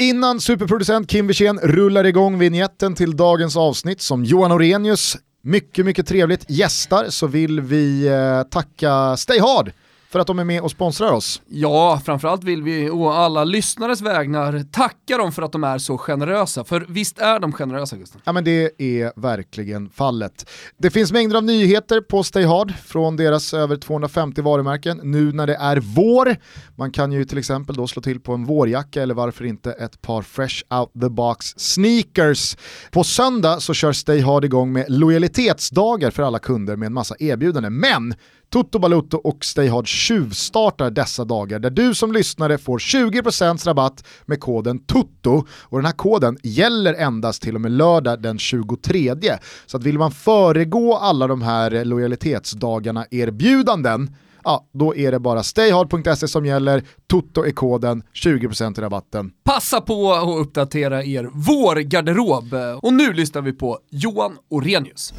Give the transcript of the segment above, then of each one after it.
Innan superproducent Kim Wirsén rullar igång vignetten till dagens avsnitt som Johan Orenius mycket trevligt gästar, så vill vi tacka Stay Hard för att de är med och sponsrar oss. Ja, framförallt vill vi å alla lyssnares vägnar tacka dem för att de är så generösa. För visst är de generösa, Gustav? Ja, men det är verkligen fallet. Det finns mängder av nyheter på Stay Hard från deras över 250 varumärken nu när det är vår. Man kan ju till exempel då slå till på en vårjacka eller varför inte ett par fresh out the box sneakers. På söndag så kör Stay Hard igång med lojalitetsdagar för alla kunder med en massa erbjudanden. Men Toto Balotto och Stay Hard tjuvstartar dessa dagar där du som lyssnare får 20% rabatt med koden TOTO, och den här koden gäller endast till och med lördag den 23. Så att vill man föregå alla de här lojalitetsdagarna erbjudanden, ja, då är det bara stayhard.se som gäller. Toto är koden, 20% i rabatten. Passa på att uppdatera er vår garderob. Och nu lyssnar vi på Johan Orenius.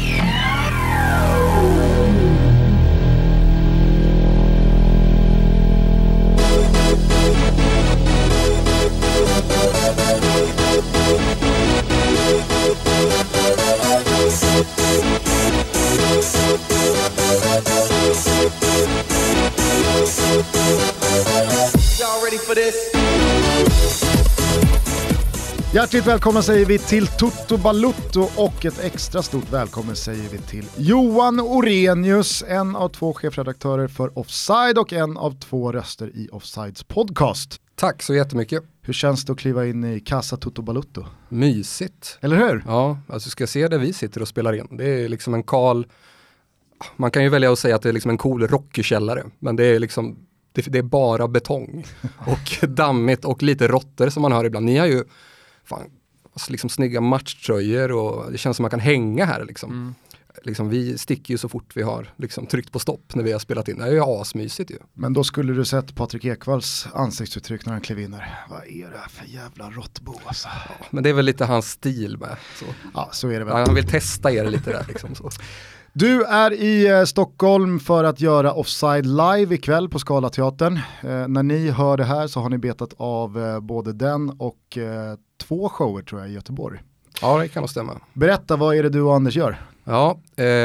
Hjärtligt välkomna säger vi till Toto Balotto, och ett extra stort välkommen säger vi till Johan Orenius, en av 2 chefredaktörer för Offside och en av 2 röster i Offsides podcast. Tack så jättemycket. Hur känns det att kliva in i Casa Toto Balotto? Mysigt. Eller hur? Ja, alltså ska jag se där vi sitter och spelar in. Det är liksom en man kan ju välja att säga att det är liksom en cool rockkällare, men det är liksom det är bara betong och dammigt och lite råttor som man hör ibland. Ni har ju liksom snygga matchtröjor och det känns som man kan hänga här liksom. Liksom vi sticker ju så fort vi har liksom tryckt på stopp när vi har spelat in. Det är ju asmysigt ju. Men då skulle du sett Patrik Ekvalls ansiktsuttryck när han klev in där. Vad är det för jävla råttbo alltså? Ja, men det är väl lite hans stil med. Så. Ja, så är det väl. Han vill testa er lite där liksom så. Du är i Stockholm för att göra Offside live ikväll på Scalateatern. När ni hör det här så har ni betat av både den och 2 shower tror jag i Göteborg. Ja, det kan nog stämma. Berätta, vad är det du och Anders gör? Ja,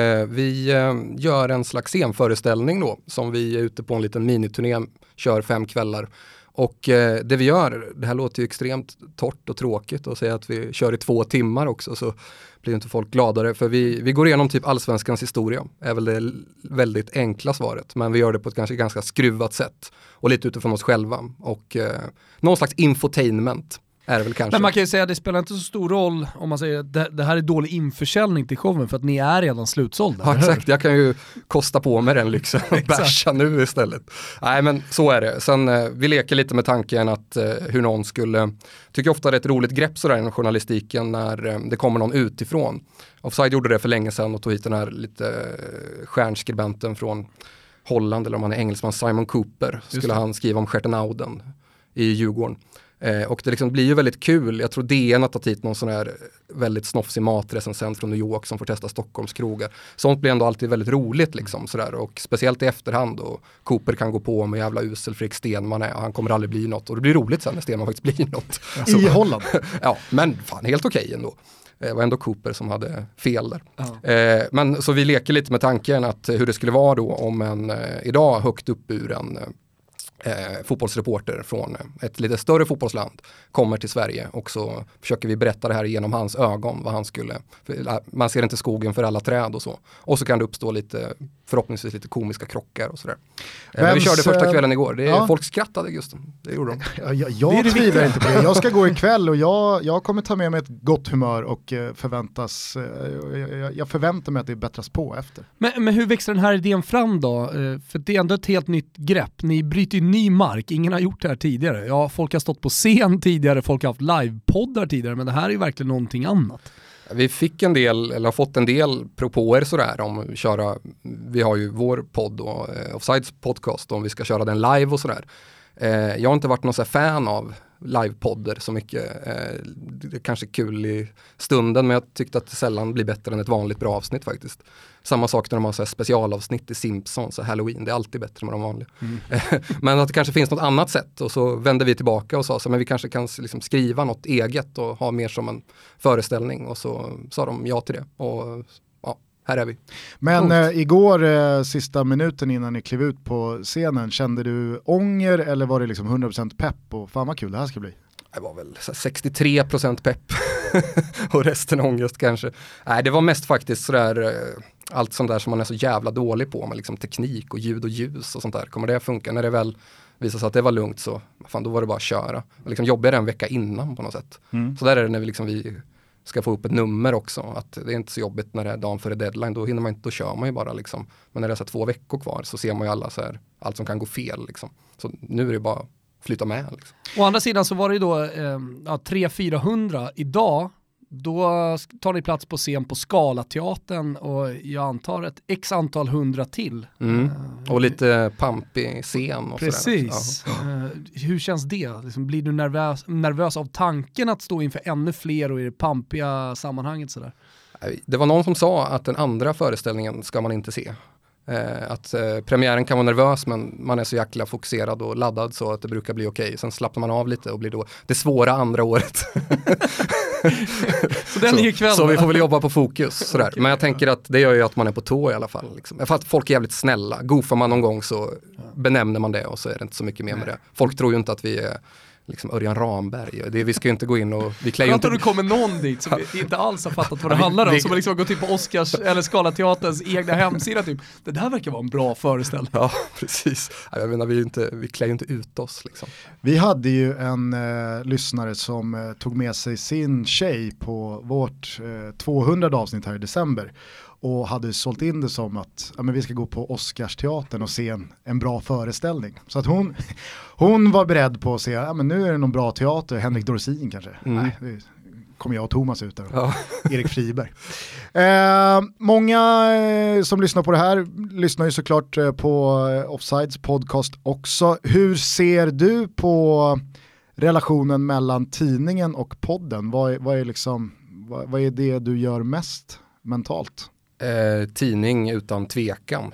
vi gör en slags scenföreställning då som vi är ute på en liten miniturné, kör 5 kvällar. Och det vi gör, det här låter ju extremt torrt och tråkigt och säga att vi kör i 2 timmar också, så blir inte folk gladare. För vi går igenom typ allsvenskans historia, är väl det väldigt enkla svaret. Men vi gör det på ett kanske ganska skruvat sätt och lite utifrån oss själva. Och någon slags infotainment är det väl kanske. Men man kan ju säga att det spelar inte så stor roll om man säger att det här är dålig införsäljning till showen för att ni är redan slutsålda. Ja, exakt. Jag kan ju kosta på mig den lyxen och bärsa nu istället. Nej, men så är det. Sen vi leker lite med tanken att hur någon skulle, tycker ofta det är ett roligt grepp sådär inom journalistiken när det kommer någon utifrån. Offside gjorde det för länge sedan och tog hit den här lite stjärnskribenten från Holland, eller om han är engelsman, Simon Cooper. Skulle han skriva om Schertenauden i Djurgården. Och det liksom blir ju väldigt kul. Jag tror DN har tagit hit någon sån här väldigt snofsig matrecensent från New York som får testa Stockholms krogar. Sånt blir ändå alltid väldigt roligt liksom sådär. Och speciellt i efterhand, och Cooper kan gå på med jävla usel Fredrik Stenman är, och han kommer aldrig bli något. Och det blir roligt sen när Stenman faktiskt blir något. I Holland? Ja, men fan helt okej ändå. Det var ändå Cooper som hade fel där. Men så vi leker lite med tanken att hur det skulle vara då om en idag högt upp ur en fotbollsreporter från ett lite större fotbollsland kommer till Sverige, och så försöker vi berätta det här genom hans ögon, vad han skulle, man ser inte skogen för alla träd och så kan det uppstå lite, förhoppningsvis lite komiska krockar och sådär. Men vi körde första kvällen igår, folk skrattade just, det gjorde de. Jag tvivlar inte på det, jag ska gå ikväll och jag kommer ta med mig ett gott humör och jag förväntar mig att det bättras på efter. Men hur växer den här idén fram då? För det är ändå ett helt nytt grepp, ni bryter ju ny mark, ingen har gjort det här tidigare. Ja, folk har stått på scen tidigare, folk har haft livepoddar tidigare, men det här är ju verkligen någonting annat. Vi fick har fått en del propåer sådär om att köra, vi har ju vår podd och Offsides podcast, om vi ska köra den live och sådär. Jag har inte varit någon så här fan av livepodder så mycket. Det är kanske kul i stunden, men jag tyckte att det sällan blir bättre än ett vanligt bra avsnitt faktiskt. Samma sak när de har så här specialavsnitt i Simpsons och Halloween, det är alltid bättre med de vanliga. Men att det kanske finns något annat sätt, och så vände vi tillbaka och sa så, men vi kanske kan liksom skriva något eget och ha mer som en föreställning, och så sa de ja till det. Och ja, här är vi. Men igår, sista minuten innan ni klev ut på scenen, kände du ånger eller var det liksom 100% pepp och fan vad kul det här ska bli? Det var väl 63% pepp och resten ångest kanske. Nej, det var mest faktiskt sådär, allt sånt där som man är så jävla dålig på, med liksom teknik och ljud och ljus och sånt där. Kommer det funka? När det väl visade sig att det var lugnt, så fan, då var det bara att köra. Och liksom jobbade en vecka innan på något sätt. Så där är det när vi ska få upp ett nummer också. Att det är inte så jobbigt när det är dagen före deadline. Då hinner man inte, då kör man ju bara liksom. Men när det är så 2 veckor kvar så ser man ju alla så här, allt som kan gå fel liksom. Så nu är det bara flytta med liksom. Å andra sidan så var det ju då 300-400 idag. Då tar ni plats på scen på Scalateatern och jag antar ett x antal 100 till. Och lite pampig scen. Och precis. Hur känns det? Liksom, blir du nervös av tanken att stå inför ännu fler och i det pampiga sammanhanget sådär? Det var någon som sa att den andra föreställningen ska man inte se. Att premiären kan vara nervös, men man är så jäkla fokuserad och laddad så att det brukar bli okej. Sen slappnar man av lite och blir då det svåra andra året. Så vi får väl jobba på fokus. Sådär. Okay, men jag tänker att det gör ju att man är på tå i alla fall. Liksom. För att folk är jävligt snälla. Goofar man någon gång så benämner man det och så är det inte så mycket mer med det. Folk tror ju inte att vi är liksom Örjan Ramberg. Vi ska ju inte gå in och vi klär ju inte... det kommer någon dit som inte alls har fattat vad det handlar om. Som har liksom gått in på Oscars eller Scalateaterns egna hemsida typ. Det där verkar vara en bra föreställning. Ja, precis. Jag menar, vi klär ju inte ut oss liksom. Vi hade ju en lyssnare som tog med sig sin tjej på vårt 200 avsnitt här i december. Och hade sålt in det som att men vi ska gå på Oscarsteatern och se en bra föreställning. Så att hon var beredd på att se, men nu är det någon bra teater, Henrik Dorsin kanske. Nej, det kommer jag och Thomas ut där. Ja. Erik Friberg. Många som lyssnar på det här lyssnar ju såklart på Offsides podcast också. Hur ser du på relationen mellan tidningen och podden? Vad är det du gör mest mentalt? Tidning utan tvekan.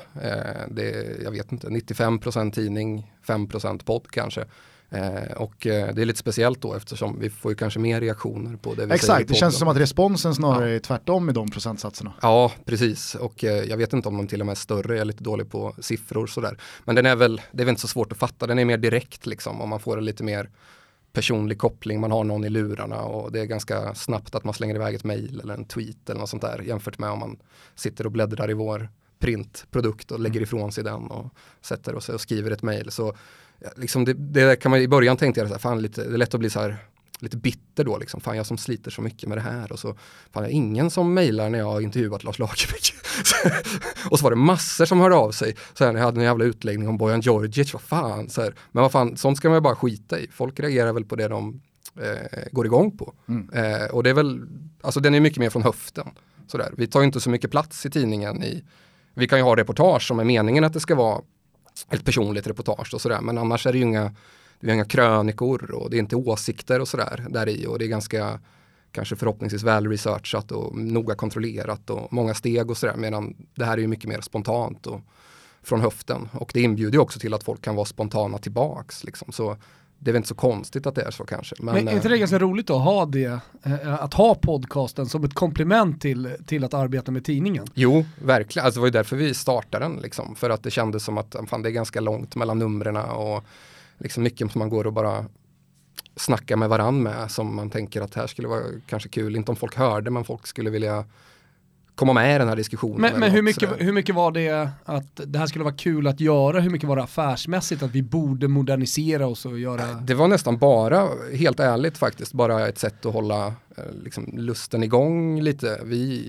Jag vet inte, 95% tidning, 5% podd kanske. Och det är lite speciellt då eftersom vi får ju kanske mer reaktioner på det vi Exakt, säger. Det känns som att responsen snarare är tvärtom i de procentsatserna. Ja, precis. Och jag vet inte om de till och med är större, jag är lite dålig på siffror sådär. Men det är väl inte så svårt att fatta, den är mer direkt liksom, om man får en lite mer personlig koppling, man har någon i lurarna och det är ganska snabbt att man slänger iväg ett mejl eller en tweet eller något sånt där jämfört med om man sitter och bläddrar i vår printprodukt och lägger ifrån sig den och sätter och skriver ett mejl. Så liksom det kan man i början tänkte jag så här, fan det är lätt att bli så här lite bitter då liksom, fan jag som sliter så mycket med det här och så fan jag ingen som mejlar när jag har intervjuat Lars Lagerbäck. Och så var det massor som hörde av sig så här, när jag hade en jävla utläggning om Bojan Djordjic, vad fan så här. Men vad fan, sånt ska man ju bara skita i. Folk reagerar väl på det de går igång på. Och det är väl, alltså den är mycket mer från höften så där. Vi tar ju inte så mycket plats i tidningen vi kan ju ha reportage som är meningen att det ska vara ett personligt reportage och sådär, men annars är det ju inga krönikor och det är inte åsikter och sådär där i, och det är ganska kanske förhoppningsvis väl researchat och noga kontrollerat och många steg och sådär, medan det här är ju mycket mer spontant och från höften, och det inbjuder ju också till att folk kan vara spontana tillbaks liksom, så det är väl inte så konstigt att det är så kanske. Men är inte det ganska roligt att ha det, att ha podcasten som ett komplement till att arbeta med tidningen? Jo, verkligen. Alltså det var ju därför vi startade den liksom, för att det kändes som att fan, det är ganska långt mellan numren och liksom mycket som man går och bara snackar med varann med, som man tänker att det här skulle vara kanske kul, inte om folk hörde, men folk skulle vilja komma med i den här diskussionen. Men hur mycket var det att det här skulle vara kul att göra? Hur mycket var det affärsmässigt att vi borde modernisera oss och göra? Det var nästan bara, helt ärligt faktiskt, bara ett sätt att hålla liksom, lusten igång lite.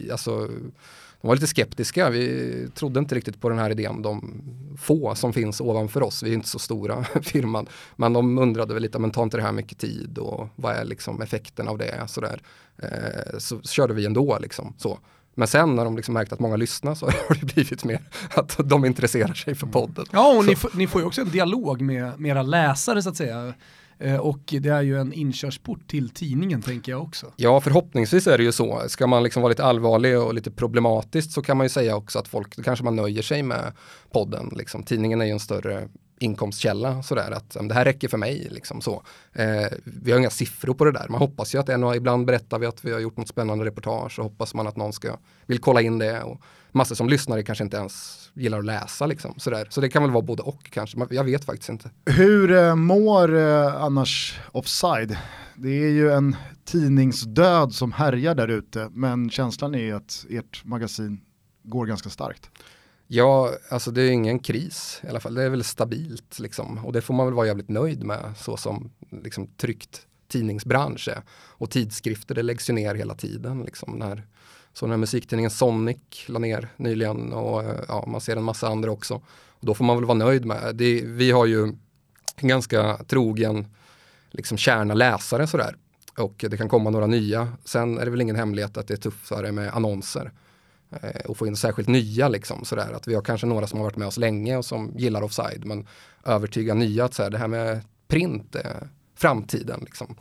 De var lite skeptiska, vi trodde inte riktigt på den här idén, de få som finns ovanför oss, vi är inte så stora firman, men de undrade väl lite, men tar inte det här mycket tid och vad är liksom effekten av det, sådär. Så körde vi ändå liksom så. Men sen när de liksom märkte att många lyssnar så har det blivit mer att de intresserar sig för podden. Ja, och ni får ju också en dialog med era läsare så att säga. Och det är ju en inkörsport till tidningen, tänker jag också. Ja, förhoppningsvis är det ju så. Ska man liksom vara lite allvarlig och lite problematiskt, så kan man ju säga också att folk, kanske man nöjer sig med podden. Liksom. Tidningen är ju en större inkomstkälla, sådär, att det här räcker för mig. Liksom, så. Vi har inga siffror på det där. Man hoppas ju att ibland berättar vi att vi har gjort något spännande reportage, och hoppas man att någon vill kolla in det. Och massor som lyssnare kanske inte ens gillar att läsa. Liksom, sådär. Så det kan väl vara både och kanske. Jag vet faktiskt inte. Hur mår annars Offside? Det är ju en tidningsdöd som härjar där ute, men känslan är ju att ert magasin går ganska starkt. Ja, alltså det är ingen kris i alla fall. Det är väl stabilt liksom. Och det får man väl vara jävligt nöjd med, så som liksom tryckt tidningsbransch är. Och tidskrifter, det läggs ju ner hela tiden liksom. När musiktidningen Sonic la ner nyligen, och ja, man ser en massa andra också. Och då får man väl vara nöjd med. Vi har ju en ganska trogen liksom kärna läsare sådär. Och det kan komma några nya. Sen är det väl ingen hemlighet att det är tuffare med annonser. Och få in särskilt nya liksom, sådär. Att vi har kanske några som har varit med oss länge och som gillar Offside, men övertyga nya att det här med print är framtiden liksom.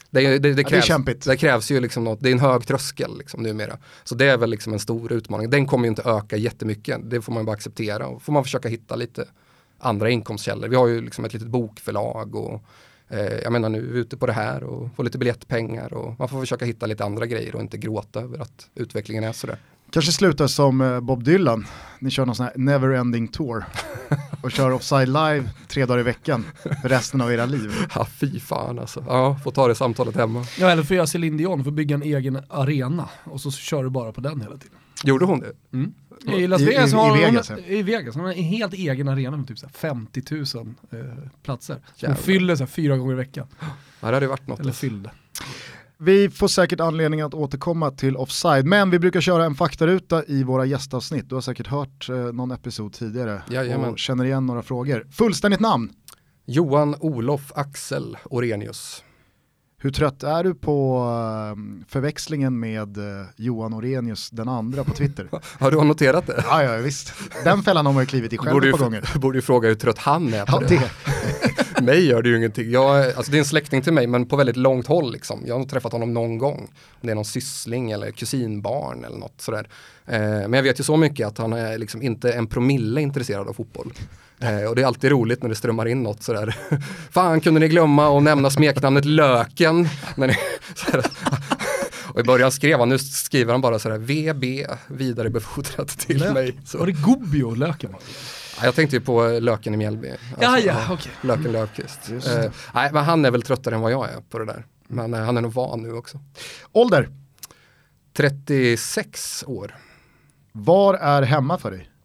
Det krävs ju liksom något, det är en hög tröskel liksom numera. Så det är väl liksom en stor utmaning. Den kommer ju inte öka jättemycket, det får man bara acceptera, och får man försöka hitta lite andra inkomstkällor. Vi har ju liksom ett litet bokförlag, och jag menar, nu är vi ute på det här och får lite biljettpengar, och man får försöka hitta lite andra grejer och inte gråta över att utvecklingen är sådär. Kanske slutar som Bob Dylan. Ni kör någon sån här never-ending tour och kör Offside live 3 dagar i veckan för resten av era liv. Ja, fy fan alltså. Ja, får ta det samtalet hemma. Ja, eller för jag Céline Dion, för bygga en egen arena, och så kör du bara på den hela tiden. Gjorde hon det? Mm. I Las Vegas har Vegas, i Vegas har hon en helt egen arena med typ 50 000 platser. Jävlar. Hon fyller 4 gånger i veckan. Ja, det hade varit något. Eller fyllde. Vi får säkert anledning att återkomma till Offside, men vi brukar köra en faktaruta i våra gästavsnitt. Du har säkert hört någon episod tidigare. Jajamän. Och känner igen några frågor. Fullständigt namn? Johan Olof Axel Orenius. Hur trött är du på förväxlingen med Johan Orenius den andra på Twitter? Har du noterat det? Ja, visst. Den fällan har man ju klivit i själv på gånger. Borde ju fråga hur trött han är på ja, det. Mig gör det ju ingenting. Alltså det är en släkting till mig, men på väldigt långt håll liksom. Jag har träffat honom någon gång. Om det är någon syssling eller kusinbarn eller något sådär. Men jag vet ju så mycket att han är liksom inte en promille intresserad av fotboll. Och det är alltid roligt när det strömmar in något sådär. Fan, kunde ni glömma att nämna smeknamnet Löken? Och i början skrev han, nu skriver han bara sådär VB vidarebefordrat till mig. Så. Var det Gubbio Löken? Ja, jag tänkte ju på Löken i Mjällby. Alltså, okej. Löken Löfqvist. Nej, men han är väl tröttare än vad jag är på det där. Men han är nog van nu också. Ålder? 36 år. Var är hemma för dig?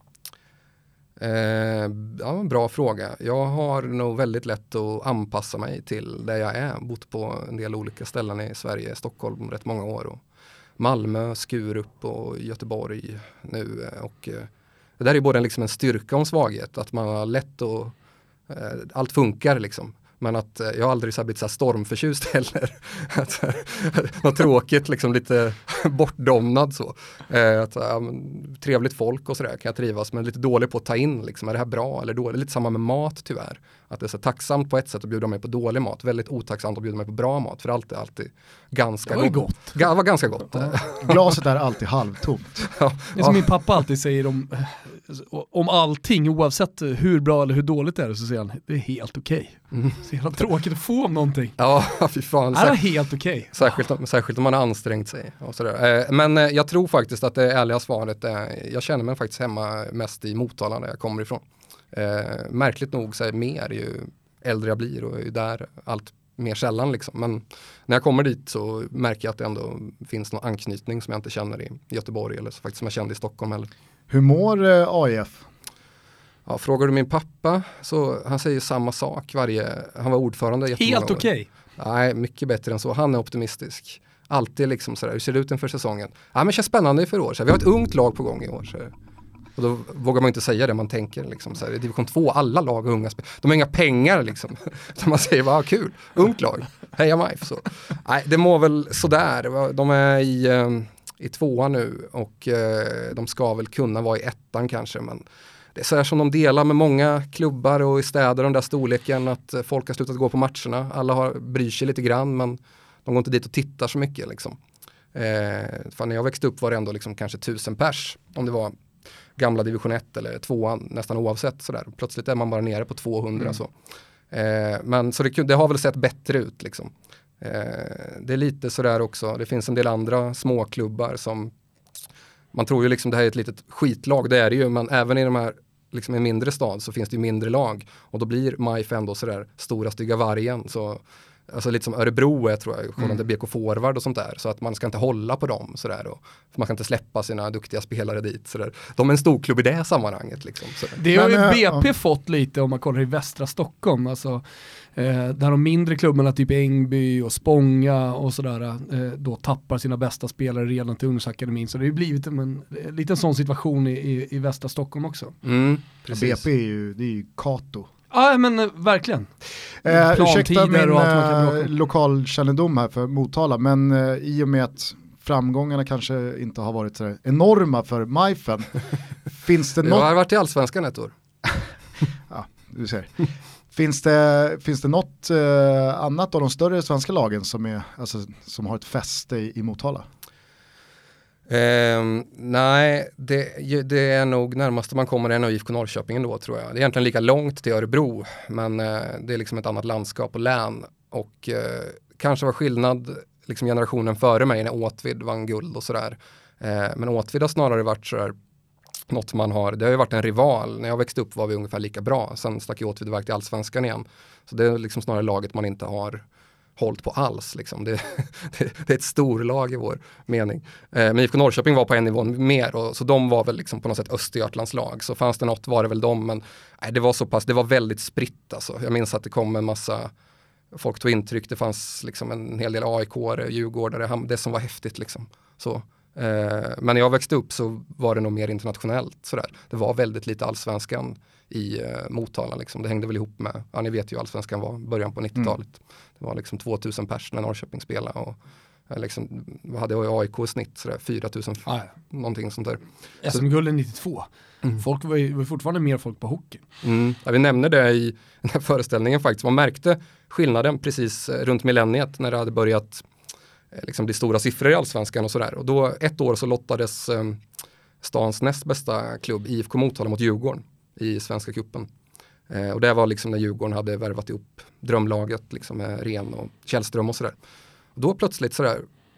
Ja, bra fråga. Jag har nog väldigt lätt att anpassa mig till där jag är. Bott på en del olika ställen i Sverige, Stockholm rätt många år. Och Malmö, Skurup och Göteborg nu. Och det där är både liksom en styrka och en svaghet. Att man har lätt att allt funkar liksom. Men att jag har aldrig blivit så här stormförtjust heller. Något tråkigt, liksom lite bortdomnad så. Trevligt folk och sådär kan jag trivas, men lite dålig på att ta in. Liksom, är det här bra eller dåligt? Lite samma med mat tyvärr. Att det är så tacksamt på ett sätt att bjuda mig på dålig mat. Väldigt otacksamt att bjuda mig på bra mat. För allt är alltid ganska gott. Det var ganska gott. Ja. Glaset är alltid halvtomt. Ja. Det är som min pappa alltid säger om allting, oavsett hur bra eller hur dåligt det är, så säger han, det är helt okej. Mm. Så jävla tråkigt att få om någonting. Ja, fy fan. Det är helt okej. Särskilt om man har ansträngt sig. Och sådär. Men jag tror faktiskt att det ärliga svaret är, jag känner mig faktiskt hemma mest i Motala där jag kommer ifrån. Märkligt nog så är mer ju äldre jag blir och är där allt mer sällan liksom. Men när jag kommer dit så märker jag att det ändå finns någon anknytning som jag inte känner i Göteborg eller så faktiskt som jag kände i Stockholm heller. Hur mår AIF? Ja, frågar du min pappa så han säger samma sak han var ordförande jättemånga år. Helt okej. Nej, mycket bättre än så. Han är optimistisk. Alltid liksom sådär, hur ser det ut inför säsongen? Ja, men det känns spännande för år. Så vi har ett ungt lag på gång i år. Så. Och då vågar man inte säga det man tänker. Liksom, så här, i division 2, alla lag har unga de har inga pengar liksom. Så man säger, vad kul, ungt lag. Heja MIF. Så. Nej, det mår väl sådär. De är i 2:an nu och de ska väl kunna vara i 1:an kanske. Men det är så här som de delar med många klubbar och i städer, den där storleken, att folk har slutat gå på matcherna. Alla bryr sig lite grann, men de går inte dit och tittar så mycket liksom. För när jag växte upp var det ändå liksom kanske 1000 pers, om det var gamla division 1 eller 2, nästan oavsett sådär. Plötsligt är man bara nere på 200 så. Men så det har väl sett bättre ut liksom. Det är lite sådär också, det finns en del andra småklubbar som man tror ju liksom det här är ett litet skitlag, det är det ju, men även i de här liksom en mindre stad så finns det ju mindre lag, och då blir MIF ändå sådär stora stygga vargen, så alltså lite som Örebro är, tror jag, kollande BK Forward och sånt där, så att man ska inte hålla på dem sådär, och man ska inte släppa sina duktiga spelare dit sådär. De är en stor klubb i det sammanhanget liksom. Det har ju BP fått lite om man kollar i västra Stockholm, alltså där de mindre klubbarna typ Ängby och Spånga och sådär då tappar sina bästa spelare redan till ungdomsakademin, så det har ju blivit en liten sån situation i västra Stockholm också. Precis. BP det är ju Kato. Ja, men verkligen. Ursäkta min lokalkännedom här för Motala, men i och med att framgångarna kanske inte har varit så enorma för MIFen, finns det något... Jag har varit i Allsvenskan ett år. Ja, du ser. Finns det något annat av de större svenska lagen som har ett fäste i Motala? Nej, det är nog närmast man kommer än IFK Norrköping då, tror jag. Det är egentligen lika långt till Örebro, men det är liksom ett annat landskap och län, och kanske var skillnad liksom generationen före mig när Åtvid vann guld och sådär. Men Åtvid har snarare varit sådär något man har, det har ju varit en rival. När jag växte upp var vi ungefär lika bra, sen stack Åtvid iväg till Allsvenskan igen. Så det är liksom snarare laget man inte har hållit på alls liksom. Det är ett storlag i vår mening. Men IFK Norrköping var på en nivå mer, och så de var väl liksom på något sätt Östergötlands lag. Så fanns det något var det väl de, men nej, det var väldigt spritt alltså. Jag minns att det kom en massa, folk tog intryck, det fanns liksom en hel del AIK-are, Djurgårdare, det som var häftigt liksom. Så. Men när jag växte upp så var det nog mer internationellt sådär. Det var väldigt lite allsvenskan i Motala liksom. Det hängde väl ihop med, ja ni vet ju allsvenskan var början på 90-talet. Det var liksom 2000 pers när Norrköping spelade, och liksom, vad hade jag i AIK i snitt sådär 4000 någonting sånt där. SM-gulden 92. Folk var ju fortfarande mer folk på hockey. Ja, vi nämner det i den här föreställningen faktiskt. Man märkte skillnaden precis runt millenniet när det hade börjat liksom bli stora siffror i allsvenskan och sådär. Och då ett år så lottades stans näst bästa klubb IFK Motala mot Djurgården i Svenska cupen. Och det var liksom när Djurgården hade värvat ihop drömlaget liksom med Ren och Källström och sådär. Och då plötsligt sådär,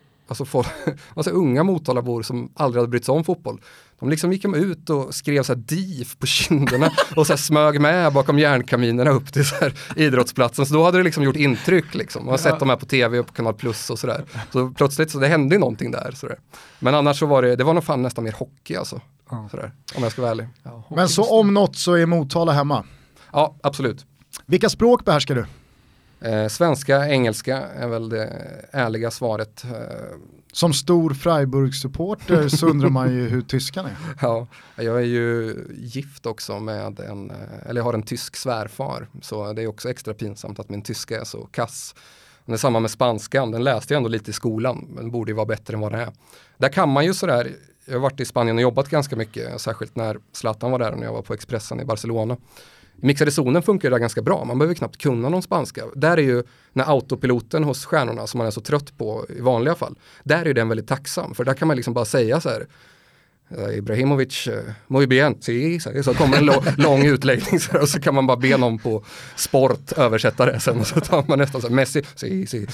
alltså unga Motalabor som aldrig hade brytt sig om fotboll, de liksom gick ut och skrev så här DIF på kinderna och så här smög med bakom järnkaminerna upp till så här idrottsplatsen. Så då hade det liksom gjort intryck liksom. Man har sett dem här på tv och på Kanal Plus och sådär. Så plötsligt så det hände någonting där sådär. Men annars så var det var nog fan nästan mer hockey alltså. Sådär, om jag ska vara ärlig. Ja, men så om något så är Motala hemma? Ja, absolut. Vilka språk behärskar du? Svenska, engelska är väl det ärliga svaret. Som stor Freiburg-supporter så undrar man ju hur tyskan är. Ja, jag är ju gift också med jag har en tysk svärfar, så det är också extra pinsamt att min tyska är så kass. Det är samma med spanskan, den läste jag ändå lite i skolan, men borde ju vara bättre än vad det är. Där kan man ju sådär, jag har varit i Spanien och jobbat ganska mycket, särskilt när Zlatan var där och när jag var på Expressen i Barcelona. Mixade zonen funkar ju där ganska bra, man behöver knappt kunna någon spanska. Där är ju när autopiloten hos stjärnorna som man är så trött på i vanliga fall, där är den väldigt tacksam, för där kan man liksom bara säga så här: Ibrahimovic, muy bien, sí, så kommer en lång utläggning så här, och så kan man bara be någon på sport översätta det sen, och så tar man nästan så här, Messi, sí.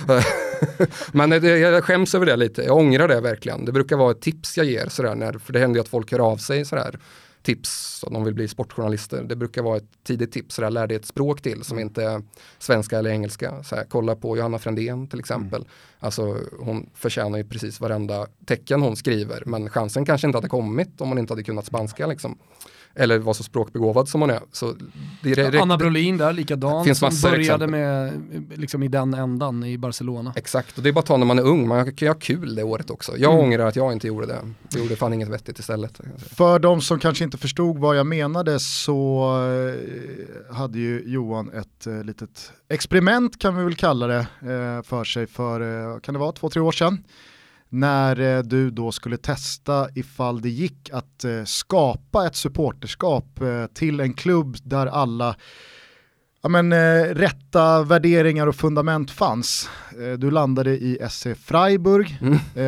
Men jag skäms över det lite, jag ångrar det verkligen. Det brukar vara ett tips jag ger sådär, för det händer ju att folk hör av sig sådär, tips om de vill bli sportjournalister. Det brukar vara ett tidigt tips, sådär, lär dig ett språk till som inte är svenska eller engelska. Såhär, kolla på Johanna Frändén till exempel. Alltså hon förtjänar ju precis varenda tecken hon skriver, men chansen kanske inte hade kommit om hon inte hade kunnat spanska liksom. Eller var så språkbegåvad som hon är. Så Anna Brolin där, likadan, finns som började exempel. Med liksom i den ändan i Barcelona. Exakt, och det är bara att ta när man är ung. Man kan ju ha kul det året också. Jag ångrar att jag inte gjorde det. Jag gjorde fan inget vettigt istället. För de som kanske inte förstod vad jag menade så hade ju Johan ett litet experiment, kan vi väl kalla det, för sig för, kan det vara 2-3 år sedan? när du då skulle testa ifall det gick att skapa ett supporterskap till en klubb där alla rätta värderingar och fundament fanns. Du landade i SC Freiburg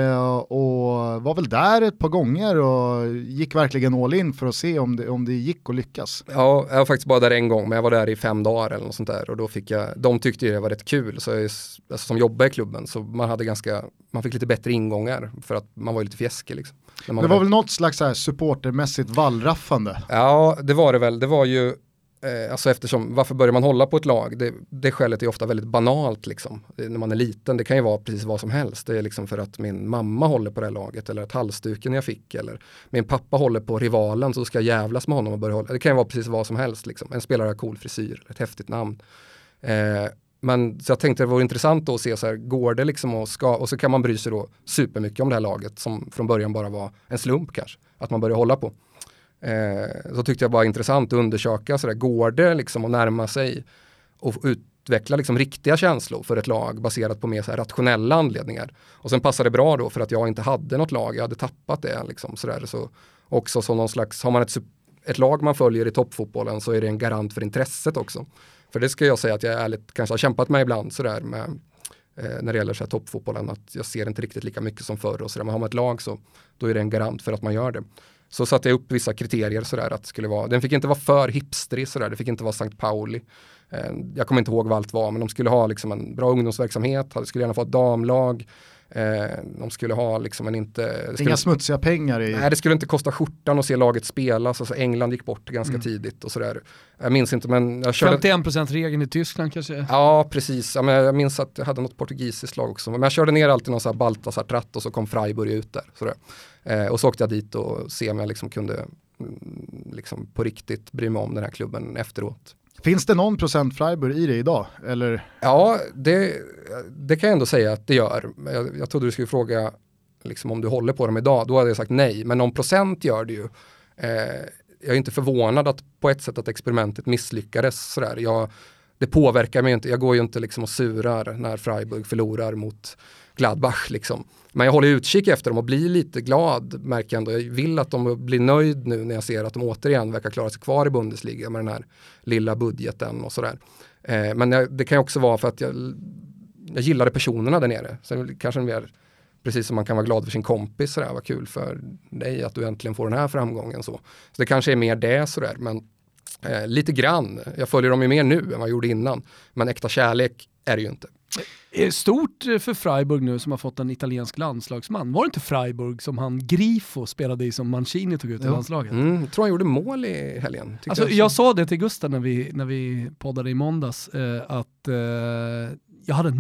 och var väl där ett par gånger och gick verkligen all in för att se om det gick att lyckas. Ja, jag var faktiskt bara där en gång, men jag var där i 5 dagar eller något sånt där och då fick de tyckte det var rätt kul, så som jobbar i klubben, så man fick lite bättre ingångar för att man var lite fjäskig liksom. Det var väl något slags så här supportermässigt vallraffande? Ja, det var det väl. Det var ju alltså eftersom, varför börjar man hålla på ett lag? Det skälet är ofta väldigt banalt liksom. När man är liten, det kan ju vara precis vad som helst. Det är liksom för att min mamma håller på det här laget, eller ett halsduken jag fick, eller min pappa håller på rivalen, så ska jag jävlas med honom och börja hålla. Det kan ju vara precis vad som helst liksom. En spelare har cool frisyr, ett häftigt namn. Men så jag tänkte det var intressant att se så här, går det liksom och så kan man bry sig då supermycket om det här laget som från början bara var en slump kanske, att man börjar hålla på. Så tyckte jag var intressant att undersöka så där, går det liksom att närma sig och utveckla liksom riktiga känslor för ett lag baserat på mer så här rationella anledningar. Och sen passade det bra då för att jag inte hade något lag, jag hade tappat det liksom, så också som någon slags, har man ett lag man följer i toppfotbollen, så är det en garant för intresset också. För det ska jag säga att jag ärligt kanske har kämpat med ibland sådär med när det gäller så här toppfotbollen, att jag ser inte riktigt lika mycket som förr och sådär. Men har man ett lag så då är det en garant för att man gör det. Så satte jag upp vissa kriterier sådär, att det skulle vara, den fick inte vara för hipstrig sådär, det fick inte vara St. Pauli. Jag kommer inte ihåg vad allt var, men de skulle ha liksom en bra ungdomsverksamhet, de skulle gärna få ett damlag, de skulle ha liksom inga smutsiga pengar i... Nej, det skulle inte kosta skjortan att se laget spela, alltså England gick bort ganska tidigt och sådär. Jag minns inte, men jag körde... 51%-regeln i Tyskland kanske? Ja, precis. Ja, men jag minns att jag hade något portugisiskt lag också, men jag körde ner alltid någon sån här Baltasar-tratt och så kom Freiburg ut där. Sådär. Och så åkte jag dit och se om jag liksom kunde liksom på riktigt bry mig om den här klubben efteråt. Finns det någon procent Freiburg i det idag? Eller? Ja, det kan jag ändå säga att det gör. Jag trodde du skulle fråga liksom, om du håller på dem idag. Då hade jag sagt nej, men någon procent gör det ju. Jag är inte förvånad att på ett sätt att experimentet misslyckades. Sådär. Det påverkar mig inte. Jag går ju inte liksom och surar när Freiburg förlorar mot Gladbach liksom. Men jag håller utkik efter dem och blir lite glad, märker jag ändå. Jag vill att de blir nöjd nu när jag ser att de återigen verkar klara sig kvar i Bundesliga med den här lilla budgeten och sådär. Men det kan ju också vara för att jag gillade personerna där nere. Så kanske mer, precis som man kan vara glad för sin kompis, sådär, vad kul för dig att du äntligen får den här framgången. Så det kanske är mer det sådär, men lite grann. Jag följer dem ju mer nu än vad jag gjorde innan. Men äkta kärlek är det ju inte. Är det stort för Freiburg nu som har fått en italiensk landslagsman? Var det inte Freiburg som han Grifo spelade i som Mancini tog ut i landslaget? Jag tror han gjorde mål i helgen. Alltså, jag sa det till Gustav när vi poddade i måndags att jag hade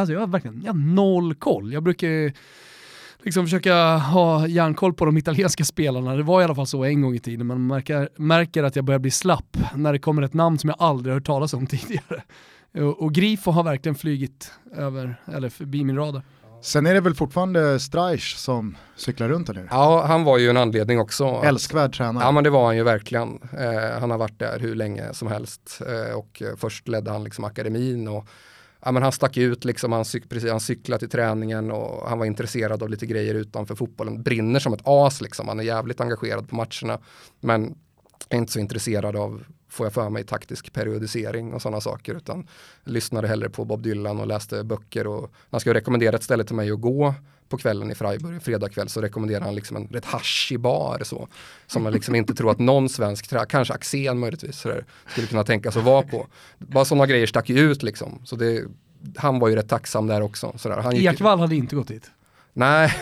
noll koll. Jag brukar liksom försöka ha järnkoll på de italienska spelarna. Det var i alla fall så en gång i tiden. Man märker att jag börjar bli slapp när det kommer ett namn som jag aldrig hört talas om tidigare. Och Grifo har verkligen flygit förbi min radar. Sen är det väl fortfarande Streich som cyklar runt där nere? Ja, han var ju en anledning också. Älskvärd tränare. Ja, men det var han ju verkligen. Han har varit där hur länge som helst. Och först ledde han liksom akademin och men han stack ut liksom, han cyklade till träningen och han var intresserad av lite grejer utanför fotbollen. Brinner som ett as liksom. Han är jävligt engagerad på matcherna, men är inte så intresserad av, får jag för mig, taktisk periodisering och sådana saker, utan lyssnade hellre på Bob Dylan och läste böcker. Och han ska rekommendera ett ställe till mig att gå på kvällen i Freiburg, fredag kväll, så rekommenderar han liksom en rätt hashig bar så, som man liksom inte tror att någon svensk, kanske Axén möjligtvis sådär, skulle kunna tänka sig att vara på. Bara sådana grejer stack ju ut liksom, så han var ju rätt tacksam där också. Ekvall hade inte gått dit? Nej,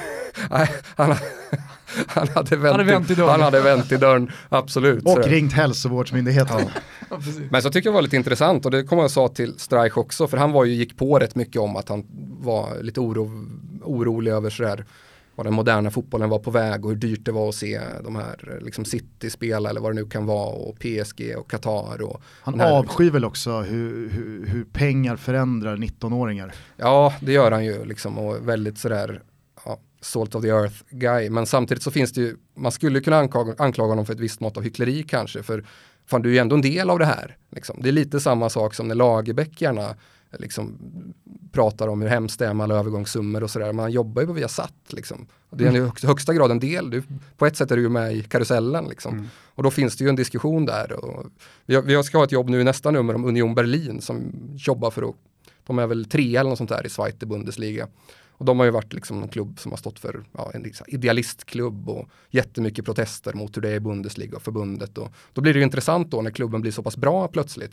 han hade vänt i dörren, absolut. Och ringt hälsovårdsmyndigheten. Ja. Men så tycker jag var lite intressant, och det kommer jag sa till Streich också, för han gick på rätt mycket om att han var lite orolig över sådär, vad den moderna fotbollen var på väg och hur dyrt det var att se de här liksom City spela eller vad det nu kan vara, och PSG och Qatar. Och han avskyr väl också hur pengar förändrar 19-åringar. Ja, det gör han ju liksom, och väldigt sådär salt of the earth guy, men samtidigt så finns det ju, man skulle kunna anklaga honom för ett visst mått av hyckleri kanske, för fan, du är ju ändå en del av det här liksom. Det är lite samma sak som när Lagerbäck gärna liksom pratar om hur hemskt det är med alla övergångssummor och sådär. Man jobbar ju på Viasat liksom. Det är i högsta grad en del. På ett sätt är du ju med i karusellen liksom. Och då finns det ju en diskussion där. Och vi ska ha ett jobb nu i nästa nummer om Union Berlin som jobbar för att, de är väl 3 eller något sånt där i Zweite Bundesliga. Och de har ju varit liksom en klubb som har stått för en idealistklubb och jättemycket protester mot hur det är i Bundesliga och förbundet. Och då blir det ju intressant då när klubben blir så pass bra plötsligt.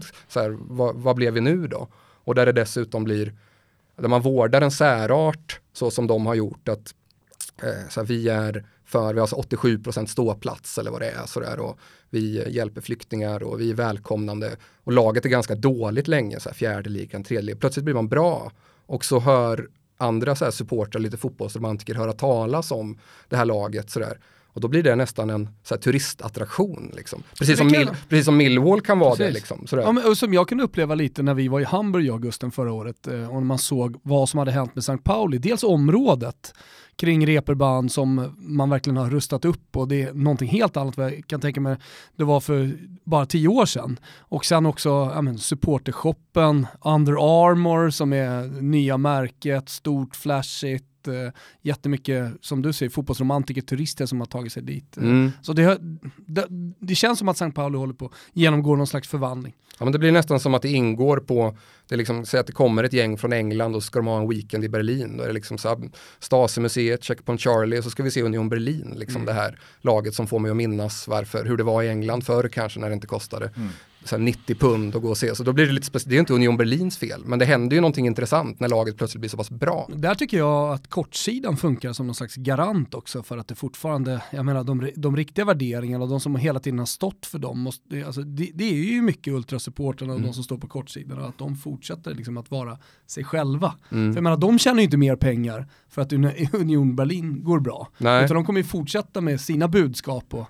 Vad blev vi nu då? Och där det dessutom blir, där man vårdar en särart så som de har gjort att vi har 87% ståplats eller vad det är sådär, och vi hjälper flyktingar och vi är välkomnande och laget är ganska dåligt länge, så här, 4:e ligan, 3:e ligan. Plötsligt blir man bra och så hör andra så här supportrar, lite fotbollsromantiker höra talas om det här laget sådär. Och då blir det nästan en så här, turistattraktion. Liksom. Precis som Millwall kan vara det. Liksom, ja, men, och som jag kunde uppleva lite när vi var i Hamburg i augusten förra året och när man såg vad som hade hänt med St. Pauli. Dels området kring Reeperbahn som man verkligen har rustat upp, och det är någonting helt annat vad jag kan tänka mig det var för bara 10 år sedan. Och sen också supportershoppen, Under Armour som är nya märket, stort, flashigt, jättemycket, som du säger, fotbollsromantiker, turister som har tagit sig dit. Så det känns som att St. Pauli håller på att genomgå någon slags förvandling. Ja, men det blir nästan som att det ingår på, det är liksom, säg att det kommer ett gäng från England och ska de ha en weekend i Berlin. Då är det liksom så här, Stasi-museet, Checkpoint Charlie, och så ska vi se Union Berlin. Liksom det här laget som får mig att minnas hur det var i England förr kanske när det inte kostade. Så 90 pund att gå och se. Så då blir det lite speciellt. Det är inte Union Berlins fel, men det händer ju någonting intressant när laget plötsligt blir så pass bra. Där tycker jag att kortsidan funkar som någon slags garant också för att det fortfarande, jag menar de riktiga värderingarna och de som hela tiden har stått för dem, det är ju mycket ultrasupporterna och de som står på kortsidan, att de fortsätter liksom att vara sig själva. För jag menar, de tjänar ju inte mer pengar för att Union Berlin går bra. Nej. Utan de kommer ju fortsätta med sina budskap och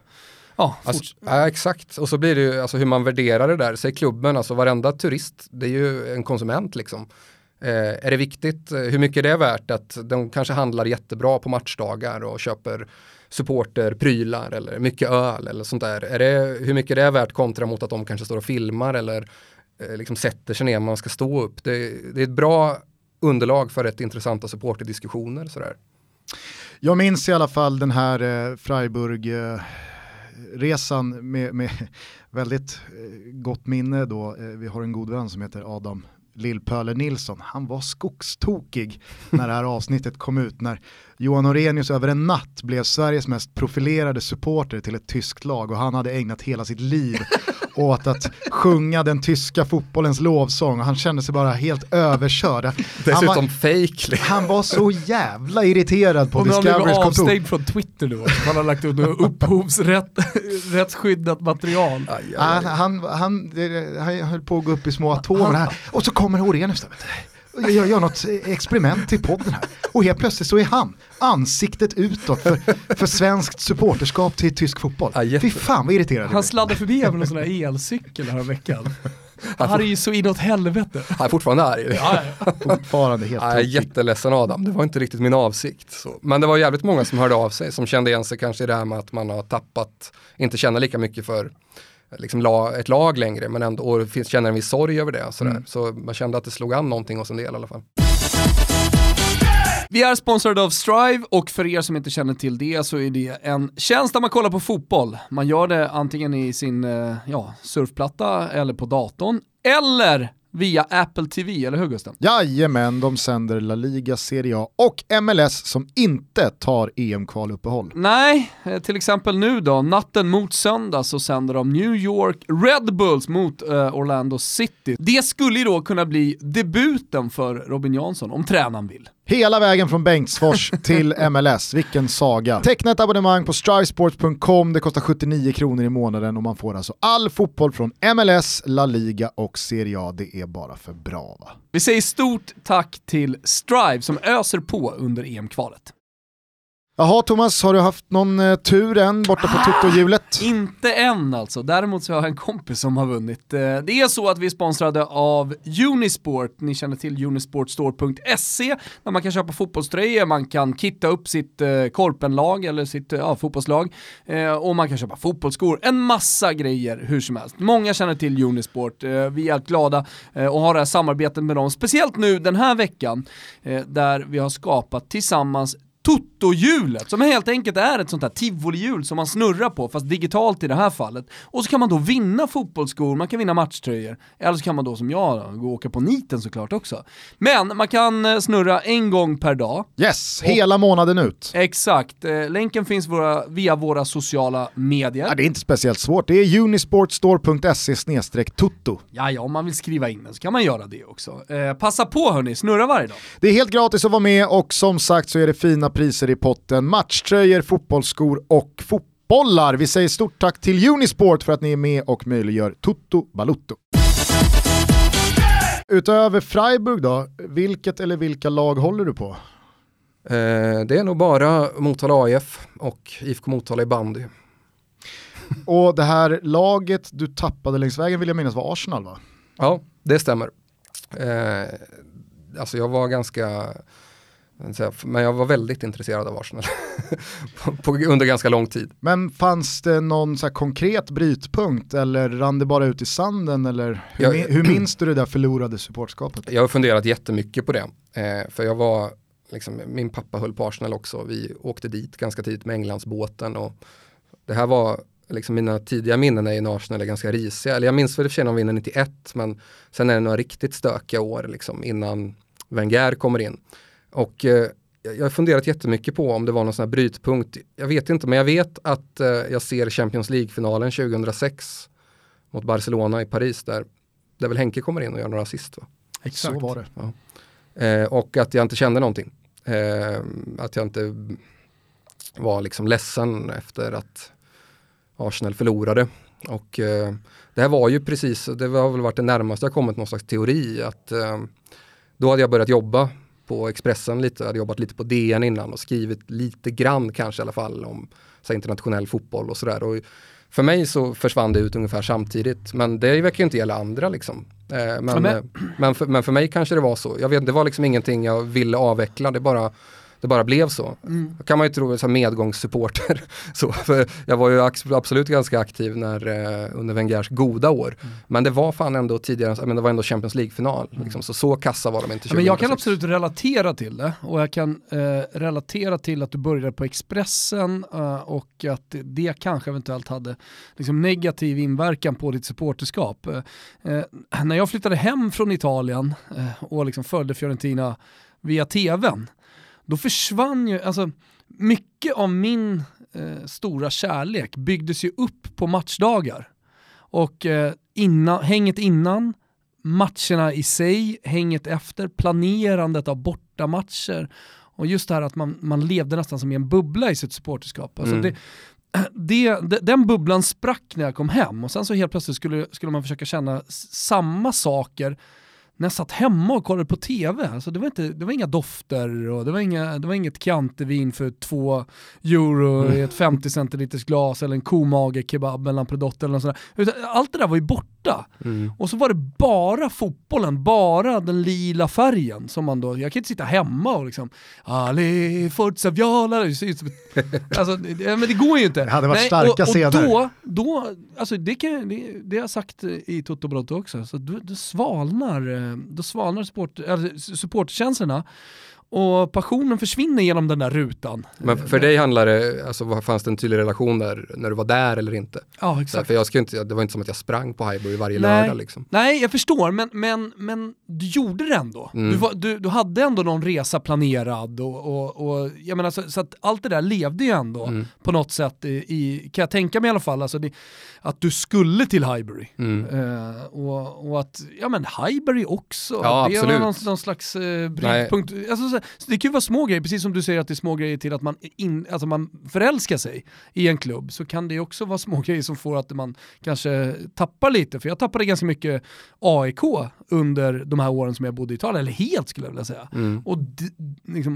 exakt, och så blir det ju hur man värderar det där, säg klubben, varenda turist, det är ju en konsument liksom. Är det viktigt, hur mycket det är värt att de kanske handlar jättebra på matchdagar och köper supporterprylar eller mycket öl eller sånt där, hur mycket det är värt kontra mot att de kanske står och filmar eller liksom sätter sig ner när man ska stå upp. Det är ett bra underlag för rätt intressanta supporterdiskussioner sådär. Jag minns i alla fall den här Freiburg resan med väldigt gott minne då. Vi har en god vän som heter Adam Lillpöler Nilsson. Han var skogstokig när det här avsnittet kom ut, när Johan Orenius över en natt blev Sveriges mest profilerade supporter till ett tyskt lag, och han hade ägnat hela sitt liv åt att sjunga den tyska fotbollens lovsång, och han kände sig bara helt överkörd. Dessutom fake. Han var så jävla irriterad på Discoverys kontor. Han blev avstängd från Twitter då. Han har lagt under upphovsrättsskyddat material. Han höll på att gå upp i små atomer här. Och så kommer Orenius där. Jag gör något experiment i podden här. Och helt plötsligt så är han ansiktet utåt för svenskt supporterskap till tysk fotboll. Fy fan vad irriterad. Han sladdade förbi med en sån här elcykel här veckan. Han är ju så inåt helvete. Han är fortfarande arg. Fortfarande helt tokig. Jätteledsen Adam, det var inte riktigt min avsikt. Så. Men det var jävligt många som hörde av sig, som kände igen sig kanske i det här med att man har tappat, inte känner lika mycket för liksom ett lag längre, men ändå och känner en viss sorg över det. Så man kände att det slog an någonting hos en del i alla fall. Vi är sponsrade av Strive, och för er som inte känner till det så är det en tjänst där man kollar på fotboll. Man gör det antingen i sin surfplatta eller på datorn eller via Apple TV, eller hur Gusten? Jajamän, de sänder La Liga, Serie A och MLS som inte tar EM-kvaluppehåll. Nej, till exempel nu då, natten mot söndag så sänder de New York Red Bulls mot Orlando City. Det skulle ju då kunna bli debuten för Robin Jansson om tränaren vill. Hela vägen från Bengtsfors till MLS, vilken saga. Teckna ett abonnemang på strivesports.com, det kostar 79 kronor i månaden och man får alltså all fotboll från MLS, La Liga och Serie A. Det är bara för bra, va? Vi säger stort tack till Strive som öser på under EM-kvalet. Jaha Thomas, har du haft någon tur än borta på tuttohjulet? Inte än alltså, däremot så har jag en kompis som har vunnit. Det är så att vi är sponsrade av Unisport. Ni känner till unisportstore.se där man kan köpa fotbollströjor, man kan kitta upp sitt korpenlag eller sitt fotbollslag och man kan köpa fotbollsskor, en massa grejer hur som helst. Många känner till Unisport. Vi är helt glada och har det här samarbetet med dem, speciellt nu den här veckan där vi har skapat tillsammans Tuttohjulet, som helt enkelt är ett sånt här tivolihjul som man snurrar på, fast digitalt i det här fallet. Och så kan man då vinna fotbollsskor, man kan vinna matchtröjor. Eller så kan man då som jag då, gå och åka på niten såklart också. Men man kan snurra en gång per dag. Yes, hela månaden ut. Exakt, länken finns via våra sociala medier. Ja, det är inte speciellt svårt, det är unisportstore.se/tutto. Ja, om man vill skriva in den så kan man göra det också. Passa på hörni, snurra varje dag. Det är helt gratis att vara med och som sagt så är det fina priser i potten. Matchtröjor, fotbollsskor och fotbollar. Vi säger stort tack till Unisport för att ni är med och möjliggör Tutto Balutto. Utöver Freiburg då, vilket eller vilka lag håller du på? Det är nog bara Motala AIF och IFK Motala i bandy. Och det här laget du tappade längs vägen vill jag minnas var Arsenal va? Ja, det stämmer. Alltså jag var men jag var väldigt intresserad av Arsenal under ganska lång tid. Men fanns det någon så här konkret brytpunkt eller rann det bara ut i sanden eller hur minns du det där förlorade supportskapet? Jag har funderat jättemycket på det. För jag var min pappa höll på Arsenal också. Vi åkte dit ganska tidigt med Englandsbåten och det här var mina tidiga minnen i Arsenal är ganska risiga. Eller jag minns för det för sig när de vinner 91, men sen är det några riktigt stökiga år innan Wenger kommer in. Och jag har funderat jättemycket på om det var någon sån här brytpunkt. Jag vet inte, men jag vet att jag ser Champions League-finalen 2006 mot Barcelona i Paris där väl Henke kommer in och gör några assist va? Exakt. Så var det. Ja. Och att jag inte kände någonting. Att jag inte var ledsen efter att Arsenal förlorade. Och det här var ju precis, det har väl varit det närmaste jag kommit någon slags teori att då hade jag börjat jobba på Expressen lite, jag hade jobbat lite på DN innan och skrivit lite grann kanske i alla fall om internationell fotboll och sådär. Och för mig så försvann det ut ungefär samtidigt, men det verkar ju inte gälla andra men för mig kanske det var så. Jag vet, det var ingenting jag ville avveckla, det bara blev så. Kan man ju tro som medgångssupporter. Så, för jag var ju absolut ganska aktiv under Wengers goda år. Men det var fan ändå tidigare, det var ändå Champions League-final. Så kassa var de inte 2006. Men jag kan absolut relatera till det. Och jag kan relatera till att du började på Expressen och att det kanske eventuellt hade negativ inverkan på ditt supporterskap. När jag flyttade hem från Italien och följde Fiorentina via tvn, då försvann ju, mycket av min stora kärlek byggdes ju upp på matchdagar. Och hänget innan, matcherna i sig, hänget efter, planerandet av bortamatcher och just det här att man levde nästan som i en bubbla i sitt supporterskap. Den bubblan sprack när jag kom hem och sen så helt plötsligt skulle man försöka känna samma saker när jag satt hemma och kollade på tv. Det var inga dofter och det var inget Chianti-vin för 2 euro i ett 50 centiliters glas eller en komage kebab eller en prodott eller något sådär. Allt det där var ju borta. Och så var det bara fotbollen, bara den lila färgen som man då, jag kan inte sitta hemma och Ali Forza Viola. Men det går ju inte. Det hade varit starka scener. Då det har jag sagt i Toto Brotto också, så då svalnar supportkänslorna och passionen försvinner genom den där rutan. Men för dig handlar det, fanns det en tydlig relation där när du var där eller inte? Ja, exakt. För det var inte som att jag sprang på Highbury varje lördag Nej, jag förstår, men du gjorde det ändå. Du hade ändå någon resa planerad och jag menar så att allt det där levde ju ändå på något sätt kan jag tänka mig i alla fall, att du skulle till Highbury. Och att Highbury också. Ja, det absolut. var någon slags brytpunkt. Så det kan ju vara små grejer, precis som du säger att det är små grejer till att man förälskar sig i en klubb, så kan det också vara små grejer som får att man kanske tappar lite. För jag tappade ganska mycket AIK under de här åren som jag bodde i Italien, eller helt skulle jag vilja säga. Och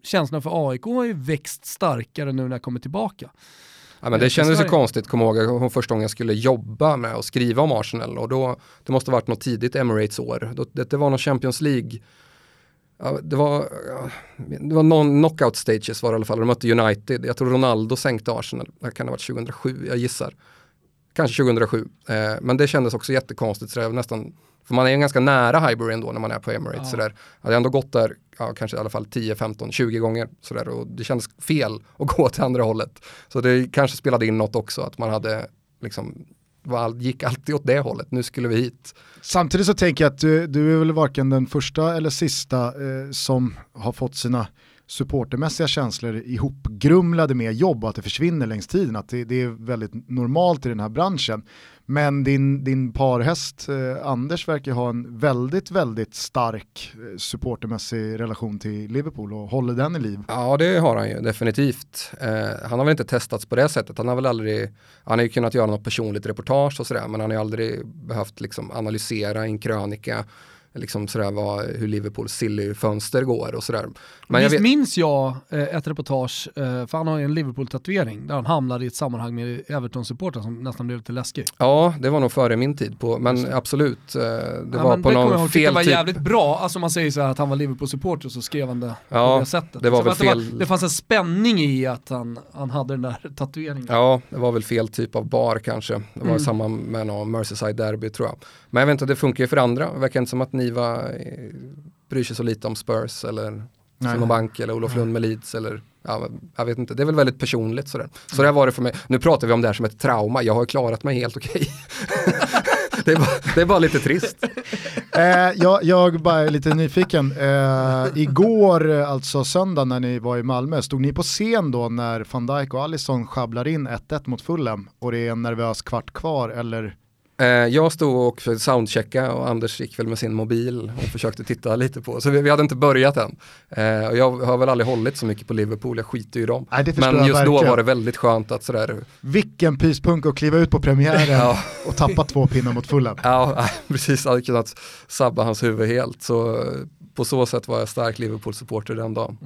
känslan för AIK har ju växt starkare nu när jag kommer tillbaka. Ja, men det kändes ju konstigt, kom ihåg hon första gången skulle jobba med och skriva om Arsenal och då, det måste ha varit något tidigt Emirates-år. Det var någon Champions League. Ja, det var någon knockout stages var det i alla fall. De mötte United. Jag tror Ronaldo sänkte Arsenal. Det kan ha varit 2007, jag gissar. Kanske 2007. Men det kändes också jättekonstigt. Så nästan, för man är ju ganska nära Highbury ändå när man är på Emirates. Ja. Sådär. Jag hade ändå gått där kanske i alla fall 10, 15, 20 gånger. Sådär, och det kändes fel att gå till andra hållet. Så det kanske spelade in något också. Att man hade liksom... gick alltid åt det hållet, nu skulle vi hit. Samtidigt så tänker jag att du är väl varken den första eller sista som har fått sina supportermässiga känslor ihopgrumlade med jobb och att det försvinner längs tiden, att det är väldigt normalt i den här branschen. Men din parhäst Anders verkar ha en väldigt, väldigt stark supportermässig relation till Liverpool och håller den i liv. Ja, det har han ju definitivt. Han har väl inte testats på det sättet. Han har ju kunnat göra något personligt reportage och sådär, men han har ju aldrig behövt liksom analysera en krönika liksom sådär hur Liverpools silly-fönster går och sådär. Men minns jag ett reportage, för han har ju en Liverpool-tatuering där han hamnade i ett sammanhang med Everton-supportrar som nästan blev lite läskigt. Ja, det var nog före min tid men absolut. Det var på någon fel det var typ. Jävligt bra, alltså man säger så här att han var Liverpool-supporter så skrev han det på det sättet. Det var väl fel. Det fanns en spänning i att han hade den där tatueringen. Ja, det var väl fel typ av bar kanske. Det var samma med någon Merseyside derby tror jag. Men jag vet inte, det funkar ju för andra. Det verkar inte som att Niva bryr sig så lite om Spurs eller Simon Bank eller Olof Lund med Leeds eller jag vet inte. Det är väl väldigt personligt sådär. Så det var det för mig. Nu pratar vi om det här som ett trauma. Jag har klarat mig helt okej. Det är bara lite trist. Jag bara är lite nyfiken. Igår, alltså söndag när ni var i Malmö, stod ni på scen då när Van Dijk och Alisson sjabblar in 1-1 mot Fulham och det är en nervös kvart kvar eller? Jag stod och soundchecka och Anders gick väl med sin mobil och försökte titta lite på. Så vi hade inte börjat än. Och jag har väl aldrig hållit så mycket på Liverpool, jag skiter ju i dem. Nej, men just då var det väldigt skönt att sådär... Vilken pyspunk att kliva ut på premiären och tappa 2 pinnar mot Fulham. Ja, precis. Jag hade kunnat sabba hans huvud helt. Så på så sätt var jag stark Liverpool-supporter den dagen.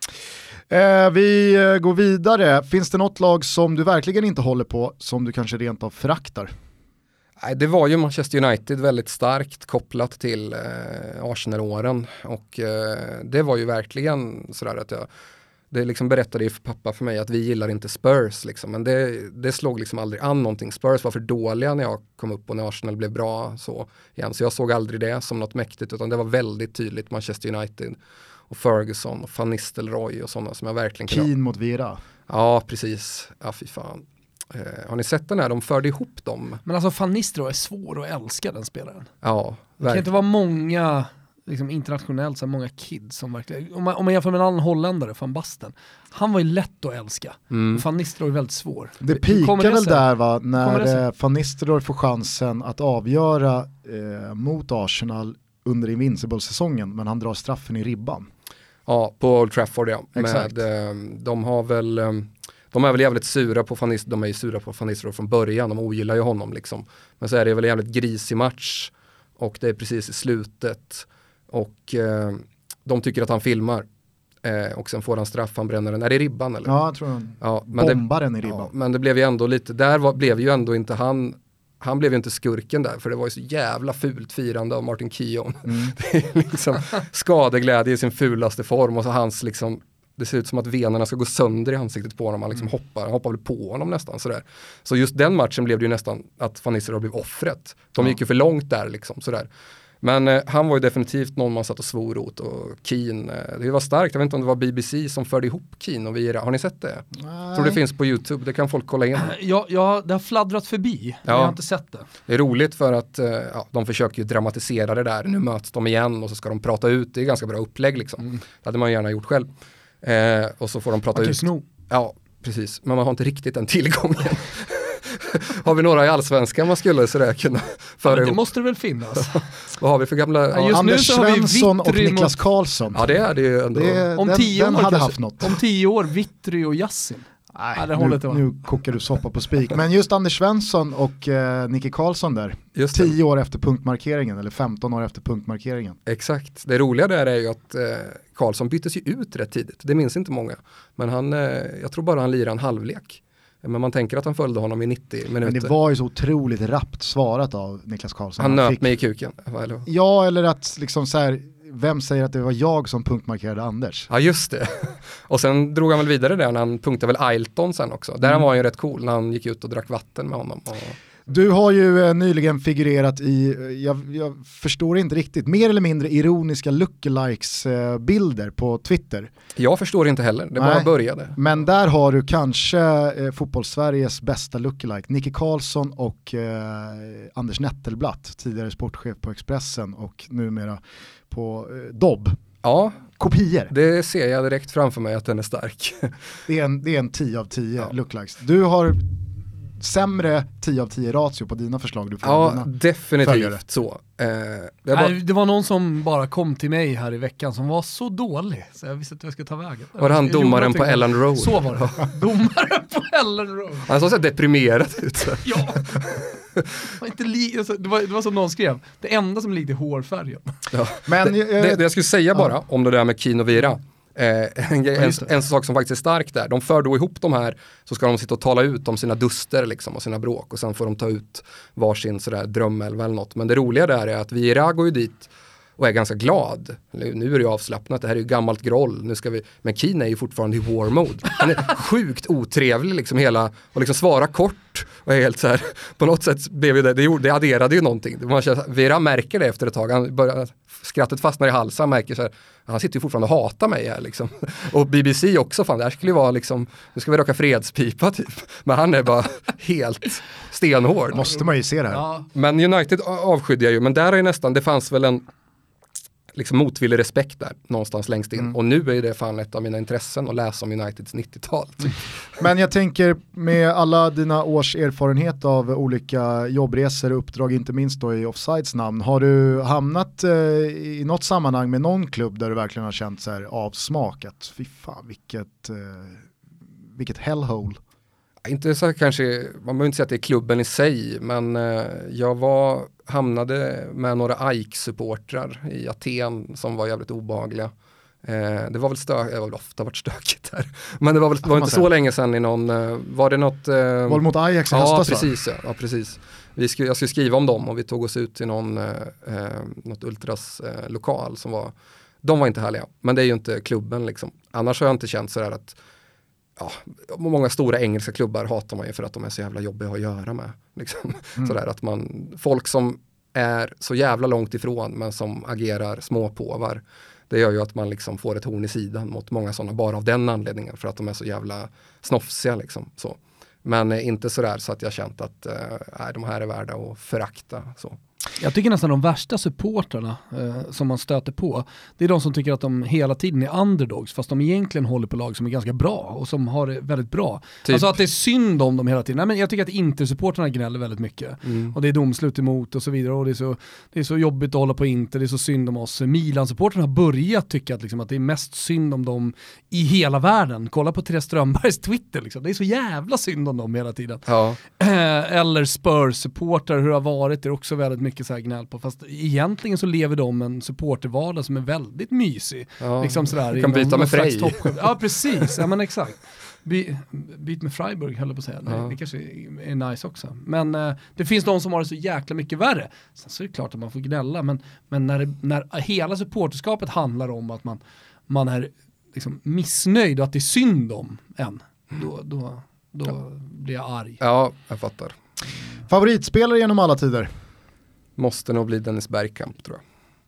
Vi går vidare. Finns det något lag som du verkligen inte håller på som du kanske rent av föraktar? Nej, det var ju Manchester United väldigt starkt kopplat till Arsenal-åren och det var ju verkligen sådär att det liksom berättade ju för pappa för mig att vi gillar inte Spurs liksom, men det slog liksom aldrig an någonting. Spurs var för dåliga när jag kom upp och när Arsenal blev bra så jag såg aldrig det som något mäktigt utan det var väldigt tydligt Manchester United och Ferguson och Van Nistelrooy och sådana som jag verkligen kunde. Keane mot Vieira. Ja, precis. Ja, fy fan. Har ni sett den här? De förde ihop dem. Men alltså Van Nistelrooy är svår att älska den spelaren. Ja, verkligen. Det kan inte vara många liksom, internationellt så många kids som verkligen, om man jämför med en annan holländare, Van Basten, han var ju lätt att älska. Van Nistelrooy är väldigt svår. Det pikar väl där va, när Van Nistelrooy får chansen att avgöra mot Arsenal under Invincible-säsongen, men han drar straffen i ribban. Ja, på Old Trafford Exakt. De är väl jävligt sura på Van Nistelrooy, de är ju sura på Van Nistelrooy från början, de ogillar ju honom liksom. Men så är det väl jävligt grisig match och det är precis i slutet och de tycker att han filmar och sen får han straff, han bränner den. Är det ribban eller? Ja, jag tror han bombar den i ribban. Ja, men det blev ju ändå lite, blev ju ändå inte han blev ju inte skurken där, för det var ju så jävla fult firande av Martin Keown. Det är liksom skadeglädje i sin fulaste form och så hans liksom, det ser ut som att venerna ska gå sönder i ansiktet på honom. Han liksom hoppar väl på honom nästan sådär. Så just den matchen blev det ju nästan att Van Nistelrooy blev offret. De gick ju för långt där liksom sådär. Men han var ju definitivt någon man satt och svor åt och Keane, det var starkt. Jag vet inte om det var BBC som förde ihop Keane och Vieira. Har ni sett det? Jag tror det finns på YouTube, det kan folk kolla in. Ja, det har fladdrat förbi. Jag har inte sett det. Det är roligt för att de försöker ju dramatisera det där. Nu möts de igen och så ska de prata ut. Det är ganska bra upplägg liksom. Det hade man gärna gjort själv. Och så får de prata ut. Sno. Ja, precis. Men man har inte riktigt den tillgången. Har vi några i allsvenskan man skulle sådär kunna föra ihop? Det måste det väl finnas. Vad har vi för gamla... Anders Svensson och Niklas Karlsson. Ja, det är det ju ändå. Om 10 år hade haft något. Om 10 år, Vittry och Yassin. Nu kokar du soppa på spik. Men just Anders Svensson och Nicky Karlsson där, 10 år efter punktmarkeringen eller 15 år efter punktmarkeringen. Exakt, det roliga där är ju att Karlsson byttes ju ut rätt tidigt, det minns inte många. Men jag tror bara han lirade en halvlek. Men man tänker att han följde honom i 90 minuter. Men det var ju så otroligt rappt svarat av Niklas Karlsson. Han nöp mig i kuken. Eller? Ja, eller att liksom så här, vem säger att det var jag som punktmarkerade Anders? Ja, just det. Och sen drog han väl vidare där när han punktade väl Ailton sen också. Där var han ju rätt cool när han gick ut och drack vatten med honom. Du har ju nyligen figurerat i, jag förstår inte riktigt, mer eller mindre ironiska lookalikes-bilder på Twitter. Jag förstår inte heller, det bara började. Men där har du kanske fotbollssveriges bästa lookalike, Nicky Karlsson och Anders Nettelblatt, tidigare sportchef på Expressen och numera på Dobb. Ja, kopior. Det ser jag direkt framför mig att den är stark. Det är en 10 av 10 lookalikes. Du har sämre 10 av 10 ratio på dina förslag du får. Ja, definitivt följare. Så. Det var någon som bara kom till mig här i veckan som var så dålig så jag visste att jag skulle ta vägen. Var det han domaren på Ellen Road? Så var det. Domaren på Ellen Road. Han såg så deprimerad ut. Ja. Det var som någon skrev. Det enda som ligger i hårfärgen. Ja. Men det jag skulle säga bara om det där med Kino Vira. En sak som faktiskt är stark där. De för då ihop de här, så ska de sitta och tala ut om sina duster liksom, och sina bråk, och sen får de ta ut varsin sådär drömälva eller något. Men det roliga där är att Vira går ju dit och är ganska glad. Nu är det ju avslappnat, det här är ju gammalt groll. Men Kina är ju fortfarande i war mode. Han är sjukt otrevlig liksom hela, och liksom svarar kort och är helt så här, på något sätt blev det adderade ju någonting. Vira märker det efter ett tag. Skrattet fastnar i halsen, han märker så här, han sitter ju fortfarande och hatar mig här liksom. Och BBC också, fan, det här skulle ju vara liksom, nu ska vi röka fredspipa typ. Men han är bara helt stenhård. Måste man ju se det här. Ja. Men United avskydde jag ju, men där är ju nästan, det fanns väl en liksom motvillig respekt där någonstans längst in. Och nu är det fan ett av mina intressen att läsa om Uniteds 90-tal. Typ. Men jag tänker med alla dina års erfarenhet av olika jobbresor och uppdrag, inte minst då i Offsides namn, har du hamnat i något sammanhang med någon klubb där du verkligen har känt så här avsmakat? Fy fan, vilket hellhole. Inte så kanske, man behöver inte säga att det är klubben i sig, men jag hamnade med några AIK-supportrar i Aten som var jävligt obehagliga. Det var väl det har ofta varit stökigt där. Men det var inte så länge sedan i någon, var det något... Var mot Ajax i höstas? Precis, ja, precis. Jag skulle skriva om dem och vi tog oss ut till något ultras lokal som var, de var inte härliga. Men det är ju inte klubben liksom. Annars har jag inte känt sådär att många stora engelska klubbar hatar man ju för att de är så jävla jobbiga att göra med. Liksom. Sådär att folk som är så jävla långt ifrån men som agerar småpåvar, det gör ju att man liksom får ett horn i sidan mot många sådana bara av den anledningen, för att de är så jävla snofsiga liksom. Så. Men inte sådär så att jag känt att de här är värda att förakta. Så. Jag tycker nästan de värsta supportrarna som man stöter på, det är de som tycker att de hela tiden är underdogs, fast de egentligen håller på lag som är ganska bra och som har det väldigt bra. Typ. Alltså att det är synd om dem hela tiden. Nej, men jag tycker att Inter-supportrarna gnäller väldigt mycket. Och det är domslut emot och så vidare. Och det är så jobbigt att hålla på Inter, det är så synd om oss. Milan-supportrarna har börjat tycka att, liksom, att det är mest synd om dem i hela världen. Kolla på Therese Strömbergs Twitter. Liksom. Det är så jävla synd om dem hela tiden. Ja. Eller Spurs-supportrar, hur det har varit, det är också väldigt mycket så här gnäll på, fast egentligen så lever de en supportervardag som är väldigt mysig. Ja, liksom sådär, du kan byta med Frej. Ja, precis. Ja, men exakt. Byt med Freiburg, höll jag på att säga. Nej, det kanske är nice också. Men det finns de som har det så jäkla mycket värre. Sen så är det klart att man får gnälla, men när hela supporterskapet handlar om att man är liksom missnöjd och att det är synd om en, då blir jag arg. Ja, jag fattar. Favoritspelare genom alla tider? Måste nog bli Dennis Bergkamp, tror jag.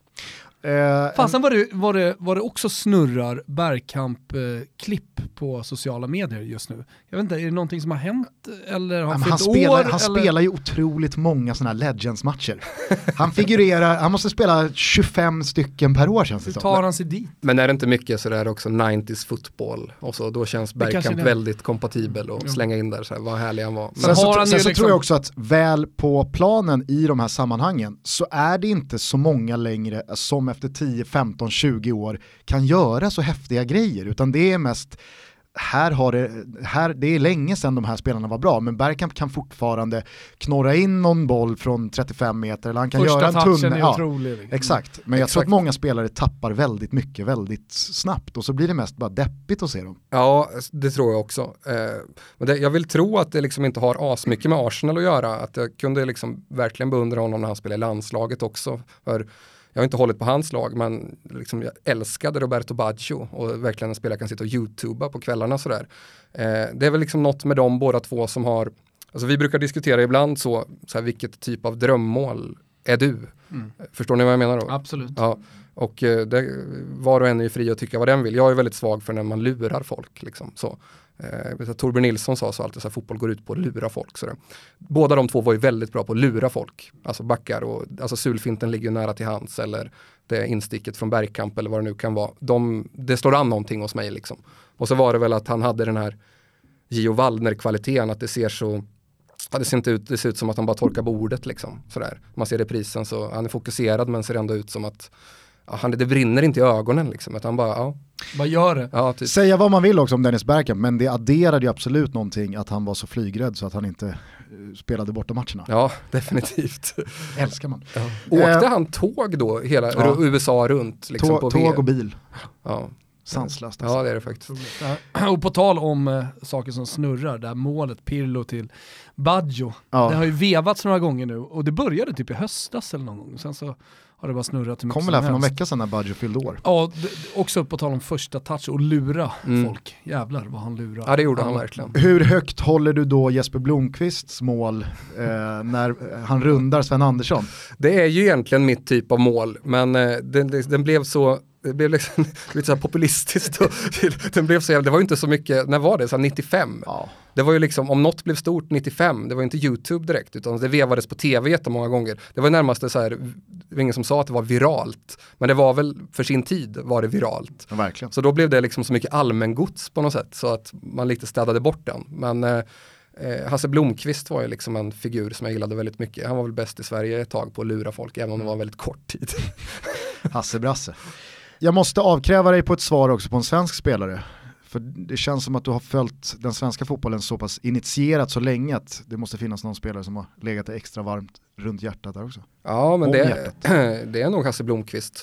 Fasen var det också snurrar Bergkamp-klipp på sociala medier just nu. Jag vet inte, är det någonting som har hänt? Eller har han spelar ju otroligt många sådana här Legends-matcher. Han figurerar, han måste spela 25 stycken per år, känns det som. Tar han sig dit? Men är det inte mycket sådär också 90s fotboll? Och så, då känns Bergkamp väldigt kompatibel och slänga in där, så här, vad härlig han var. Sen så tror jag också att väl på planen i de här sammanhangen så är det inte så många längre som efter 10, 15, 20 år kan göra så häftiga grejer, utan det är mest det är länge sedan de här spelarna var bra, men Bergkamp kan fortfarande knorra in någon boll från 35 meter, eller han kan första göra en tunn. är otrolig. Exakt, men jag tror att många spelare tappar väldigt mycket väldigt snabbt, och så blir det mest bara deppigt att se dem. Ja, det tror jag också. Men jag vill tro att det liksom inte har asmycket med Arsenal att göra, att jag kunde liksom verkligen beundra honom när han spelade i landslaget också, för jag har inte hållit på hans lag, men liksom jag älskade Roberto Baggio och verkligen en spelare jag kan sitta och YouTuba på kvällarna sådär. Det är väl liksom något med dem båda två som har, alltså vi brukar diskutera ibland så här, vilket typ av drömmål är du? Förstår ni vad jag menar då? Absolut. Ja, och var och en är ju fri att tycka vad den vill. Jag är väldigt svag för när man lurar folk liksom, så. Torbjörn Nilsson sa så alltid, så här, fotboll går ut på att lura folk. Så båda de två var ju väldigt bra på att lura folk. Alltså backar och alltså sulfinten ligger ju nära till hands, eller det insticket från Bergkamp eller vad det nu kan vara. Det slår an någonting hos mig liksom. Och så var det väl att han hade den här Gio Waldner-kvaliteten, att det ser ut som att han bara torkar bordet liksom. Sådär. Man ser reprisen så han är fokuserad, men ser ändå ut som att det brinner inte i ögonen liksom, att han bara, vad gör det? Ja, typ. Säga vad man vill också om Dennis Bergkamp, men det adderade ju absolut någonting att han var så flygrädd så att han inte spelade borta matcherna. Ja, definitivt. Älskar man. Ja. Åkte han tåg då hela USA runt? Liksom, på tåg och bil. Ja. Sanslöst. Alltså. Ja, det är det faktiskt. Och på tal om saker som snurrar, det här målet Pirlo till Baggio, det har ju vevats några gånger nu, och det började typ i höstas eller någon gång. Sen så har det bara snurrat. Kom väl här för någon vecka sedan när Baggio fyllde år. Ja, också på tal om första touch och lura folk. Jävlar vad han lurar. Ja, det gjorde han verkligen. Hur högt håller du då Jesper Blomqvists mål när han rundar Sven Andersson? Det är ju egentligen mitt typ av mål, men den blev så... Det blev liksom lite så här populistiskt. Den blev så, det var ju inte så mycket, när var det? Så 95. Ja. Det var ju liksom, om något blev stort 95, det var ju inte YouTube direkt, utan det vevades på tv jättemånga gånger. Det var närmast så här, det var ingen som sa att det var viralt, men det var väl för sin tid var det viralt. Ja, verkligen. Så då blev det liksom så mycket allmängods på något sätt, så att man lite städade bort den. Men Hasse Blomqvist var ju liksom en figur som jag gillade väldigt mycket. Han var väl bäst i Sverige ett tag på att lura folk, även om det var en väldigt kort tid. Hasse Brasse. Jag måste avkräva dig på ett svar också på en svensk spelare. För det känns som att du har följt den svenska fotbollen så pass initierat så länge att det måste finnas någon spelare som har legat det extra varmt runt hjärtat där också. Ja, men det är nog Hasse Blomqvist.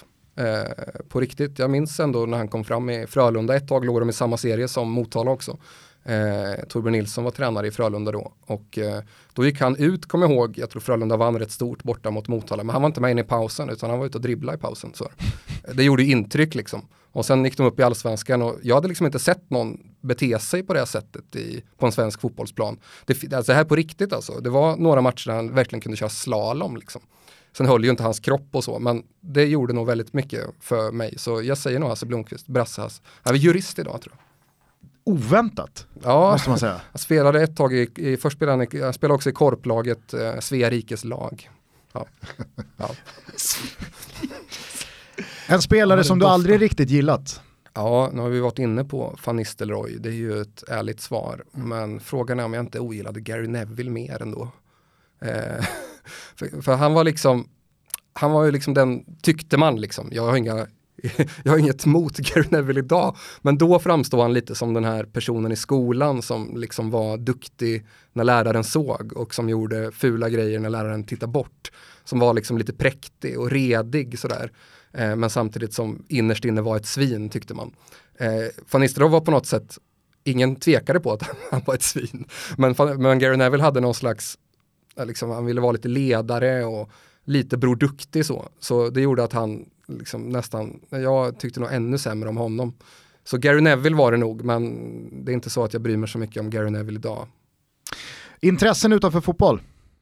På riktigt. Jag minns ändå när han kom fram i Frölunda ett tag, låg de i samma serie som Motala också. Torbjörn Nilsson var tränare i Frölunda då, och då gick han ut, kom jag ihåg, jag tror Frölunda vann rätt stort borta mot Motala, men han var inte med in i pausen, utan han var ute och dribblade i pausen. Så. Det gjorde intryck liksom. Och sen gick de upp i Allsvenskan, och jag hade liksom inte sett någon bete sig på det här sättet på en svensk fotbollsplan. Det här på riktigt alltså. Det var några matcher där han verkligen kunde köra slalom liksom. Sen höll ju inte hans kropp och så, men det gjorde nog väldigt mycket för mig. Så jag säger nog Hasse Blomqvist, Brasse-Hasse. Han är jurist idag, tror jag. Oväntat, ja, måste man säga. Jag spelade ett tag först spelade jag spelade också i korplaget Svea rikes lag. Ja. Ja. En spelare som du aldrig riktigt gillat. Ja, nu har vi varit inne på Van Nistelrooy. Det är ju ett ärligt svar. Men frågan är om jag inte ogillade Gary Neville mer ändå. För han var ju liksom den, tyckte man liksom. Jag har inget emot Gary Neville idag, men då framstod han lite som den här personen i skolan som liksom var duktig när läraren såg, och som gjorde fula grejer när läraren tittade bort. Som var liksom lite präktig och redig sådär. Men samtidigt som innerst inne var ett svin, tyckte man. Van Nistelrooy var på något sätt, ingen tvekade på att han var ett svin. Men Gary Neville hade någon slags, liksom, han ville vara lite ledare och lite broduktig så det gjorde att han liksom nästan, jag tyckte nog ännu sämre om honom. Så Gary Neville var det nog, men det är inte så att jag bryr mig så mycket om Gary Neville idag. Intressen utanför fotboll?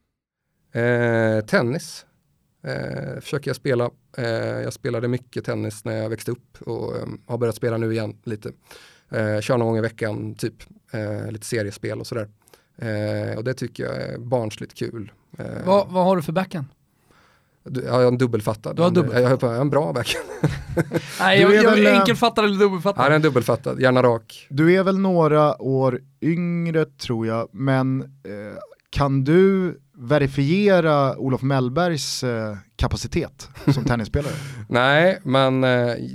Tennis försöker jag spela. Jag spelade mycket tennis när jag växte upp och har börjat spela nu igen lite. Kör någon gång i veckan typ lite seriespel och sådär. Och det tycker jag är barnsligt kul. Vad har du för backhand? Jag har en dubbelfattad. Du har dubbelfattad? Jag har en bra backhand. Nej, jag är enkelfattad eller dubbelfattad? Ja, den är dubbelfattad, gärna rak. Du är väl några år yngre tror jag, men kan du verifiera Olof Mellbergs kapacitet som tennisspelare? Nej, men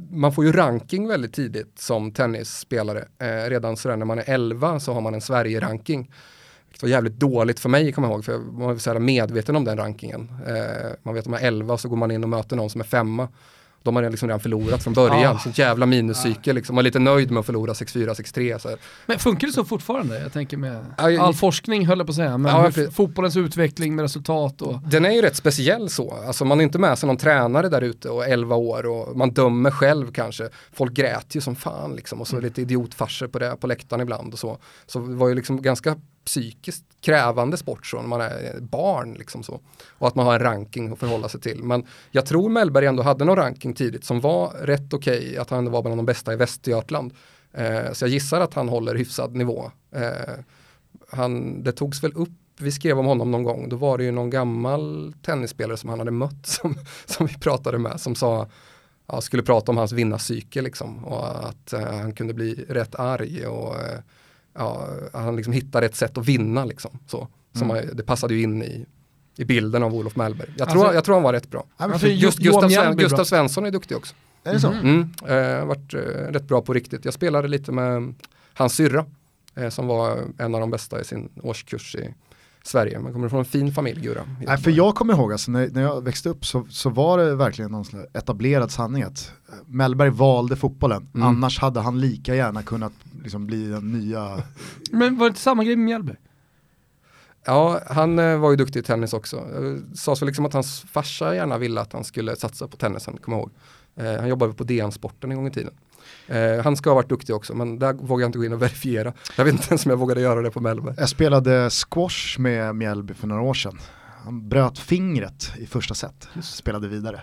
man får ju ranking väldigt tidigt som tennisspelare. Redan sådär när man är 11 så har man en Sverige-ranking. Det var jävligt dåligt för mig, kommer jag ihåg, för man var så medveten om den rankingen. Man vet att man är 11 och så går man in och möter någon som är 5. De har liksom redan förlorat från början. Så jävla minuscykel. Liksom. Man är lite nöjd med att förlora 6-4, 6-3. Så här. Men funkar det så fortfarande? Jag tänker med all forskning, höll jag på att säga. Men fotbollens utveckling med resultat. Och... Den är ju rätt speciell så. Alltså man är inte med som någon tränare där ute och 11 år. Och man dömer själv kanske. Folk grät ju som fan liksom. Och så lite idiotfarser på det på läktaren ibland. Och så det var ju liksom ganska psykiskt krävande sport så när man är barn liksom så. Och att man har en ranking att förhålla sig till. Men jag tror Mellberg ändå hade någon ranking tidigt som var rätt okej, att han var bland de bästa i Västergötland. Så jag gissar att han håller hyfsad nivå. Det togs väl upp, vi skrev om honom någon gång, då var det ju någon gammal tennisspelare som han hade mött som vi pratade med, som skulle prata om hans vinnarcykel liksom, och att han kunde bli rätt arg och han liksom hittade ett sätt att vinna liksom, så. Det passade ju in i bilden av Olof Mellberg. Jag tror han var rätt bra. Gustav Svensson är duktig också. Är det så? Varit rätt bra på riktigt. Jag spelade lite med hans syrra som var en av de bästa i sin årskurs i Sverige. Man kommer från en fin familj, Gura. Nej, för jag kommer ihåg, alltså, när jag växte upp så var det verkligen någon slags etablerad sanning att Mellberg valde fotbollen. Annars hade han lika gärna kunnat liksom bli den nya... Men var det inte samma grej med Mellberg? Ja, han var ju duktig i tennis också. Det sades väl liksom att hans farsa gärna ville att han skulle satsa på tennisen, kommer jag ihåg. Han jobbade på DN-sporten en gång i tiden. Han ska ha varit duktig också, men där vågar jag inte gå in och verifiera. Jag vet inte ens om jag vågade göra det på Mellberg. Jag spelade squash med Mjällby för några år sedan. Han bröt fingret i första set. Spelade vidare.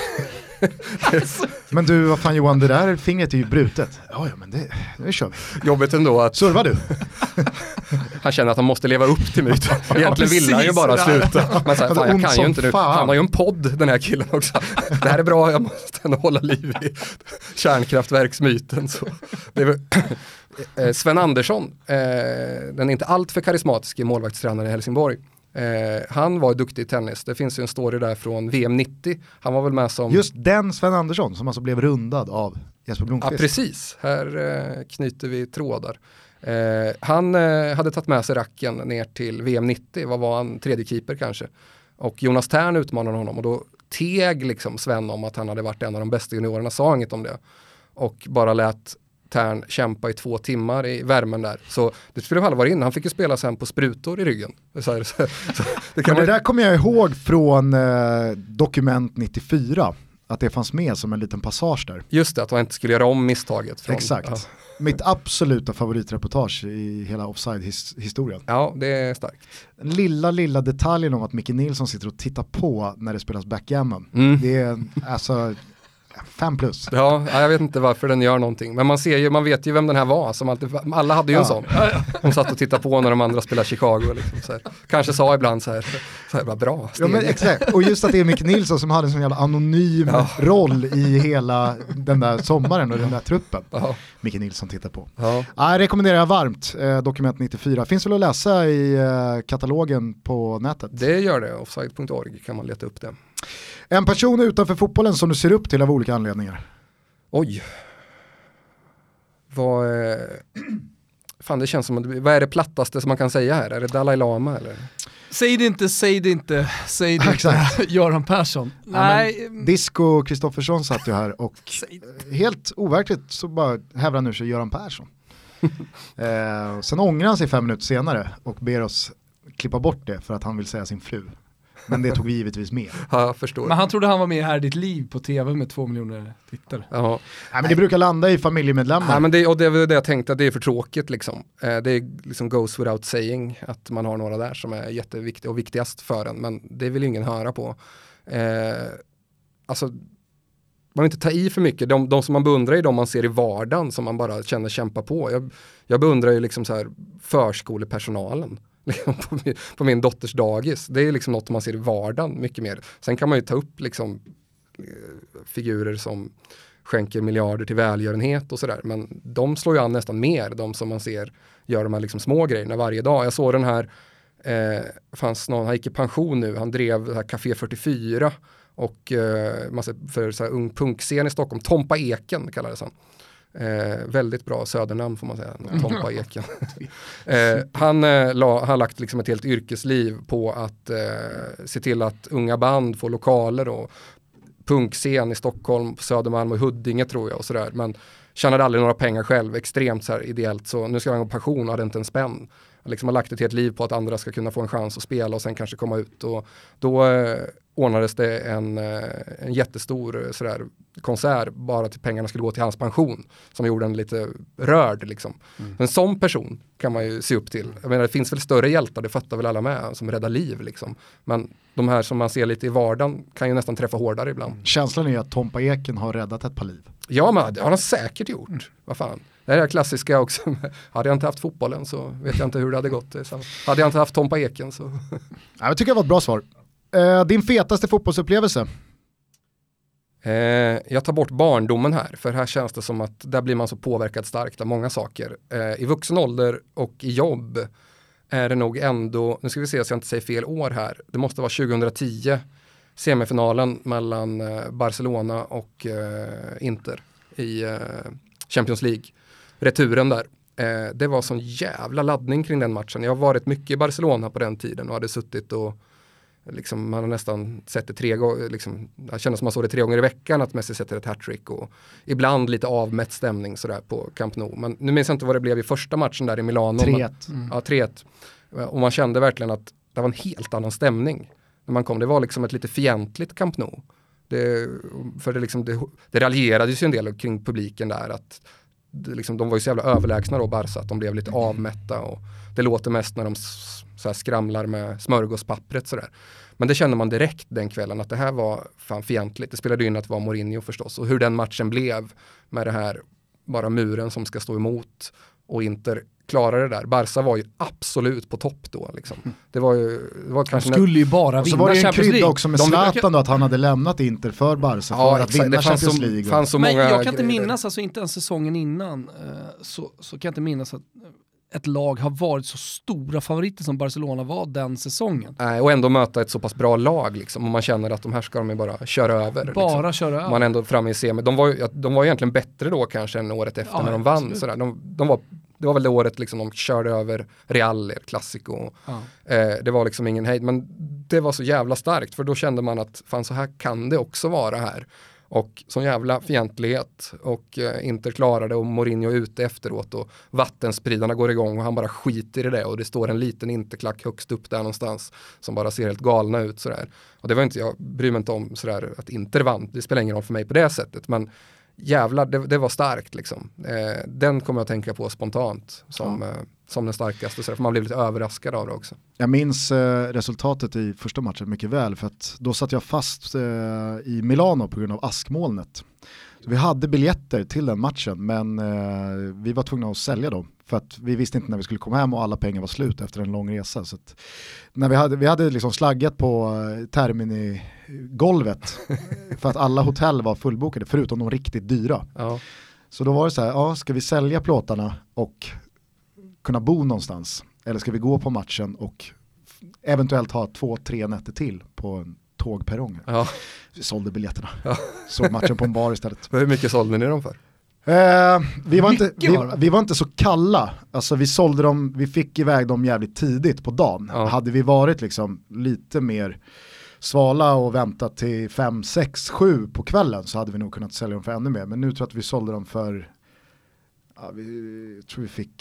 Men du, vad fan Johan, det där fingret är ju brutet. Ja, men det kör vi. Jobbigt ändå att... Servar du? Han känner att han måste leva upp till myten. Egentligen vill han ju bara sluta. Men så här, fan, jag kan ju inte nu. Han har ju en podd, den här killen också. Det här är bra, jag måste ändå hålla liv i kärnkraftverksmyten. Så. Det är Sven Andersson, den är inte allt för karismatiska målvaktstränare i Helsingborg. Han var duktig i tennis. Det finns ju en story där från VM 90. Han var väl med som... Just den Sven Andersson som alltså blev rundad av Jesper Blomqvist. Ja, precis. Här knyter vi trådar. Han hade tagit med sig racken ner till VM 90. Vad var han? Tredje keeper kanske. Och Jonas Tern utmanade honom och då teg liksom Sven om att han hade varit en av de bästa juniorerna, sa inget om det. Och bara lät Tern kämpa i 2 timmar i värmen där. Så det skulle väl vara in. Han fick ju spela sen på sprutor i ryggen. Det där kommer jag ihåg från Dokument 94. Att det fanns med som en liten passage där. Just det, att man inte skulle göra om misstaget. Exakt. Ja. Mitt absoluta favoritreportage i hela offside-historien. Ja, det är starkt. Den lilla detaljen om att Micke Nilsson sitter och tittar på när det spelas backgammon. Det är alltså... 5+. Ja, jag vet inte varför den gör någonting. Men man vet ju vem den här var. Som alltid, alla hade ju en sån. Hon satt och tittade på när de andra spelade Chicago. Liksom, så här. Kanske sa ibland så här vad bra. Ja, men exakt. Och just att det är Micke Nilsson som hade en sån jävla anonym roll i hela den där sommaren och den där truppen. Micke Nilsson tittar på. Jag rekommenderar jag varmt Dokument 94. Finns väl att läsa i katalogen på nätet? Det gör det. Offside.org kan man leta upp det. En person utanför fotbollen som du ser upp till av olika anledningar. Oj. Fan, det känns som vad är det plattaste som man kan säga här? Är det Dalai Lama eller? Säg det inte. Göran Persson. Nej. Disco Kristoffersson satt ju här och helt overkligt så bara hävrar nu sig Göran Persson. Sen ångrar han sig 5 minuter senare och ber oss klippa bort det för att han vill säga sin fru. Men det tog vi givetvis med. Ja, jag förstår. Men han trodde han var med här i ditt liv på tv med 2 miljoner tittare. Ja. Nej, men det brukar landa i familjemedlemmar. Ja, men det är det jag tänkte, att det är för tråkigt liksom. Det är liksom goes without saying att man har några där som är jätteviktiga och viktigast för en. Men det vill ingen höra på. Alltså, man vill inte ta i för mycket. De som man beundrar är de man ser i vardagen som man bara känner kämpa på. Jag beundrar ju liksom så här förskolepersonalen. På min dotters dagis. Det är liksom något man ser i vardagen mycket mer. Sen kan man ju ta upp liksom figurer som skänker miljarder till välgörenhet och sådär. Men de slår ju an nästan mer, de som man ser gör de här liksom små grejerna varje dag. Jag såg den här, fanns någon, han gick i pension nu, han drev det här Café 44 Och för så här ung punkscen i Stockholm, Tompa Eken kallades han. Väldigt bra södernamn får man säga, Tompa Eken. Han har lagt liksom ett helt yrkesliv på att se till att unga band får lokaler och punkscen i Stockholm, på Södermalm och Huddinge tror jag och sådär. Men tjänade aldrig några pengar själv, extremt så här ideellt. Så nu ska jag ha en passion och hade inte en spänn. Jag liksom har lagt ett helt liv på att andra ska kunna få en chans att spela och sen kanske komma ut. Och då ordnades det en jättestor sådär, konsert bara till pengarna skulle gå till hans pension. Som gjorde en lite rörd liksom. En sån person kan man ju se upp till. Jag menar, det finns väl större hjältar, det fattar väl alla med, som räddar liv liksom. Men de här som man ser lite i vardagen kan ju nästan träffa hårdare ibland. Känslan är att Tompa Eken har räddat ett par liv. Ja, men det har han säkert gjort. Vad fan. Det här är klassiska också. Hade jag inte haft fotbollen så vet jag inte hur det hade gått. Hade jag inte haft Tompa Eken så... Jag tycker det var ett bra svar. Din fetaste fotbollsupplevelse? Jag tar bort barndomen här. För här känns det som att där blir man så påverkad starkt av många saker. I vuxen ålder och i jobb är det nog ändå... Nu ska vi se så jag inte säger fel år här. Det måste vara 2010. Semifinalen mellan Barcelona och Inter i Champions League. Returen där. Det var sån jävla laddning kring den matchen. Jag har varit mycket i Barcelona på den tiden och hade suttit och liksom, man har nästan sett det 3 gånger. Liksom, jag känner som man såg det 3 gånger i veckan att Messi sätter ett hattrick och ibland lite avmätt stämning sådär på Camp Nou. Men nu minns jag inte vad det blev i första matchen där i Milano. 3-1. Ja, 3-1. Och man kände verkligen att det var en helt annan stämning när man kom. Det var liksom ett lite fientligt Camp Nou. Det raljerades ju en del kring publiken där att liksom, de var ju så jävla överlägsna då, Barca, att de blev lite avmätta och det låter mest när de så här skramlar med smörgåspappret sådär. Men det kände man direkt den kvällen att det här var fan fientligt. Det spelade in att det var Mourinho förstås och hur den matchen blev med det här bara muren som ska stå emot och Inter klarade det där. Barca var ju absolut på topp då liksom. Det var kanske... De skulle ju bara vinna så var det en Champions krydda League. också med Zlatan då, att han hade lämnat Inter för Barca för att vinna Champions League. Fanns så men många jag kan inte minnas, alltså inte ens säsongen innan, så kan jag inte minnas att ett lag har varit så stora favoriter som Barcelona var den säsongen. Nej, och ändå möta ett så pass bra lag liksom, och man känner att de här ska de ju bara köra över. Bara liksom. köra över. Man är ändå framme i semi. De var egentligen bättre då kanske än året efter när de vann. Sådär. Det var väl det året liksom, de körde över Real, Clasico. Ja. Det var liksom ingen hejd, men det var så jävla starkt för då kände man att fan så här kan det också vara här. Och sån jävla fientlighet och Inter klarade och Mourinho är ute efteråt och vattenspridarna går igång och han bara skiter i det och det står en liten Interklack högst upp där någonstans som bara ser helt galna ut sådär. Och det var inte, jag bryr mig inte om sådär att Inter vann, det spelar ingen roll för mig på det sättet, men jävlar, det var starkt liksom. Den kommer jag att tänka på spontant som den starkaste, så för man blev lite överraskad av det också. Jag minns resultatet i första matchen mycket väl, för att då satt jag fast i Milano på grund av askmolnet. Så vi hade biljetter till den matchen, men vi var tvungna att sälja dem för att vi visste inte när vi skulle komma hem och alla pengar var slut efter en lång resa. Så att när vi hade liksom slaggat på Termini-golvet för att alla hotell var fullbokade förutom de riktigt dyra. Ja. Så då var det så här, ska vi sälja plåtarna och kunna bo någonstans? Eller ska vi gå på matchen och eventuellt ha 2-3 nätter till på en tågperrong? Ja. Vi sålde biljetterna. Ja. Såg matchen på en bar istället. Hur mycket sålde ni dem för? Vi var inte så kalla. Alltså vi sålde dem, vi fick iväg dem jävligt tidigt på dagen. Ja. Hade vi varit liksom lite mer svala och väntat till 5, 6, 7 på kvällen så hade vi nog kunnat sälja dem för ännu mer. Men nu tror jag att vi sålde dem för, vi tror vi fick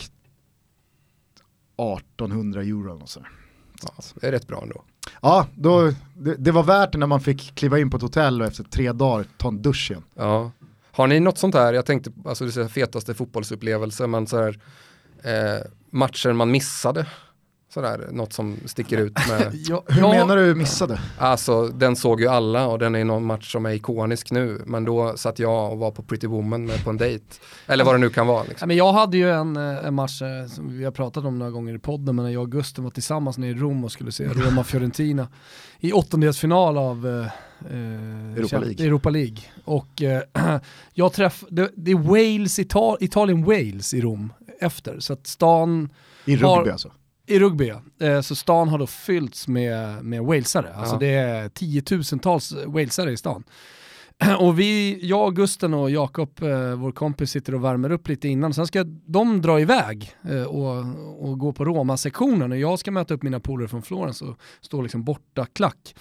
1800 euro och så. Ja, det är rätt bra ändå. Ja, det var värt det när man fick kliva in på ett hotell och efter 3 dagar ta en dusch igen. Ja. Har ni något sånt här, jag tänkte, alltså det är fetaste fotbollsupplevelse, men så här, matcher man missade, sådär, något som sticker ut med... Hur menar du missade? Alltså, den såg ju alla och den är någon match som är ikonisk nu, men då satt jag och var på Pretty Woman på en dejt, eller vad det nu kan vara. Liksom. Men jag hade ju en match som vi har pratat om några gånger i podden, men när jag och Gusten var tillsammans nere i Rom och skulle se Roma-Fiorentina i 8-delsfinal av Europa League. Och jag träffade, det är Wales, Italien-Wales i Rom efter, så att stan... I rugby alltså? I rugby, så stan har då fyllts med walesare. Alltså det är 10,000-tals walesare i stan. Och jag, Gusten och Jakob, vår kompis, sitter och värmer upp lite innan. Sen ska de dra iväg och gå på Roma-sektionen. Och jag ska möta upp mina polare från Florens och stå liksom borta klack.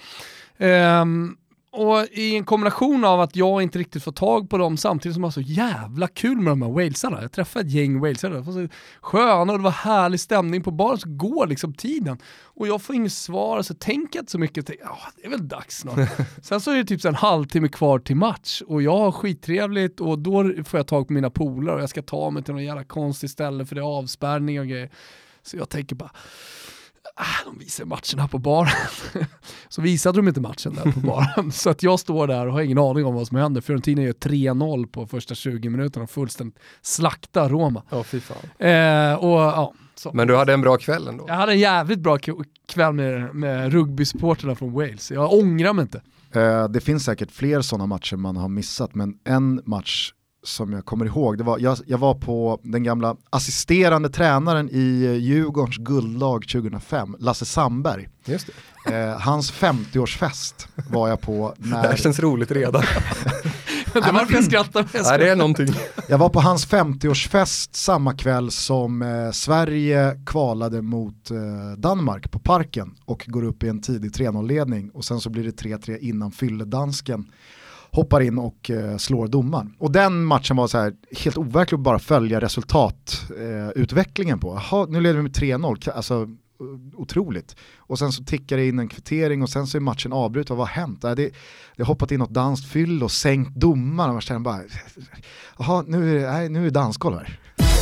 Och i en kombination av att jag inte riktigt får tag på dem samtidigt som jag har så jävla kul med de här walesarna. Jag träffade ett gäng walesare. Det var så sköna och det var härlig stämning på baren, så går liksom tiden. Och jag får inget svar, så tänker jag inte så mycket. Det är väl dags snart. Sen så är det typ en halvtimme kvar till match och jag har skittrevligt och då får jag tag på mina polare och jag ska ta mig till någon jävla konstigt ställe för det är avspärrning och grejer. Så jag tänker bara, de visar matchen här på baren. Så visade de inte matchen där på baren. Så att jag står där och har ingen aning om vad som händer. Fiorentina gör 3-0 på första 20 minuterna och fullständigt slakta Roma. Fy fan. Så. Men du hade en bra kväll ändå? Jag hade en jävligt bra kväll med rugbysupporterna från Wales. Jag ångrar mig inte. Det finns säkert fler sådana matcher man har missat, men en match som jag kommer ihåg, det var, jag var på den gamla assisterande tränaren i Djurgårdens guldlag 2005, Lasse Sandberg. Just det. Hans 50-årsfest var jag på när... Det här känns roligt redan. Det var varför jag skrattar. Nej, det är någonting. Jag var på hans 50-årsfest samma kväll som Sverige kvalade mot Danmark på Parken och går upp i en tidig 3-0-ledning och sen så blir det 3-3 innan fylledansken hoppar in och slår domaren. Och den matchen var så här helt overkligt att bara följa resultatutvecklingen på. Jaha, nu leder vi med 3-0, alltså otroligt. Och sen så tickar det in en kvittering och sen så är matchen avbruten. Vad har hänt? Det har hoppat in något danskt fyll och sänkt domaren och man känner bara, jaha, nu är det dansgolv här.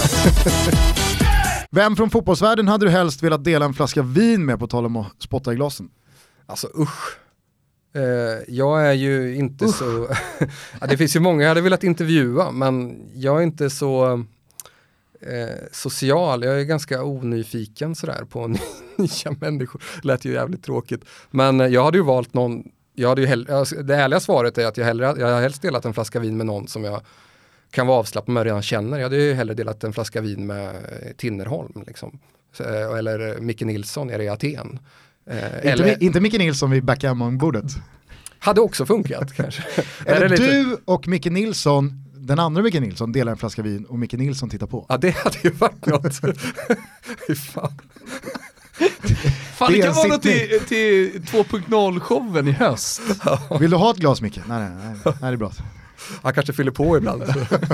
Vem från fotbollsvärlden hade du helst velat dela en flaska vin med, på tal om att spotta i glasen? Alltså usch. Jag är ju inte så... Ja, det finns ju många jag hade velat intervjua, men jag är inte så social. Jag är ganska onyfiken sådär på nya människor. Det lät ju jävligt tråkigt. Men jag hade ju valt någon... det ärliga svaret är att jag har helst delat en flaska vin med någon som jag kan vara avslappnad med och redan känner. Jag hade ju hellre delat en flaska vin med Tinnerholm liksom. Eller Micke Nilsson i Aten. Inte Micke Nilsson vid backgammon-bordet. Hade också funkat kanske. Eller du och Micke Nilsson, den andra Micke Nilsson, delar en flaska vin och Micke Nilsson tittar på. Ja, det hade ju varit något. Fan. Fan, det kan vara något till 2.0-showen i höst. Ja. Vill du ha ett glas, Micke? Nej, det är bra. Han kanske fyller på ibland.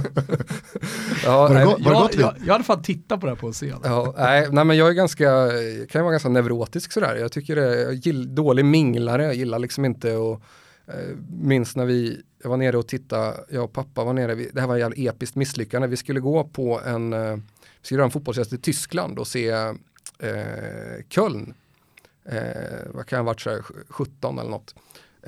Jag hade fan tittat på det här på scen. Ja, nej, men jag är kan vara ganska neurotisk sådär. Jag tycker dålig minglare. Jag gillar liksom inte och minns när jag var nere och tittade, jag och pappa var nere, det här var en jävla episkt misslyckande. Vi skulle gå på vi skulle göra en fotbollsresa till Tyskland och se Köln. Vad kan ha varit så här, 17 eller något.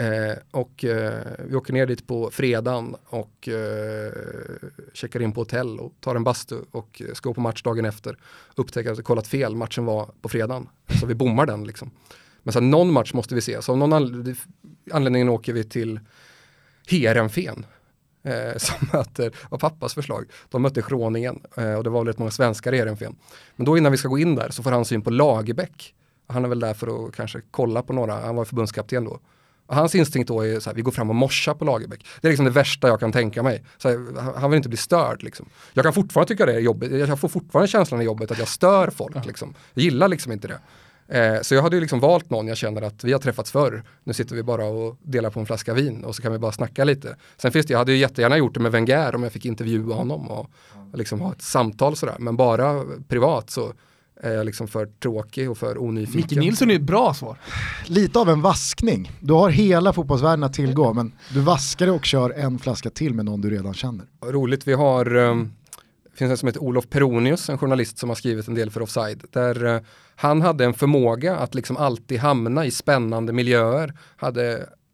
Vi åker ner dit på fredagen och checkar in på hotell och tar en bastu och ska gå på match dagen efter. Upptäcker att jag kollat fel, matchen var på fredagen. Så vi bommar den liksom. Men så någon match måste vi se. Så av någon anledningen åker vi till Heerenveen. Som var pappas förslag. De mötte Groningen och det var väl rätt många svenskar i Heerenveen. Men då innan vi ska gå in där så får han syn på Lagerbäck. Han är väl där för att kanske kolla på några. Han var förbundskapten då. Och hans instinkt då är så här, vi går fram och morsar på Lagerbäck. Det är liksom det värsta jag kan tänka mig. Så här, han vill inte bli störd liksom. Jag kan fortfarande tycka det är jobbigt. Jag får fortfarande känslan i jobbet att jag stör folk liksom. Jag gillar liksom inte det. Så jag hade ju liksom valt någon jag känner att vi har träffats förr. Nu sitter vi bara och delar på en flaska vin och så kan vi bara snacka lite. Sen finns det, jag hade ju jättegärna gjort det med Wenger om jag fick intervjua honom och liksom ha ett samtal sådär. Men bara privat så är jag liksom för tråkig och för onyfiken. Micke Nilsson är ett bra svar. Lite av en vaskning. Du har hela fotbollsvärlden att tillgå, men du vaskar och kör en flaska till med någon du redan känner. Roligt, vi har... Det finns en som heter Olof Peronius, en journalist som har skrivit en del för Offside. Där han hade en förmåga att liksom alltid hamna i spännande miljöer. Hade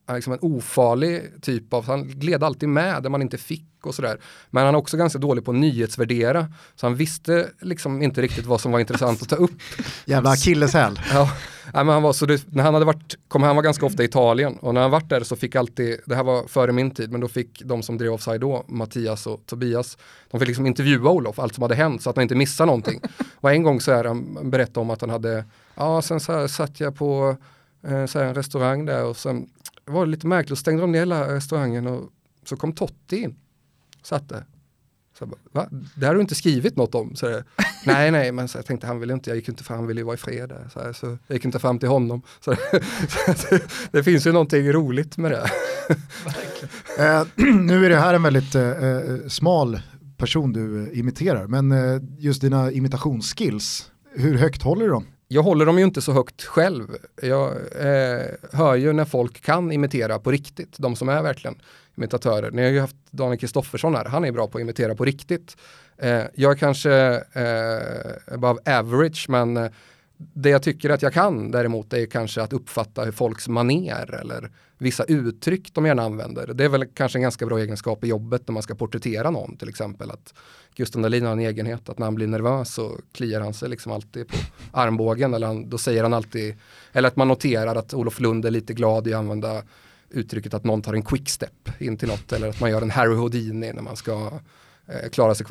liksom en ofarlig typ av, han gled alltid med där man inte fick och sådär. Men han är också ganska dålig på att nyhetsvärdera. Så han visste liksom inte riktigt vad som var intressant att ta upp. Jävla akilleshäl. Ja, men han var så när han hade varit, han var ganska ofta i Italien och när han varit där så fick alltid, det här var före min tid, men då fick de som drev Offside då, Mattias och Tobias, de fick liksom intervjua Olof, allt som hade hänt så att man inte missar någonting. Och en gång så är han berättade om att han hade, sen så här, satt jag på så här, en restaurang där och sen var det lite märkligt och stängde de ner hela restaurangen och så kom Totti in. Satt där. Så jag bara, va? Det har du inte skrivit något om. Så nej, men så jag tänkte han ville inte, jag gick inte fram, han ville ju vara i fred där. Så jag gick inte fram till honom. Så det finns ju någonting roligt med det. Nu är det här en väldigt smal person du imiterar, men just dina imitationsskills, hur högt håller du dem? Jag håller dem ju inte så högt själv. Jag hör ju när folk kan imitera på riktigt. De som är verkligen imitatörer. Ni har ju haft Daniel Kristoffersson här. Han är bra på att imitera på riktigt. Jag är kanske above average, men det jag tycker att jag kan däremot är kanske att uppfatta hur folks maner eller vissa uttryck de gärna använder. Det är väl kanske en ganska bra egenskap i jobbet när man ska porträttera någon, till exempel att Gusten Dahlin har en egenhet att när han blir nervös så kliar han sig liksom alltid på armbågen eller då säger han alltid, eller att man noterar att Olof Lund är lite glad i att använda uttrycket att någon tar en quickstep in till något eller att man gör en Harry Houdini när man ska klara sig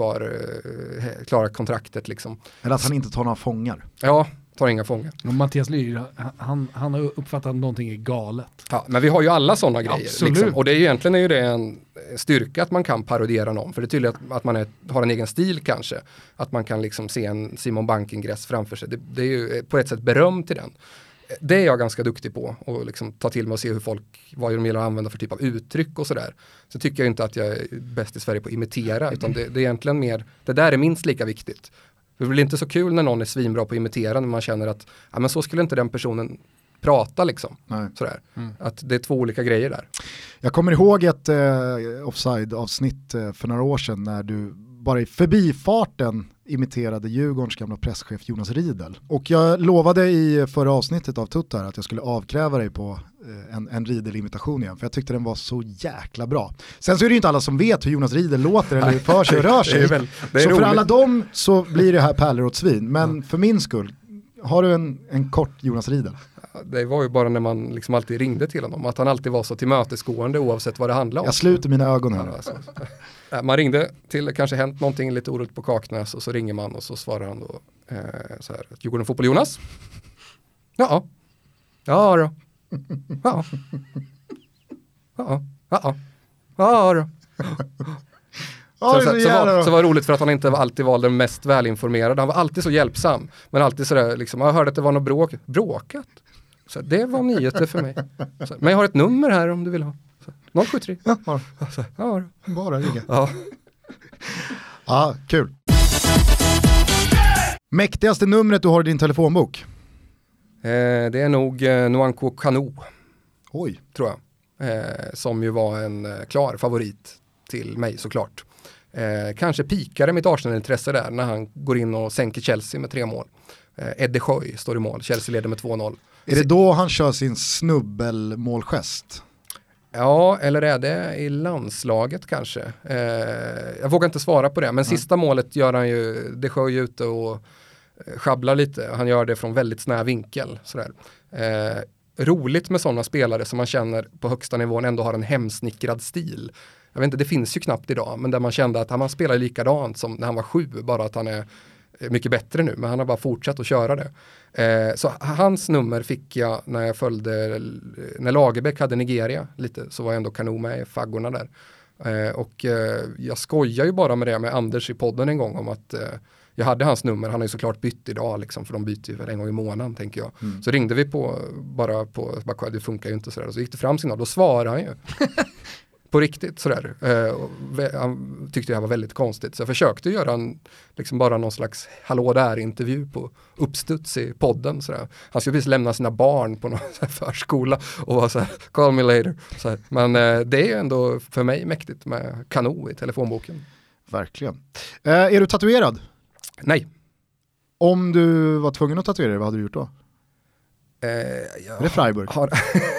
klara kontraktet liksom. Eller att han inte tar några fångar. Ja, tar inga fångar. Och Mattias Lyr, han har uppfattat att någonting är galet. Ja, men vi har ju alla sådana grejer. Absolut. Liksom. Och det är ju egentligen är det en styrka att man kan parodiera någon. För det är tydligt att man har en egen stil kanske. Att man kan liksom se en Simon Bank-ingress framför sig. Det är ju på ett sätt beröm till den. Det är jag ganska duktig på. Och liksom ta till mig och se hur vad de gillar att använda för typ av uttryck och sådär. Så tycker jag inte att jag är bäst i Sverige på att imitera. Utan det är egentligen mer, det där är minst lika viktigt. Det blir inte så kul när någon är svinbra på att imitera när man känner att men så skulle inte den personen prata liksom. Sådär. Att det är två olika grejer där. Jag kommer ihåg ett Offside-avsnitt för några år sedan när du bara i förbifarten imiterade Djurgårdens gamla presschef Jonas Riedel. Och jag lovade i förra avsnittet av Tuttar att jag skulle avkräva dig på en Riedel-imitation igen, för jag tyckte den var så jäkla bra. Sen så är det ju inte alla som vet hur Jonas Riedel låter eller för sig och rör sig. Så roligt. För alla dem så blir det här pärlor åt svin. Men för min skull, har du en kort Jonas Riedel? Det var ju bara när man liksom alltid ringde till honom, att han alltid var så tillmötesgående oavsett vad det handlade om. Jag sluter mina ögon här. Alltså. Man ringde till, kanske hänt någonting lite oroligt på Kaknäs och så ringer man och så svarar han då så här, Djurgården fotboll Jonas? Ja. Ja då. Ja. Ja. Ja. Ja då. Så var det roligt för att han inte alltid var den mest välinformerade. Han var alltid så hjälpsam. Men alltid sådär, liksom, jag hörde att det var något bråkat. Så det var nyheter för mig. Så, men jag har ett nummer här om du vill ha. 073. Ja, ja. Bara ringa. Ja. Ja, kul. Mäktigaste numret du har i din telefonbok? Det är nog Nwankwo Kanu. Oj. Tror jag. Som ju var en klar favorit till mig såklart. Kanske pikade mitt Arsenal-intresse där när han går in och sänker Chelsea med 3 mål. Eddie Sjöj står i mål. Chelsea leder med 2-0. Är det då han kör sin snubbelmålgest? Ja, eller är det i landslaget kanske? Jag vågar inte svara på det. Men sista målet gör han ju, det sker ju ute och schabblar lite. Han gör det från väldigt snäv vinkel. Sådär. Roligt med sådana spelare som man känner på högsta nivån ändå har en hemsnickrad stil. Jag vet inte, det finns ju knappt idag. Men där man kände att han spelar likadant som när han var 7. Bara att han är mycket bättre nu. Men han har bara fortsatt att köra det. Så hans nummer fick jag när jag följde, när Lagerbäck hade Nigeria lite, så var jag ändå Kanu med i faggorna där. Och jag skojar ju bara med det med Anders i podden en gång om att jag hade hans nummer, han har ju såklart bytt idag liksom, för de byter ju en gång i månaden tänker jag. Så ringde vi bara, det funkar ju inte sådär, och så gick det fram signal, då svarade han ju. På riktigt sådär. Han tyckte det här var väldigt konstigt. Så jag försökte göra liksom bara någon slags hallå där-intervju på uppstuds i podden. Sådär. Han skulle precis lämna sina barn på någon förskola och var såhär, call me later. Såhär. Men det är ändå för mig mäktigt med Kanu i telefonboken. Verkligen. Är du tatuerad? Nej. Om du var tvungen att tatuera dig, vad hade du gjort då? Är det Freiburg?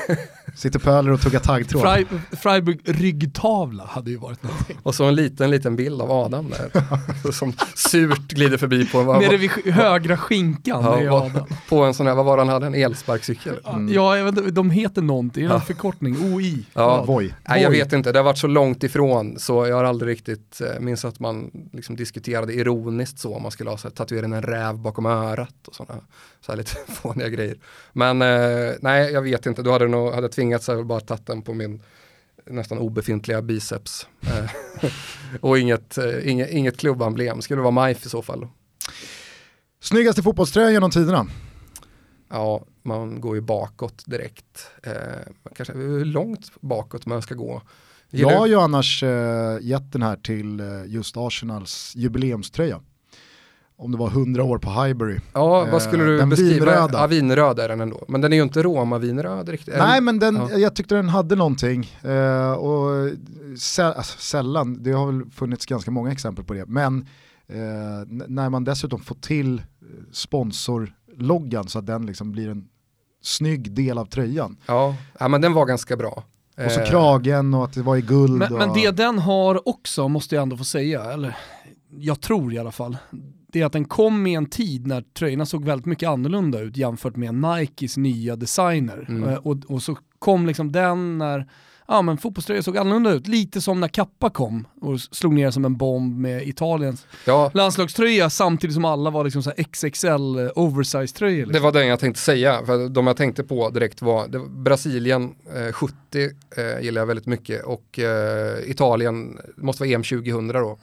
Sitter pöler och tuggar taggtråd. Freiburg ryggtavla hade ju varit någonting. Och så en liten bild av Adam där. Som surt glider förbi på nere vid högra skinkan. Ja, på en sån här, vad var han hade? En elsparkcykel. Ja, jag vet inte, de heter någonting. Det är en förkortning. OI. Ja, Voi. Nej, jag vet inte. Det har varit så långt ifrån så jag har aldrig riktigt minns att man liksom diskuterade ironiskt så om man skulle ha så här, tatuera en räv bakom örat och sådana så här lite fåniga grejer. Men nej, jag vet inte. Då hade tvingats att bara tagit den på min nästan obefintliga biceps. Och inget klubbemblem. Skulle det vara Majf i så fall? Snyggaste fotbollströja genom tiderna? Ja, man går ju bakåt direkt. Kanske långt bakåt man ska gå. Jag har ju annars gett den här till just Arsenals jubileumströja. Om det var 100 år på Highbury. Ja, vad skulle du den beskriva? vinröda. Ja, vinröd är den ändå. Men den är ju inte Roma-vinröd riktigt. Nej, men jag tyckte den hade någonting. Och sällan, det har väl funnits ganska många exempel på det. Men när man dessutom får till sponsorloggan så att den liksom blir en snygg del av tröjan. Ja, men den var ganska bra. Och så kragen och att det var i guld. Men det den har också, måste jag ändå få säga, eller jag tror i alla fall, det är att den kom i en tid när tröjorna såg väldigt mycket annorlunda ut jämfört med Nikes nya designer. Och så kom liksom den när men fotbollströjor såg annorlunda ut. Lite som när Kappa kom och slog ner som en bomb med Italiens landslagströja samtidigt som alla var liksom så här XXL oversize-tröjor. Liksom. Det var den jag tänkte säga. För de jag tänkte på direkt var Brasilien 70 gillar jag väldigt mycket och Italien måste vara EM 2000 då.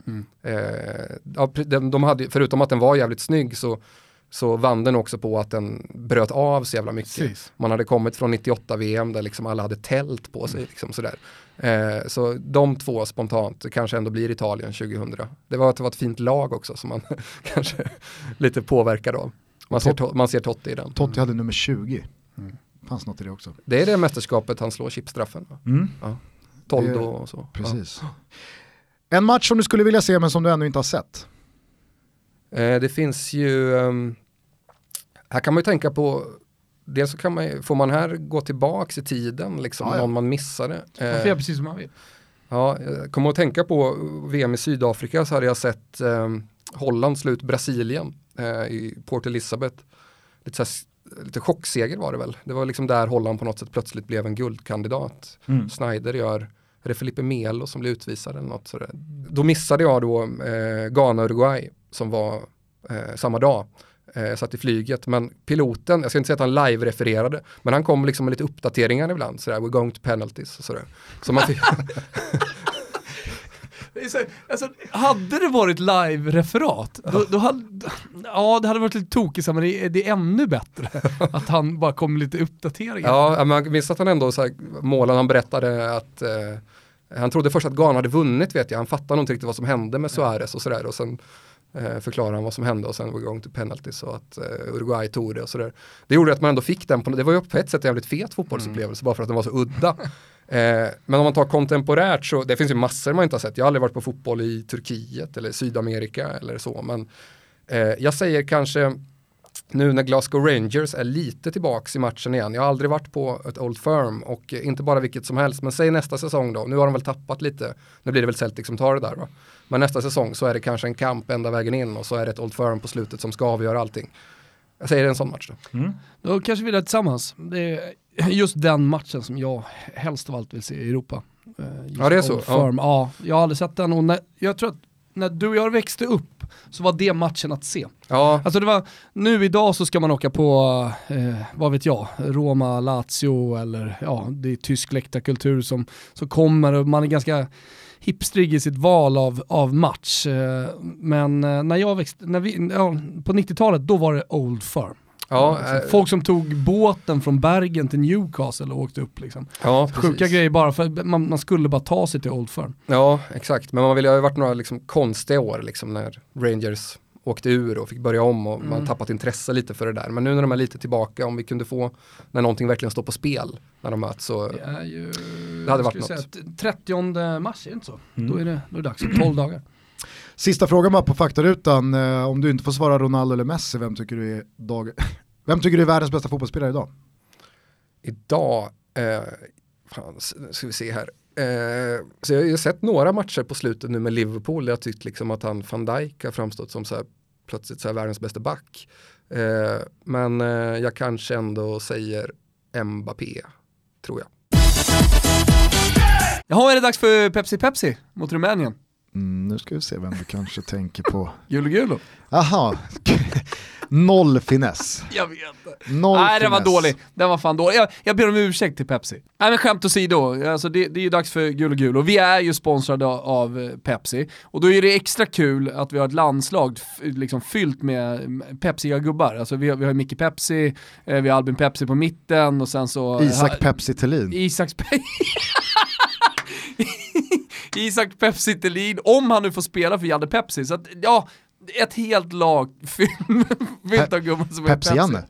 De hade, förutom att den var jävligt snygg så vann den också på att den bröt av så jävla mycket. Precis. Man hade kommit från 98 VM där liksom alla hade tält på sig. Liksom sådär. Så de två spontant kanske ändå blir Italien 2000. Det var ett fint lag också som man kanske lite påverkad av. Man ser Totti i den. Totti hade nummer 20. Fanns något i det också. Det är det mästerskapet han slår chipstraffen. Ja. Toldo och så. Precis. Ja. En match som du skulle vilja se men som du ännu inte har sett? Det finns ju... här kan man ju tänka på... Dels så får man här gå tillbaks i tiden liksom, någon man missade. Man får göra precis som man vill. Ja, jag kommer att tänka på VM i Sydafrika så hade jag sett Holland slå ut Brasilien i Port Elizabeth. Lite chockseger var det väl. Det var liksom där Holland på något sätt plötsligt blev en guldkandidat. Snyder gör... Är det Felipe Melo som blev utvisad eller något sådär. Då missade jag Ghana-Uruguay som var samma dag. Satt i flyget. Men piloten, jag ska inte säga att han live-refererade, men han kom liksom med lite uppdateringar ibland. Sådär, we're going to penalties och sådär. Så man fick... Alltså, hade det varit live-referat då hade, det hade varit lite tokigt, men det är ännu bättre att han bara kom med lite uppdateringar. Ja, men jag visste att han ändå målen han berättade att han trodde först att Ghana hade vunnit, vet jag. Han fattade nog inte riktigt vad som hände med Suarez och sådär, och sen förklarade han vad som hände och sen var igång till penalties och att Uruguay tog det och sådär. Det gjorde att man ändå fick den det var ju på ett sätt en jävligt fet fotbollsupplevelse bara för att den var så udda. Men om man tar kontemporärt så det finns ju massor man inte har sett. Jag har aldrig varit på fotboll i Turkiet eller Sydamerika eller så, men jag säger kanske nu när Glasgow Rangers är lite tillbaks i matchen igen. Jag har aldrig varit på ett Old Firm och inte bara vilket som helst, men säg nästa säsong då. Nu har de väl tappat lite. Nu blir det väl Celtic som tar det där, va? Men nästa säsong så är det kanske en kamp ända vägen in och så är det ett Old Firm på slutet som ska avgöra allting. Jag säger det en sån match då. Då kanske vi är tillsammans. Det är just den matchen som jag helst av allt vill se i Europa. Ja, det är så. Ja, jag har aldrig sett den och jag tror att när du och jag växte upp så var det matchen att se. Ja. Alltså det var, nu idag så ska man åka på, vad vet jag, Roma, Lazio eller det är tysk läktarkultur som kommer och man är ganska hipstrig i sitt val av match. Men när jag växte, på 90-talet då var det Old Firm. Ja, folk som tog båten från Bergen till Newcastle och åkte upp liksom. Ja, sjuka grejer bara för att man skulle bara ta sig till Old Firm. Ja, exakt. Men man vill ju ha varit några liksom konstiga år liksom, när Rangers åkte ur och fick börja om och man tappat intresse lite för det där. Men nu när de är lite tillbaka, om vi kunde få när någonting verkligen står på spel när de möts, så det hade varit något. 30 mars är det inte så. Då är det dags, 12 dagar. Sista frågan bara på faktarutan. Om du inte får svara Ronaldo eller Messi, vem tycker du är världens bästa fotbollsspelare idag? Idag Ska vi se här. Så jag har ju sett några matcher på slutet nu med Liverpool. Jag tyckte liksom att Van Dijk har framstått som så här, plötsligt så här världens bästa back. Men jag kanske ändå säger Mbappé, tror jag. Jaha, är det dags för Pepsi mot Rumänien? Nu ska vi se vem du kanske tänker på. Gulo. Aha, noll finess. Jag vet inte. Nej, den var dålig. Den var fan dålig. Jag ber om ursäkt till Pepsi. Nej, men skämt åsido. Alltså det är ju dags för Gulo. Vi är ju sponsrade av Pepsi. Och då är det extra kul att vi har ett landslag liksom fyllt med Pepsiga gubbar. Alltså vi har Micke Pepsi, vi har Albin Pepsi på mitten och sen så... Isak Pepsi Thelin. Isak Pepsi Thelin, om han nu får spela för Janne Pepsi. Så att, ja, ett helt lag fyllt av gubbar som är Pepsi. Janne.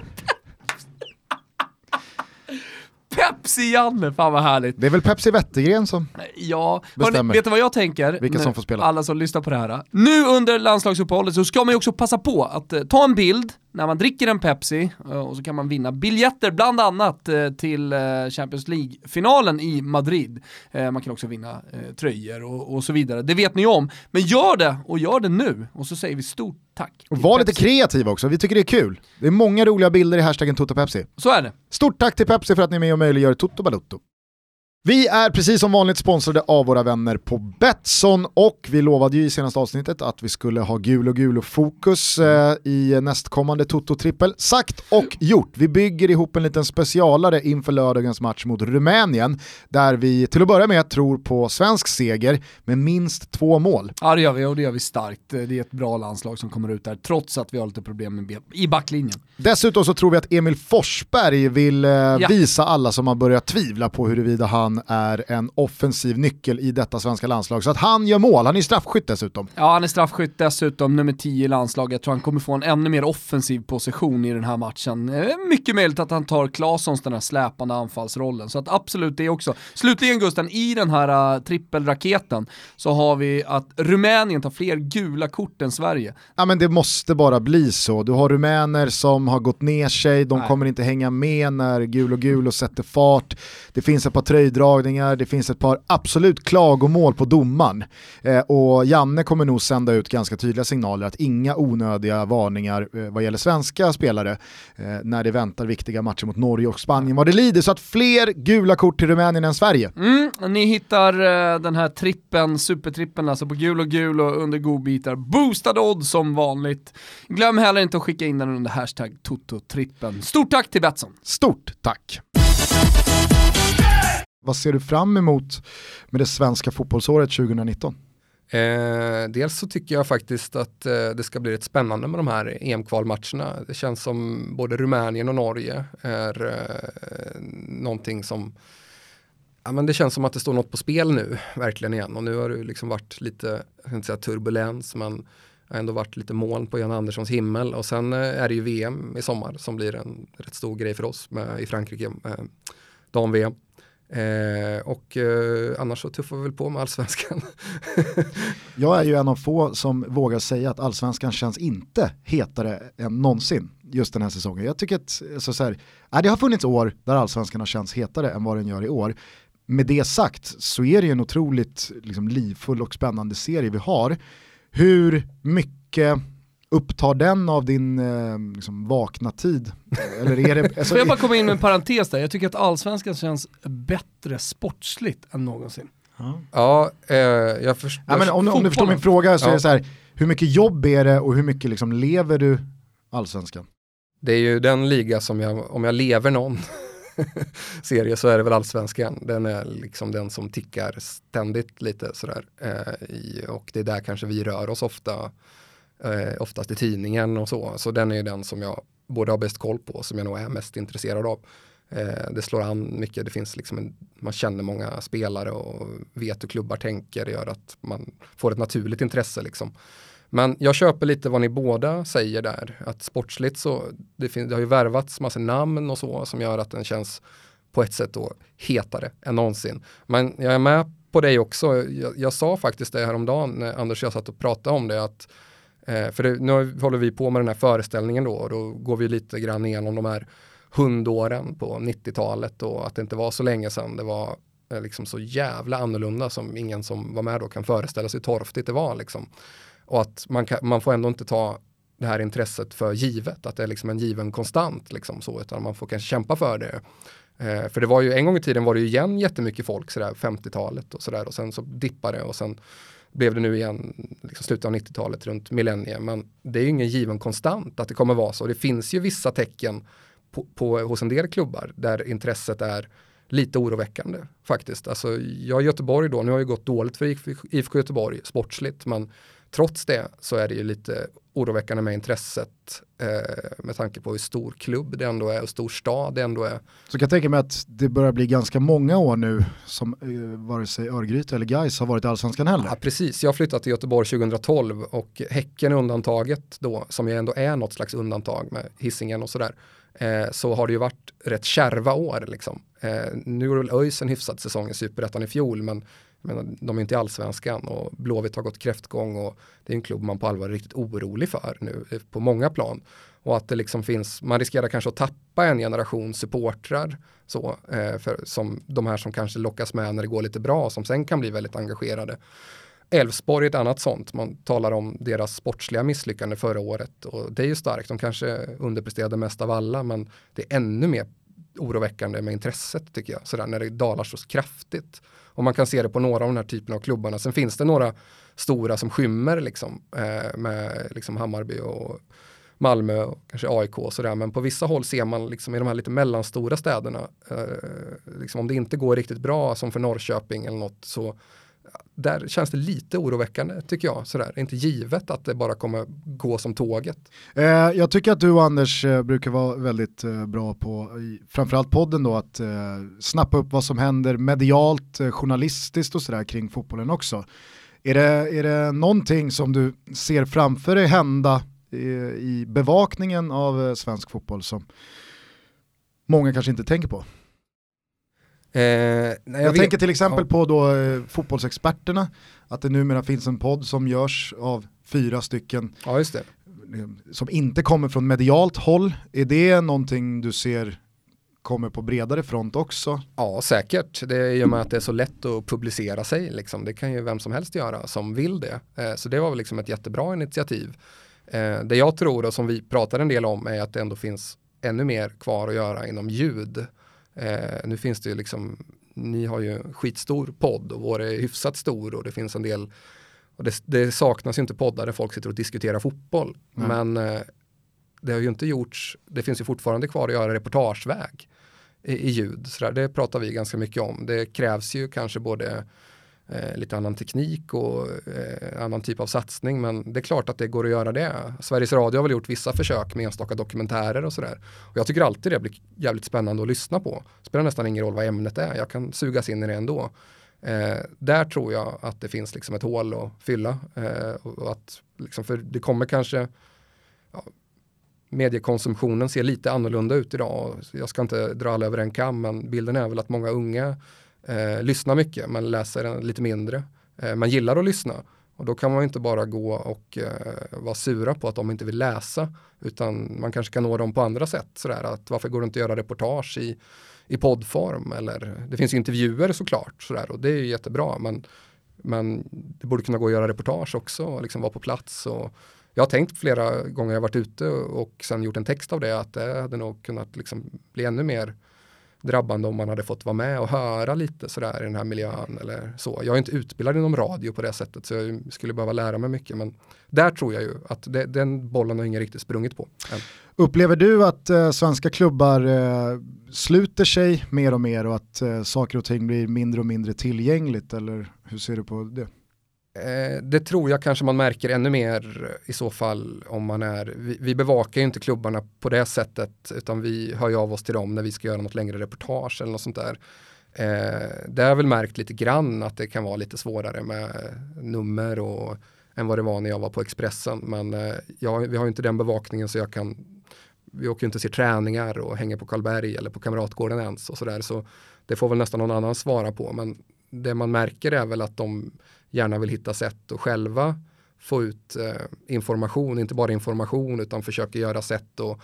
Pepsi Janne, fan vad härligt. Det är väl Pepsi Wettergren som bestämmer. Vet du vad jag tänker? Vilka som får spela. Alla som lyssnar på det här. Nu under landslagsuppehållet så ska man ju också passa på att ta en bild när man dricker en Pepsi och så kan man vinna biljetter bland annat till Champions League-finalen i Madrid. Man kan också vinna tröjor och så vidare. Det vet ni om. Men gör det nu och så säger vi stort tack. Och var lite kreativa också, vi tycker det är kul. Det är många roliga bilder i hashtaggen TotoPepsi. Så är det. Stort tack till Pepsi för att ni är med och möjliggör Toto Balutto. Vi är precis som vanligt sponsrade av våra vänner på Betsson och vi lovade ju i senaste avsnittet att vi skulle ha gul och fokus i nästkommande Toto-trippel. Sagt och gjort. Vi bygger ihop en liten specialare inför lördagens match mot Rumänien där vi till att börja med tror på svensk seger med minst 2 mål. Ja, det gör vi och det gör vi starkt. Det är ett bra landslag som kommer ut där trots att vi har lite problem i backlinjen. Dessutom så tror vi att Emil Forsberg vill visa alla som har börjat tvivla på huruvida han är en offensiv nyckel i detta svenska landslag. Så att han gör mål, han är straffskytt dessutom. Ja, han är straffskytt dessutom, nummer 10 i landslaget. Jag tror han kommer få en ännu mer offensiv position i den här matchen. Mycket möjligt att han tar Claessons den här släpande anfallsrollen. Så att absolut det också. Slutligen Gusten, i den här trippelraketen så har vi att Rumänien tar fler gula kort än Sverige. Ja, men det måste bara bli så. Du har rumäner som har gått ner sig, de kommer inte hänga med när gul och sätter fart. Det finns ett par tröjdragningar, det finns ett par absolut klagomål på domaren. Och Janne kommer nog sända ut ganska tydliga signaler att inga onödiga varningar vad gäller svenska spelare när det väntar viktiga matcher mot Norge och Spanien. Vad det lider, så att fler gula kort till Rumänien än Sverige. Ni hittar den här trippen, supertrippen, alltså på gul och under godbitar. Boostad odds som vanligt. Glöm heller inte att skicka in den under hashtag Toto-trippen. Stort tack till Betsson. Stort tack. Vad ser du fram emot med det svenska fotbollsåret 2019? Dels så tycker jag faktiskt att det ska bli rätt spännande med de här EM-kvalmatcherna. Det känns som både Rumänien och Norge är någonting som, ja, men det känns som att det står något på spel nu, verkligen igen. Och nu har det liksom varit lite, jag ska inte säga turbulens, men har ändå varit lite moln på Jan Anderssons himmel. Och sen är det ju VM i sommar som blir en rätt stor grej för oss i Frankrike, dam-VM. Annars så tuffar vi väl på med allsvenskan. Jag är ju en av få som vågar säga att allsvenskan känns inte hetare än någonsin just den här säsongen. Jag tycker att det har funnits år där allsvenskan har känts hetare än vad den gör i år. Med det sagt så är det ju en otroligt liksom, livfull och spännande serie vi har. Hur mycket upptar den av din liksom, vakna tid? Eller är det, alltså, får jag bara komma in med en parentes där? Jag tycker att allsvenskan känns bättre sportsligt än någonsin. Ja, jag förstår. Ja, men om du förstår min fråga så är det så här, hur mycket jobb är det och hur mycket liksom, lever du allsvenskan? Det är ju den liga som om jag lever någon serie så är det väl allsvenskan. Den är liksom den som tickar ständigt lite sådär. Och det är där kanske vi rör oss oftast i tidningen och så den är den som jag både har bäst koll på, som jag nog är mest intresserad av. Det slår an mycket, det finns liksom man känner många spelare och vet hur klubbar tänker, det gör att man får ett naturligt intresse liksom. Men jag köper lite vad ni båda säger där, att sportsligt så det har ju värvats massa namn och så som gör att den känns på ett sätt då hetare än någonsin. Men jag är med på dig också, jag sa faktiskt det häromdagen när Anders och jag satt och pratade om det, att nu håller vi på med den här föreställningen då, och då går vi lite grann igenom de här hundåren på 90-talet och att det inte var så länge sedan. Det var liksom så jävla annorlunda som ingen som var med då kan föreställa sig torftigt det var liksom. Och att man får ändå inte ta det här intresset för givet, att det är liksom en given konstant liksom så, utan man får kanske kämpa för det. För det var ju, en gång i tiden var det ju igen jättemycket folk sådär 50-talet och sådär, och sen så dippade det och sen blev det nu igen liksom slutet av 90-talet runt millennium. Men det är ju ingen given konstant att det kommer vara så. Det finns ju vissa tecken hos en del klubbar där intresset är lite oroväckande faktiskt. Alltså jag i Göteborg då, nu har ju gått dåligt för IFK Göteborg sportsligt, men trots det så är det ju lite oroväckande med intresset med tanke på hur stor klubb det ändå är och stor stad det ändå är. Så kan jag tänka mig att det börjar bli ganska många år nu som vare sig Örgryte eller Gais har varit i Allsvenskan heller. Ja, precis. Jag flyttade till Göteborg 2012 och Häcken är undantaget då, som ju ändå är något slags undantag med Hisingen och sådär. Så har det ju varit rätt kärva år liksom. Nu är väl ÖIS en hyfsad säsong i Superettan i fjol, men de är inte i Allsvenskan och Blåvitt har gått kräftgång och det är en klubb man på allvar är riktigt orolig för nu på många plan. Och att det liksom finns, man riskerar kanske att tappa en generation supportrar så, som de här som kanske lockas med när det går lite bra, som sen kan bli väldigt engagerade. Elfsborg är ett annat sånt. Man talar om deras sportsliga misslyckande förra året och det är ju starkt. De kanske underpresterade mest av alla, men det är ännu mer oroväckande med intresset tycker jag, sådär, när det dalar så kraftigt. Och man kan se det på några av den här typen av klubbarna. Sen finns det några stora som skymmer liksom, med liksom Hammarby och Malmö och kanske AIK och sådär. Men på vissa håll ser man liksom i de här lite mellanstora städerna, liksom om det inte går riktigt bra som för Norrköping eller något, så där känns det lite oroväckande tycker jag. Sådär. Det är inte givet att det bara kommer gå som tåget. Jag tycker att du och Anders brukar vara väldigt bra på, framförallt podden då, att snappa upp vad som händer medialt, journalistiskt och sådär kring fotbollen också. Är det någonting som du ser framför dig hända i bevakningen av svensk fotboll som många kanske inte tänker på? Jag tänker till exempel på då fotbollsexperterna, att det numera finns en podd som görs av 4 stycken just det, som inte kommer från medialt håll. Är det någonting du ser kommer på bredare front också? Ja, säkert. Det är ju med att det är så lätt att publicera sig. Liksom. Det kan ju vem som helst göra som vill det. Så det var väl liksom ett jättebra initiativ. Det jag tror och som vi pratar en del om är att det ändå finns ännu mer kvar att göra inom ljud. Nu finns det ju liksom, ni har ju skitstor podd och vår är hyfsat stor och det finns en del, och det saknas ju inte poddar där folk sitter och diskuterar fotboll. Men det har ju inte gjorts, det finns ju fortfarande kvar att göra reportageväg i ljud. Så där, det pratar vi ganska mycket om. Det krävs ju kanske både lite annan teknik och annan typ av satsning, men det är klart att det går att göra det. Sveriges Radio har väl gjort vissa försök med enstaka dokumentärer och sådär. Och jag tycker alltid det blir jävligt spännande att lyssna på. Det spelar nästan ingen roll vad ämnet är. Jag kan sugas in i det ändå. Där tror jag att det finns liksom ett hål att fylla. Och att, liksom, för det kommer kanske... mediekonsumtionen ser lite annorlunda ut idag. Jag ska inte dra alla över en kam, men bilden är väl att många unga lyssnar mycket, man läser lite mindre. Man gillar att lyssna och då kan man inte bara gå och vara sura på att de inte vill läsa, utan man kanske kan nå dem på andra sätt. Sådär, att varför går det inte att göra reportage i poddform? Eller, det finns ju intervjuer såklart, sådär, och det är ju jättebra, men det borde kunna gå att göra reportage också och liksom vara på plats. Och jag har tänkt flera gånger jag varit ute och sen gjort en text av det, att det hade nog kunnat liksom bli ännu mer drabbande om man hade fått vara med och höra lite sådär i den här miljön eller så. Jag är inte utbildad inom radio på det sättet, så jag skulle behöva lära mig mycket, men där tror jag ju att den bollen har ingen riktigt sprungit på än. Upplever du att svenska klubbar sluter sig mer och mer och att saker och ting blir mindre och mindre tillgängligt, eller hur ser du på det? Det tror jag kanske man märker ännu mer i så fall om man är, vi bevakar ju inte klubbarna på det sättet, utan vi hör ju av oss till dem när vi ska göra något längre reportage eller något sånt där. Det har jag väl märkt lite grann att det kan vara lite svårare med nummer än vad det var när jag var på Expressen, men vi har ju inte den bevakningen, så vi åker ju inte se träningar och hänger på Karlberg eller på Kamratgården ens och sådär, så det får väl nästan någon annan svara på, men det man märker är väl att de gärna vill hitta sätt att själva få ut information, inte bara information, utan försöker göra sätt och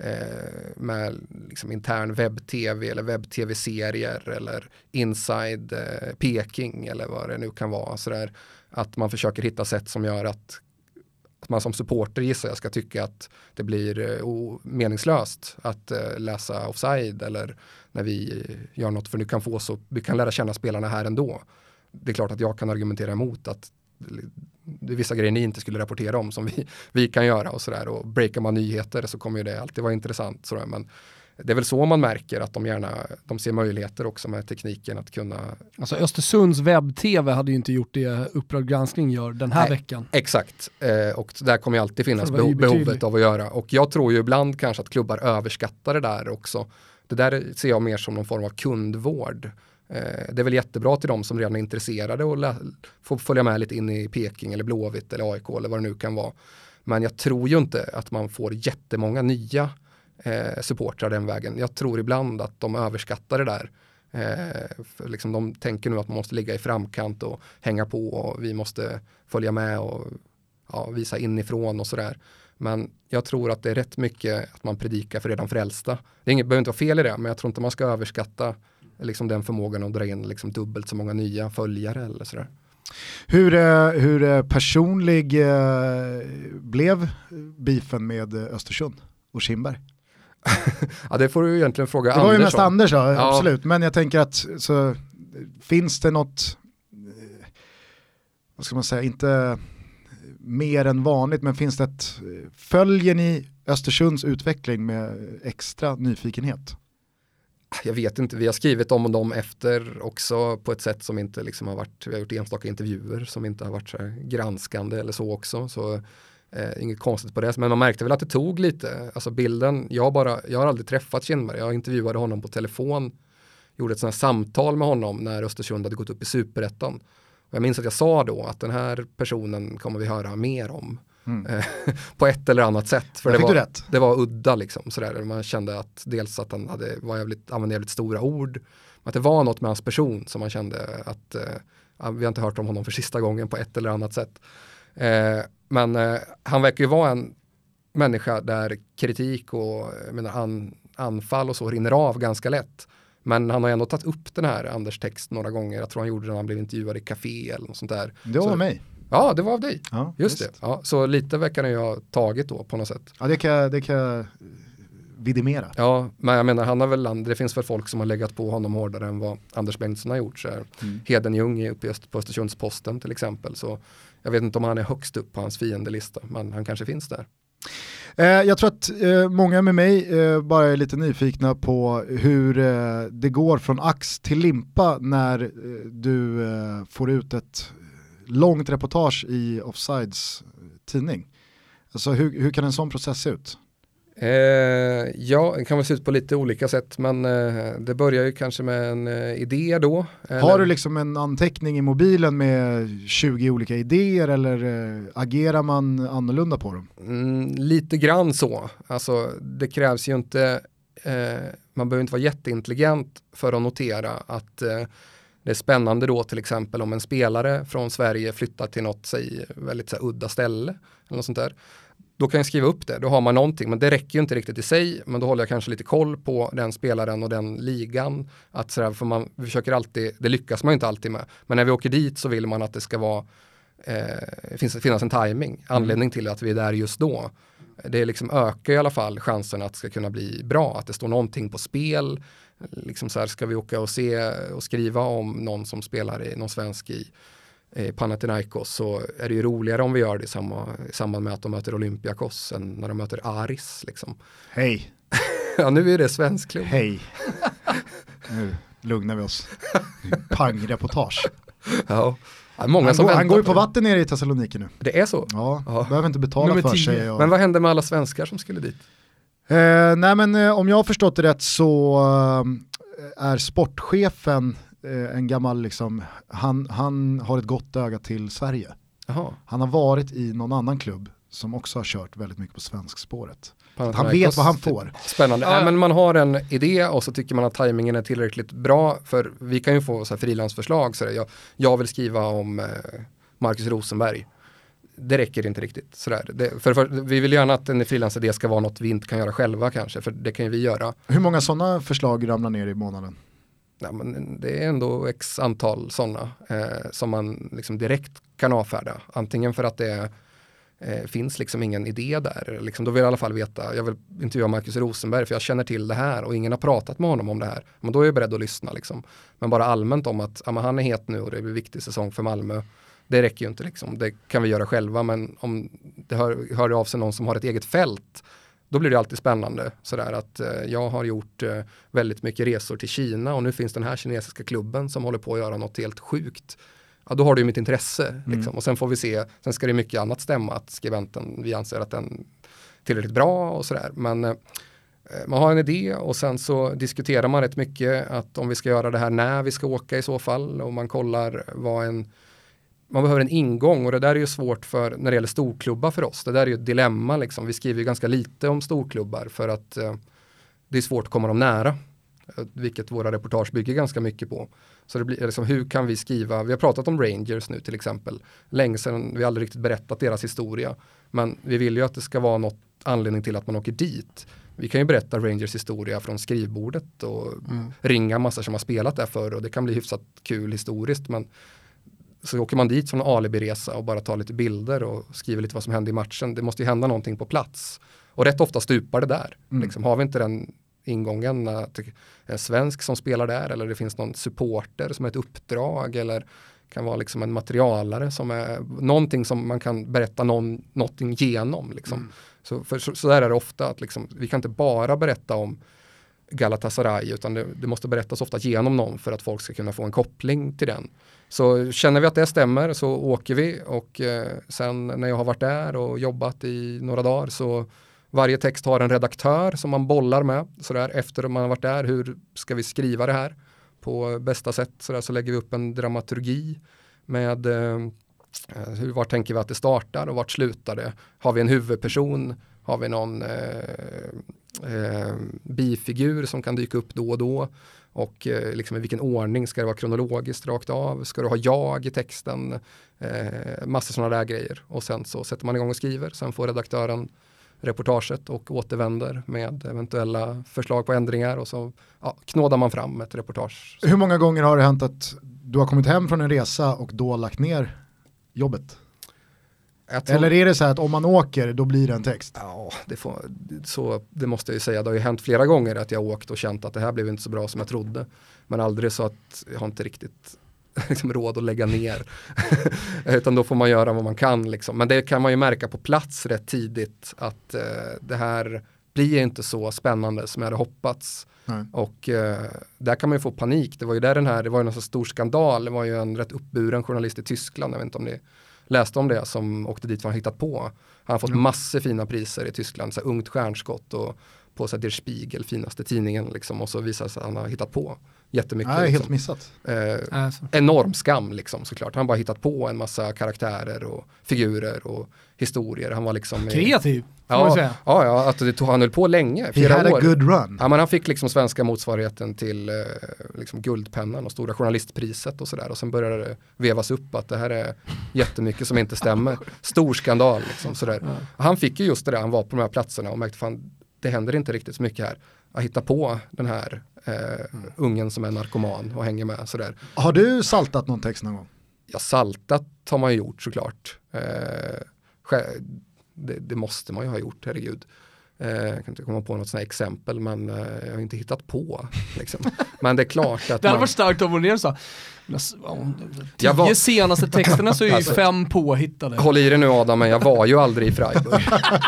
med liksom intern webb-tv eller webb-tv-serier eller inside Peking eller vad det nu kan vara. Så där, att man försöker hitta sätt som gör att man som supporter gissar jag ska tycka att det blir meningslöst att läsa offside eller när vi gör något, för nu kan vi kan lära känna spelarna här ändå. Det är klart att jag kan argumentera emot att det är vissa grejer ni inte skulle rapportera om som vi kan göra och sådär, och breakar man nyheter så kommer ju det alltid vara intressant sådär, men det är väl så man märker att de ser möjligheter också med tekniken att kunna... Alltså Östersunds webb-tv hade ju inte gjort det Uppdrag granskning gör den här veckan. Exakt, och där kommer ju alltid finnas behovet av att göra, och jag tror ju ibland kanske att klubbar överskattar det där också. Det där ser jag mer som någon form av kundvård. Det är väl jättebra till de som redan är intresserade och får följa med lite in i Peking eller Blåvitt eller AIK eller vad det nu kan vara. Men jag tror ju inte att man får jättemånga nya supportrar den vägen. Jag tror ibland att de överskattar det där. För liksom de tänker nu att man måste ligga i framkant och hänga på och vi måste följa med och visa inifrån och sådär. Men jag tror att det är rätt mycket att man predikar för redan frälsta. Det behöver inte vara fel i det, men jag tror inte man ska överskatta liksom den förmågan att dra in liksom dubbelt så många nya följare eller sådär. Hur personlig blev beefen med Östersund och Kindberg? Ja, det får du egentligen fråga Anders. Det var ju mest Anders, ja. Absolut. Men jag tänker att så finns det något, vad ska man säga, inte mer än vanligt, men finns det följer ni Östersunds utveckling med extra nyfikenhet? Jag vet inte, vi har skrivit om dem efter också på ett sätt som inte liksom har varit, vi har gjort enstaka intervjuer som inte har varit så här granskande eller så också, så inget konstigt på det, men man märkte väl att det tog lite, alltså bilden, jag har aldrig träffat Kindberg, jag intervjuade honom på telefon, gjorde ett sånt här samtal med honom när Östersund hade gått upp i Superettan, och jag minns att jag sa då att den här personen kommer vi höra mer om på ett eller annat sätt, för det var udda liksom, sådär. Man kände att dels att han använde jävligt stora ord, att det var något med hans person som man kände att vi har inte hört om honom för sista gången på ett eller annat sätt. Men han verkar ju vara en människa där kritik och anfall och så rinner av ganska lätt. Men han har ändå tagit upp den här Anders text några gånger. Jag tror han gjorde det när han blev intervjuad i café eller något sånt där. Det var mig. Ja, det var av dig. Ja, just det. Ja, så lite verkar jag ha tagit då på något sätt. Ja, det kan jag vidimera. Ja, men jag menar, det finns väl folk som har legat på honom hårdare än vad Anders Bengtsson har gjort. Så här. Hedenjung är uppe på Östersundsposten till exempel. Så jag vet inte om han är högst upp på hans fiendelista, men han kanske finns där. Jag tror att många med mig bara är lite nyfikna på hur det går från ax till limpa när du får ut ett långt reportage i Offsides tidning. Alltså hur kan en sån process se ut? Ja, det kan väl se ut på lite olika sätt, men det börjar ju kanske med en idé då. Har du liksom en anteckning i mobilen med 20 olika idéer eller agerar man annorlunda på dem? Lite grann så. Alltså det krävs ju inte, man behöver inte vara jätteintelligent för att notera att det är spännande då till exempel om en spelare från Sverige flyttar till något väldigt så här, udda ställe eller något sånt där. Då kan jag skriva upp det, då har man någonting, men det räcker ju inte riktigt i sig, men då håller jag kanske lite koll på den spelaren och den ligan, att sådär, för man försöker alltid, det lyckas man ju inte alltid med, men när vi åker dit så vill man att det ska vara finnas en timing, anledning till att vi är där just då. Det liksom ökar i alla fall chansen att det ska kunna bli bra, att det står någonting på spel, liksom så här, ska vi åka och se och skriva om någon som spelar i någon svensk i Panathinaikos, så är det ju roligare om vi gör det i samband med att de möter Olympiakos än när de möter Aris liksom. Hej. Ja, nu är det svensk klubb. Hej. Nu lugnar vi oss. Pangreportage. Ja. Han går ju på vatten nere i Thessaloniki nu. Det är så? Ja. Behöver inte betala för sig. Men vad hände med alla svenskar som skulle dit? Nej, men om jag har förstått det rätt så är sportchefen en gammal liksom, han har ett gott öga till Sverige. Aha. Han har varit i någon annan klubb som också har kört väldigt mycket på svenskspåret. Han vet vad han får. Spännande. Ja. Men man har en idé och så tycker man att tajmingen är tillräckligt bra, för vi kan ju få så här frilansförslag. Så jag vill skriva om Marcus Rosenberg. det räcker inte riktigt. Sådär. Vi vill gärna att en frilansidé ska vara något vi inte kan göra själva kanske, för det kan ju vi göra. Hur många sådana förslag ramlar ner i månaden? Ja, men det är ändå x antal sådana som man liksom direkt kan avfärda. Antingen för att det finns liksom ingen idé där. Liksom, då vill jag i alla fall veta, jag vill intervjua Marcus Rosenberg för jag känner till det här och ingen har pratat med honom om det här. Men då är jag beredd att lyssna. Liksom. Men bara allmänt om att men han är het nu och det blir en viktig säsong för Malmö. Det räcker ju inte. Liksom. Det kan vi göra själva, men om det hör av sig någon som har ett eget fält, då blir det alltid spännande. Sådär att jag har gjort väldigt mycket resor till Kina och nu finns den här kinesiska klubben som håller på att göra något helt sjukt. Ja, då har du ju mitt intresse. Liksom. Och sen får vi se, sen ska det mycket annat stämma att skribenten, vi anser att den är tillräckligt bra och sådär. Men man har en idé och sen så diskuterar man rätt mycket att om vi ska göra det här när vi ska åka i så fall, och man kollar man behöver en ingång, och det där är ju svårt för när det gäller storklubbar för oss. Det där är ju ett dilemma liksom. Vi skriver ju ganska lite om storklubbar för att det är svårt att komma dem nära. Vilket våra reportage bygger ganska mycket på. Så det blir liksom, hur kan vi skriva, vi har pratat om Rangers nu till exempel. Länge sedan, vi har aldrig riktigt berättat deras historia. Men vi vill ju att det ska vara något anledning till att man åker dit. Vi kan ju berätta Rangers historia från skrivbordet och ringa massor som har spelat där förr, och det kan bli hyfsat kul historiskt, men så åker man dit som en alibi-resa och bara tar lite bilder och skriver lite vad som hände i matchen. Det måste ju hända någonting på plats. Och rätt ofta stupar det där. Liksom, har vi inte den ingången att en svensk som spelar där, eller det finns någon supporter som är ett uppdrag, eller kan vara liksom en materialare som är någonting som man kan berätta någonting genom. Liksom. Så där är det ofta att liksom, vi kan inte bara berätta om Galatasaray, utan det måste berättas ofta genom någon för att folk ska kunna få en koppling till den. Så känner vi att det stämmer så åker vi, och sen när jag har varit där och jobbat i några dagar, så varje text har en redaktör som man bollar med sådär, efter man har varit där. Hur ska vi skriva det här på bästa sätt? Så lägger vi upp en dramaturgi med var tänker vi att det startar och vart slutar det? Har vi en huvudperson? Har vi någon bifigur som kan dyka upp då och då? Och liksom i vilken ordning ska det vara, kronologiskt rakt av? Ska du ha jag i texten? Massor sådana där grejer. Och sen så sätter man igång och skriver. Sen får redaktören reportaget och återvänder med eventuella förslag på ändringar, och så knådar man fram ett reportage. Hur många gånger har det hänt att du har kommit hem från en resa och då lagt ner jobbet? Eller är det så här att om man åker då blir det en text? Ja, det måste jag ju säga. Det har ju hänt flera gånger att jag har åkt och känt att det här blev inte så bra som jag trodde. Men aldrig så att jag har inte riktigt liksom råd att lägga ner. Utan då får man göra vad man kan. Liksom. Men det kan man ju märka på plats rätt tidigt att det här blir inte så spännande som jag hade hoppats. Nej. Och där kan man ju få panik. Det var ju det var ju en så stor skandal. Det var ju en rätt uppburen journalist i Tyskland, jag vet inte om ni läste om det, som åkte dit för att han hittat på. Han har fått massor fina priser i Tyskland, så här ungt stjärnskott och på så här Der Spiegel, finaste tidningen liksom, och så visar det sig att han har hittat på jättemycket. Nej, liksom. helt missat. Enorm skam liksom, såklart. Han bara hittat på en massa karaktärer och figurer och historier. Han var liksom kreativ, får man säga. Ja, att han höll på länge, flera år. He had a good run. Ja, men han fick liksom svenska motsvarigheten till liksom Guldpennan och Stora journalistpriset och sådär. Och sen började det vevas upp att det här är jättemycket som inte stämmer. Stor skandal liksom, sådär. Ja. Han fick ju just det där, han var på de här platserna och märkte fan, det händer inte riktigt så mycket här. Att hitta på den här ungen som är narkoman och hänger med sådär. Har du saltat någon text någon gång? Ja, saltat har man ju gjort såklart. Det måste man ju ha gjort, herregud. Jag kan inte komma på något sånt här exempel, men jag har inte hittat på. Liksom. Men det är klart att det hade varit starkt av Åhlén så. 10 senaste texterna så är ju 5 påhittade. Håll i det nu Adam, men jag var ju aldrig i Freiburg.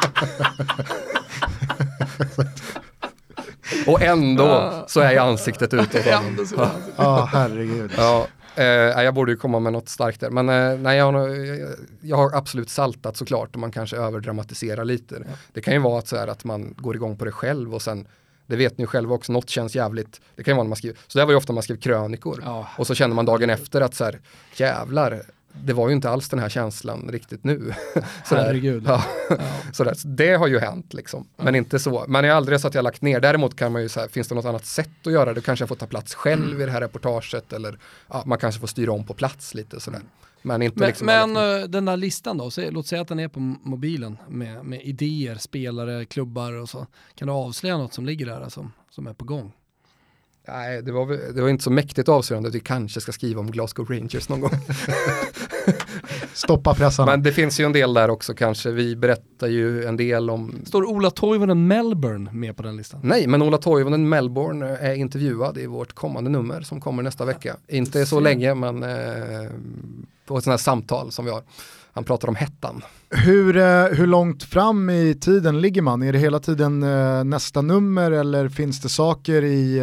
Och ändå så är jag ansiktet utåt. Ja, herregud. Ja, jag borde ju komma med något starkt där. Men nej, jag har absolut saltat såklart, och man kanske överdramatiserar lite. Ja. Det kan ju vara så här att man går igång på det själv och sen, det vet ni själva också, något känns jävligt. Det kan ju vara när man skriver, så det var ju ofta man skrev krönikor. Ja. Och så känner man dagen efter att så här, jävlar, det var ju inte alls den här känslan riktigt nu. Herregud. Ja. Sådär. Så det har ju hänt liksom. Men inte så. Man är aldrig så att jag lagt ner. Däremot kan man ju säga, finns det något annat sätt att göra det? Kanske jag får ta plats själv i det här reportaget eller man kanske får styra om på plats lite sådär. Men Den där listan då, låt säga att den är på mobilen med idéer, spelare, klubbar och så. Kan du avslöja något som ligger där som är på gång? Nej, det var inte så mäktigt avslöjande att vi kanske ska skriva om Glasgow Rangers någon gång. Stoppa pressarna. Men det finns ju en del där också kanske. Vi berättar ju en del om... Står Ola Toivonen Melbourne med på den listan? Nej, men Ola Toivonen Melbourne är intervjuad i vårt kommande nummer som kommer nästa vecka. Inte så länge, men på ett sånt här samtal som vi har. Han pratar om hettan. Hur långt fram i tiden ligger man? Är det hela tiden nästa nummer eller finns det saker i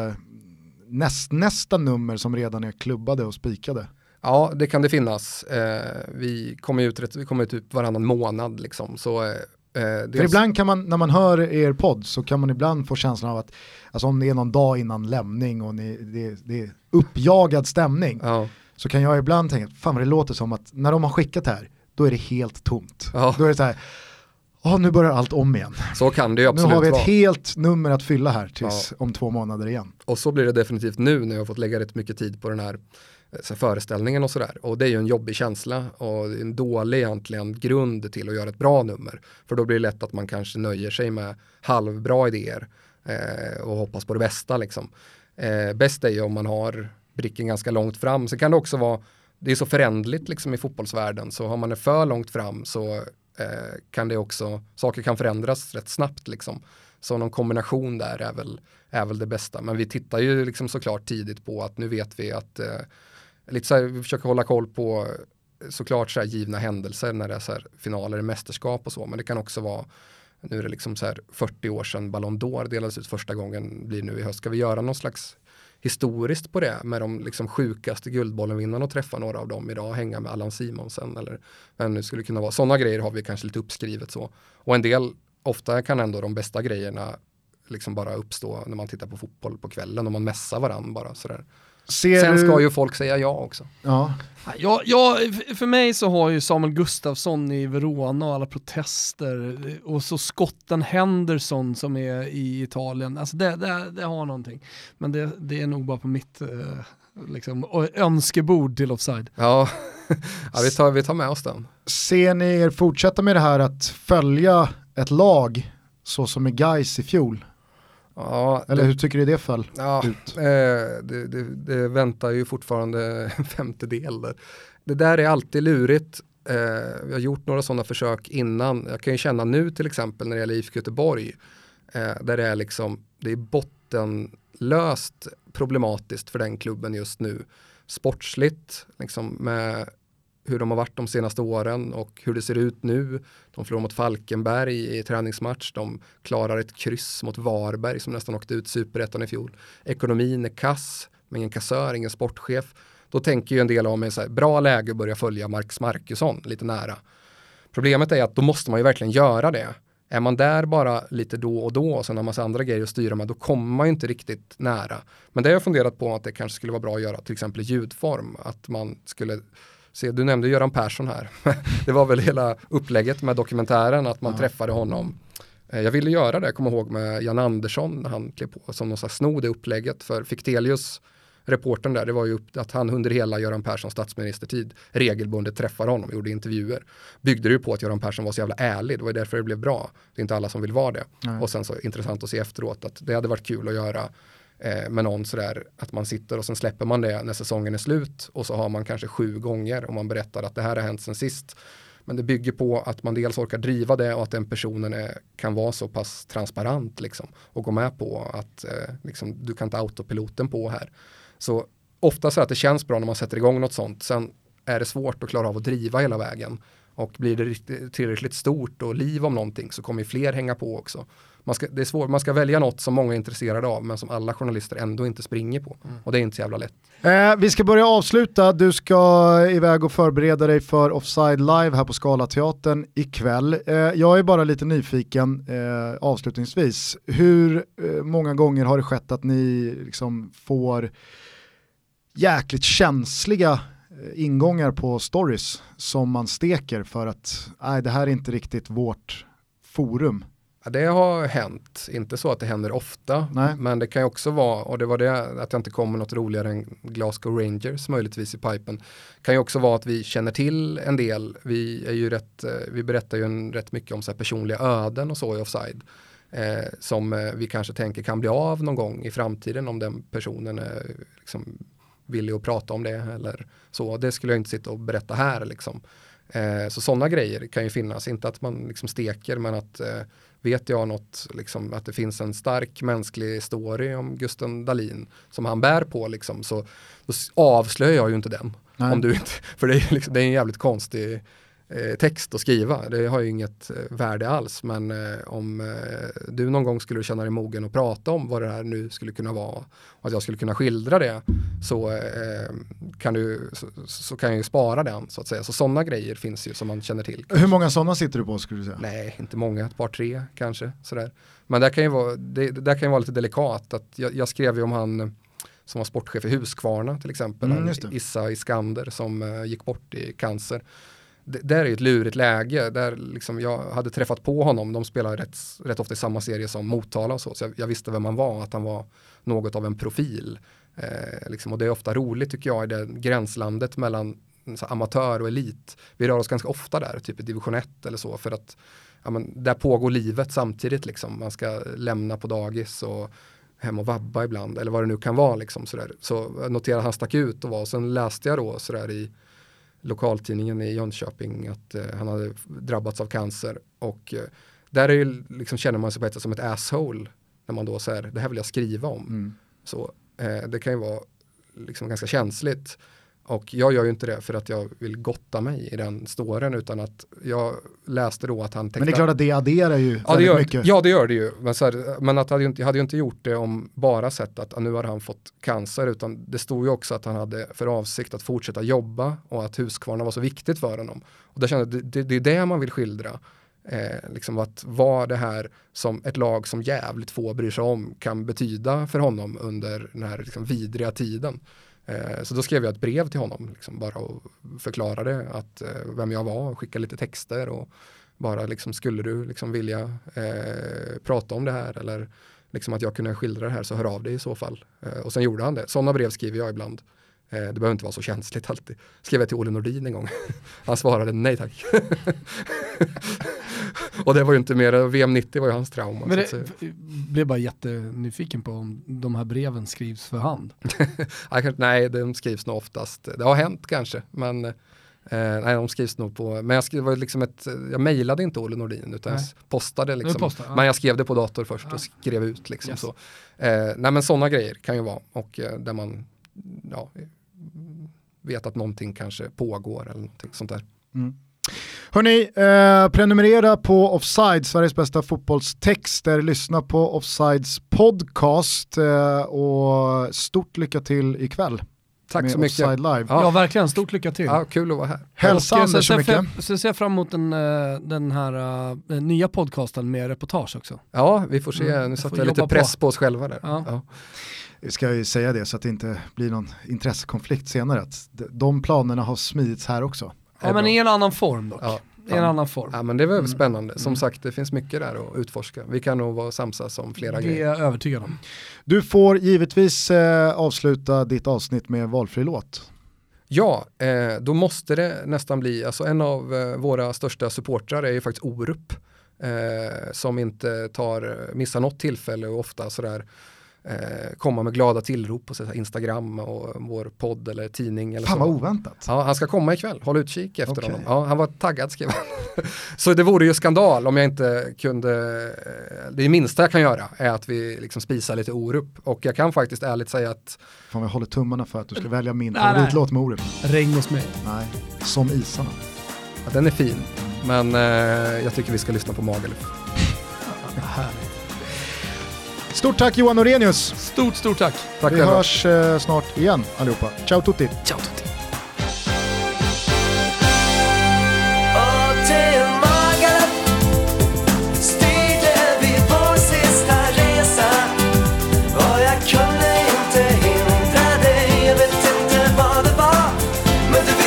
nästa nummer som redan är klubbade och spikade? Ja, det kan det finnas. Vi kommer ut typ varannan månad liksom. Så, för ibland kan man, när man hör er podd så kan man ibland få känslan av att alltså om det är någon dag innan lämning och det är uppjagad stämning. Ja. Så kan jag ibland tänka, fan vad det låter som att när de har skickat här, då är det helt tomt. Ja. Då är det så här, nu börjar allt om igen. Så kan det ju absolut vara. Nu har vi ett helt nummer att fylla här tills om 2 månader igen. Och så blir det definitivt nu när jag har fått lägga rätt mycket tid på den här föreställningen och sådär. Och det är ju en jobbig känsla och en dålig egentligen grund till att göra ett bra nummer. För då blir det lätt att man kanske nöjer sig med halvbra idéer och hoppas på det bästa liksom. Bäst är ju om man har bricken ganska långt fram. Så kan det också vara, det är så förändligt liksom i fotbollsvärlden, så har man det för långt fram så kan det också, saker kan förändras rätt snabbt liksom. Så någon kombination där är väl det bästa. Men vi tittar ju liksom såklart tidigt på att nu vet vi att lite så här, vi försöker hålla koll på såklart så här givna händelser när det är så här finaler i mästerskap och så, men det kan också vara, nu är det liksom så här 40 år sedan Ballon d'Or delades ut första gången, blir nu i höst. Ska vi göra någon slags historiskt på det med de liksom sjukaste guldbollenvinnarna och träffa några av dem idag, hänga med Allan Simonsen eller vem det skulle kunna vara. Sådana grejer har vi kanske lite uppskrivet så. Och en del, ofta kan ändå de bästa grejerna liksom bara uppstå när man tittar på fotboll på kvällen och man mässar varandra bara sådär. Sen ska ju folk säga ja också. Ja. För mig så har ju Samuel Gustafsson i Verona och alla protester och så skotten Henderson som är i Italien. Alltså det har någonting. Men det är nog bara på mitt liksom, önskedbord till offside. Ja, vi tar med oss den. Ser ni er fortsätta med det här att följa ett lag så som i Gais i fjol? Ja, eller hur tycker du det föll ut? Det väntar ju fortfarande en femtedel där. Det där är alltid lurigt. Vi har gjort några sådana försök innan. Jag kan ju känna nu till exempel när det gäller IFK Göteborg där det är liksom, det är bottenlöst problematiskt för den klubben just nu. Sportsligt liksom med hur de har varit de senaste åren och hur det ser ut nu. De förlorar mot Falkenberg i träningsmatch. De klarar ett kryss mot Varberg som nästan åkte ut Superettan i fjol. Ekonomin är kass, med ingen kassör, ingen sportchef. Då tänker ju en del av mig så här, bra läge att börja följa Marcus Markusson lite nära. Problemet är att då måste man ju verkligen göra det. Är man där bara lite då och då och sen har man massa andra grejer att styra med, då kommer man ju inte riktigt nära. Men det har jag funderat på att det kanske skulle vara bra att göra till exempel i ljudform. Att man skulle du nämnde Göran Persson här. Det var väl hela upplägget med dokumentären att man träffade honom. Jag ville göra det, jag kommer ihåg med Jan Andersson när han klev på som någon slags snod i upplägget för Fichtelius, reportern där. Det var ju att han under hela Göran Perssons statsministertid regelbundet träffade honom och gjorde intervjuer. Byggde det ju på att Göran Persson var så jävla ärlig. Det var därför det blev bra. Det är inte alla som vill vara det. Och sen så intressant att se efteråt att det hade varit kul att göra med någon sådär att man sitter och sen släpper man det när säsongen är slut och så har man kanske 7 gånger och man berättar att det här har hänt sen sist. Men det bygger på att man dels orkar driva det och att den personen kan vara så pass transparent liksom, och gå med på att liksom, du kan inte autopiloten på här. Så ofta så att det känns bra när man sätter igång något sånt. Sen är det svårt att klara av att driva hela vägen. Och blir det tillräckligt stort och liv om någonting så kommer fler hänga på också. Det är svårt, man ska välja något som många är intresserade av men som alla journalister ändå inte springer på. Och det är inte så jävla lätt. Vi ska börja avsluta. Du ska iväg och förbereda dig för Offside Live här på Scalateatern ikväll. Jag är bara lite nyfiken avslutningsvis. Hur många gånger har det skett att ni liksom får jäkligt känsliga ingångar på stories som man steker för att det här är inte riktigt vårt forum? Ja, det har hänt, inte så att det händer ofta, men det kan ju också vara, och det var det att det inte kommer något roligare än Glasgow Rangers möjligtvis i pipen, kan ju också vara att vi känner till en del, vi berättar ju rätt mycket om så här personliga öden och så i Offside, som vi kanske tänker kan bli av någon gång i framtiden om den personen är liksom villig att prata om det eller så. Det skulle jag inte sitta och berätta här liksom. Så sådana grejer kan ju finnas, inte att man liksom steker, men att vet jag något, liksom, att det finns en stark mänsklig story om Gusten Dahlin som han bär på liksom, så då avslöjar jag ju inte den. Om du inte, för det är, liksom, det är en jävligt konstig text att skriva, det har ju inget värde alls, men om du någon gång skulle känna dig mogen och prata om vad det här nu skulle kunna vara och att jag skulle kunna skildra det, så kan jag ju spara den så att säga. Så sådana grejer finns ju som man känner till. Hur många sådana sitter du på skulle du säga? Nej, inte många, ett par tre kanske sådär. Men det kan ju vara lite delikat att jag skrev ju om han som var sportchef i Husqvarna till exempel, Issa Iskander som gick bort i cancer. Det är ju ett lurigt läge där liksom jag hade träffat på honom, de spelar rätt ofta i samma serie som Motala och så jag visste vem han var, att han var något av en profil liksom, och det är ofta roligt tycker jag i det gränslandet mellan så, amatör och elit. Vi rör oss ganska ofta där, typ i division 1 eller så, för att där pågår livet samtidigt liksom, man ska lämna på dagis och hem och vabba ibland eller vad det nu kan vara liksom, sådär. Så jag noterade att han stack ut och sen läste jag då sådär i lokaltidningen i Jönköping att han hade drabbats av cancer, och där är ju, liksom, känner man sig på ett sätt som ett asshole när man då säger det här vill jag skriva om. Så det kan ju vara liksom ganska känsligt, och jag gör ju inte det för att jag vill gotta mig i den storyn, utan att jag läste då att han tecknade. Men det är klart att det adderar ju mycket. Ja, det gör det ju. Men att jag hade ju inte gjort det om bara sett att nu har han fått cancer, utan det stod ju också att han hade för avsikt att fortsätta jobba och att Husqvarna var så viktigt för honom. Och där kände jag, det är det man vill skildra. Liksom att vad det här som ett lag som jävligt få bryr sig om kan betyda för honom under den här liksom vidriga tiden. Så då skrev jag ett brev till honom liksom, bara och förklarade att vem jag var och skickade lite texter och bara liksom, skulle du liksom vilja prata om det här eller liksom att jag kunde skildra det här, så hör av dig i så fall. Och sen gjorde han det. Sådana brev skriver jag ibland. Det behöver inte vara så känsligt alltid. Skrev jag till Olle Nordin en gång. Han svarade nej tack. Och det var ju inte mer, VM 90 var ju hans trauma. Men det blev bara jättenyfiken på om de här breven skrivs för hand. Nej, de skrivs nog oftast. Det har hänt kanske, men nej, de skrivs nog på. Men jag mejlade inte Olle Nordin utan jag postade liksom. Men jag skrev det på dator först och skrev ut liksom så. Nej, men sådana grejer kan ju vara, och där man vet att någonting kanske pågår eller någonting sånt där. Hörrni, prenumerera på Offside, Sveriges bästa fotbollstexter, lyssna på Offsides podcast och stort lycka till ikväll. Tack så mycket. Offside Live. Ja, verkligen, stort lycka till. Ja, kul att vara här. Hälsa Anders så mycket. Så ser jag fram emot den här nya podcasten med reportage också. Ja, vi får se. Nu satte jag lite press på oss själva där. Ja. Vi ska ju säga det så att det inte blir någon intressekonflikt senare. Att de planerna har smidits här också. Ja, men i en annan form dock. En annan form. Ja, men det var spännande. Som sagt, det finns mycket där att utforska. Vi kan nog vara samsas om flera grejer. Det är jag övertygad om. Du får givetvis avsluta ditt avsnitt med valfri låt. Ja, då måste det nästan bli, alltså en av våra största supportrar är ju faktiskt Orup. Som inte missar något tillfälle och ofta sådär komma med glada tillrop på Instagram och vår podd eller tidning. Eller fan vad oväntat. Ja, han ska komma ikväll. Håll utkik efter honom. Ja, han var taggad, skrev han. Så det vore ju skandal om jag inte kunde, det minsta jag kan göra är att vi liksom spisar lite Orup. Och jag kan faktiskt ärligt säga att fan, jag håller tummarna för att du ska välja min favoritlåt med Orup. Regn hos mig. Nej, Som isarna. Ja, den är fin. Men jag tycker vi ska lyssna på Magaluf. Härligt. Stort tack Johan Norenius. Stort tack. Vi hörs snart igen allihopa. Ciao tutti. Ciao tutti. Men du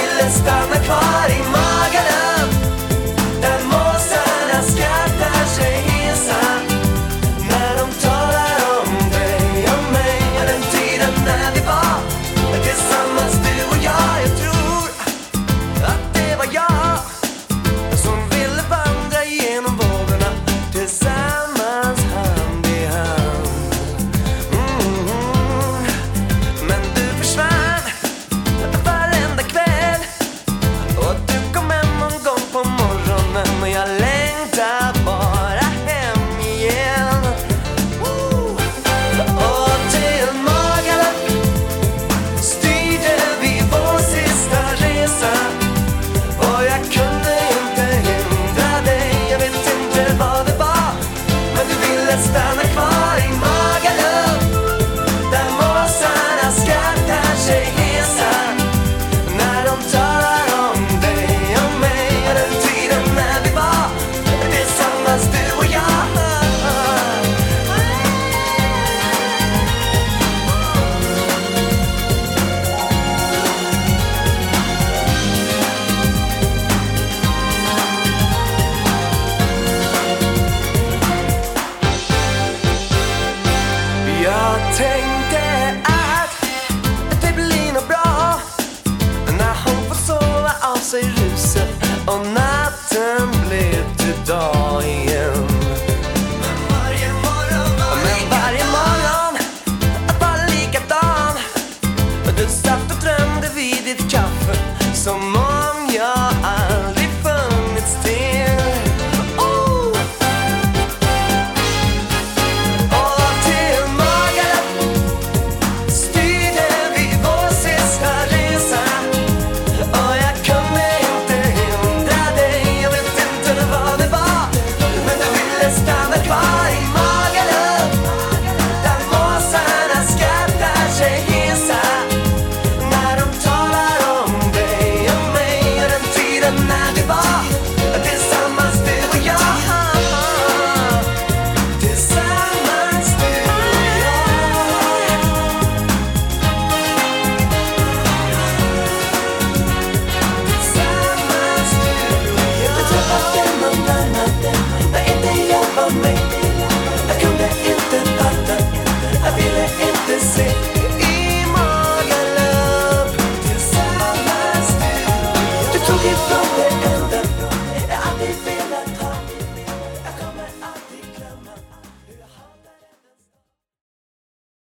och natten blev till dag igen. Men varje morgon att vara likadan. Du satt och drömde vid ditt kaffe som om jag aldrig funnits till. Och till Magaluf styrde vi vår sista resa. Och jag kunde inte hindra dig, jag vet inte vad det var, men jag ville stanna kvar i Magaluf, där måsarna skrattar sig hesa när de talar om dig och mig och den tiden när vi var tillsammans, du och jag. Tillsammans, du och jag. Tillsammans, du och jag. Du träffade någon annan när inte jag var med. Jag kunde inte fatta, jag ville inte se. I Magaluf, tillsammans, du och jag. Du tog ifrån det en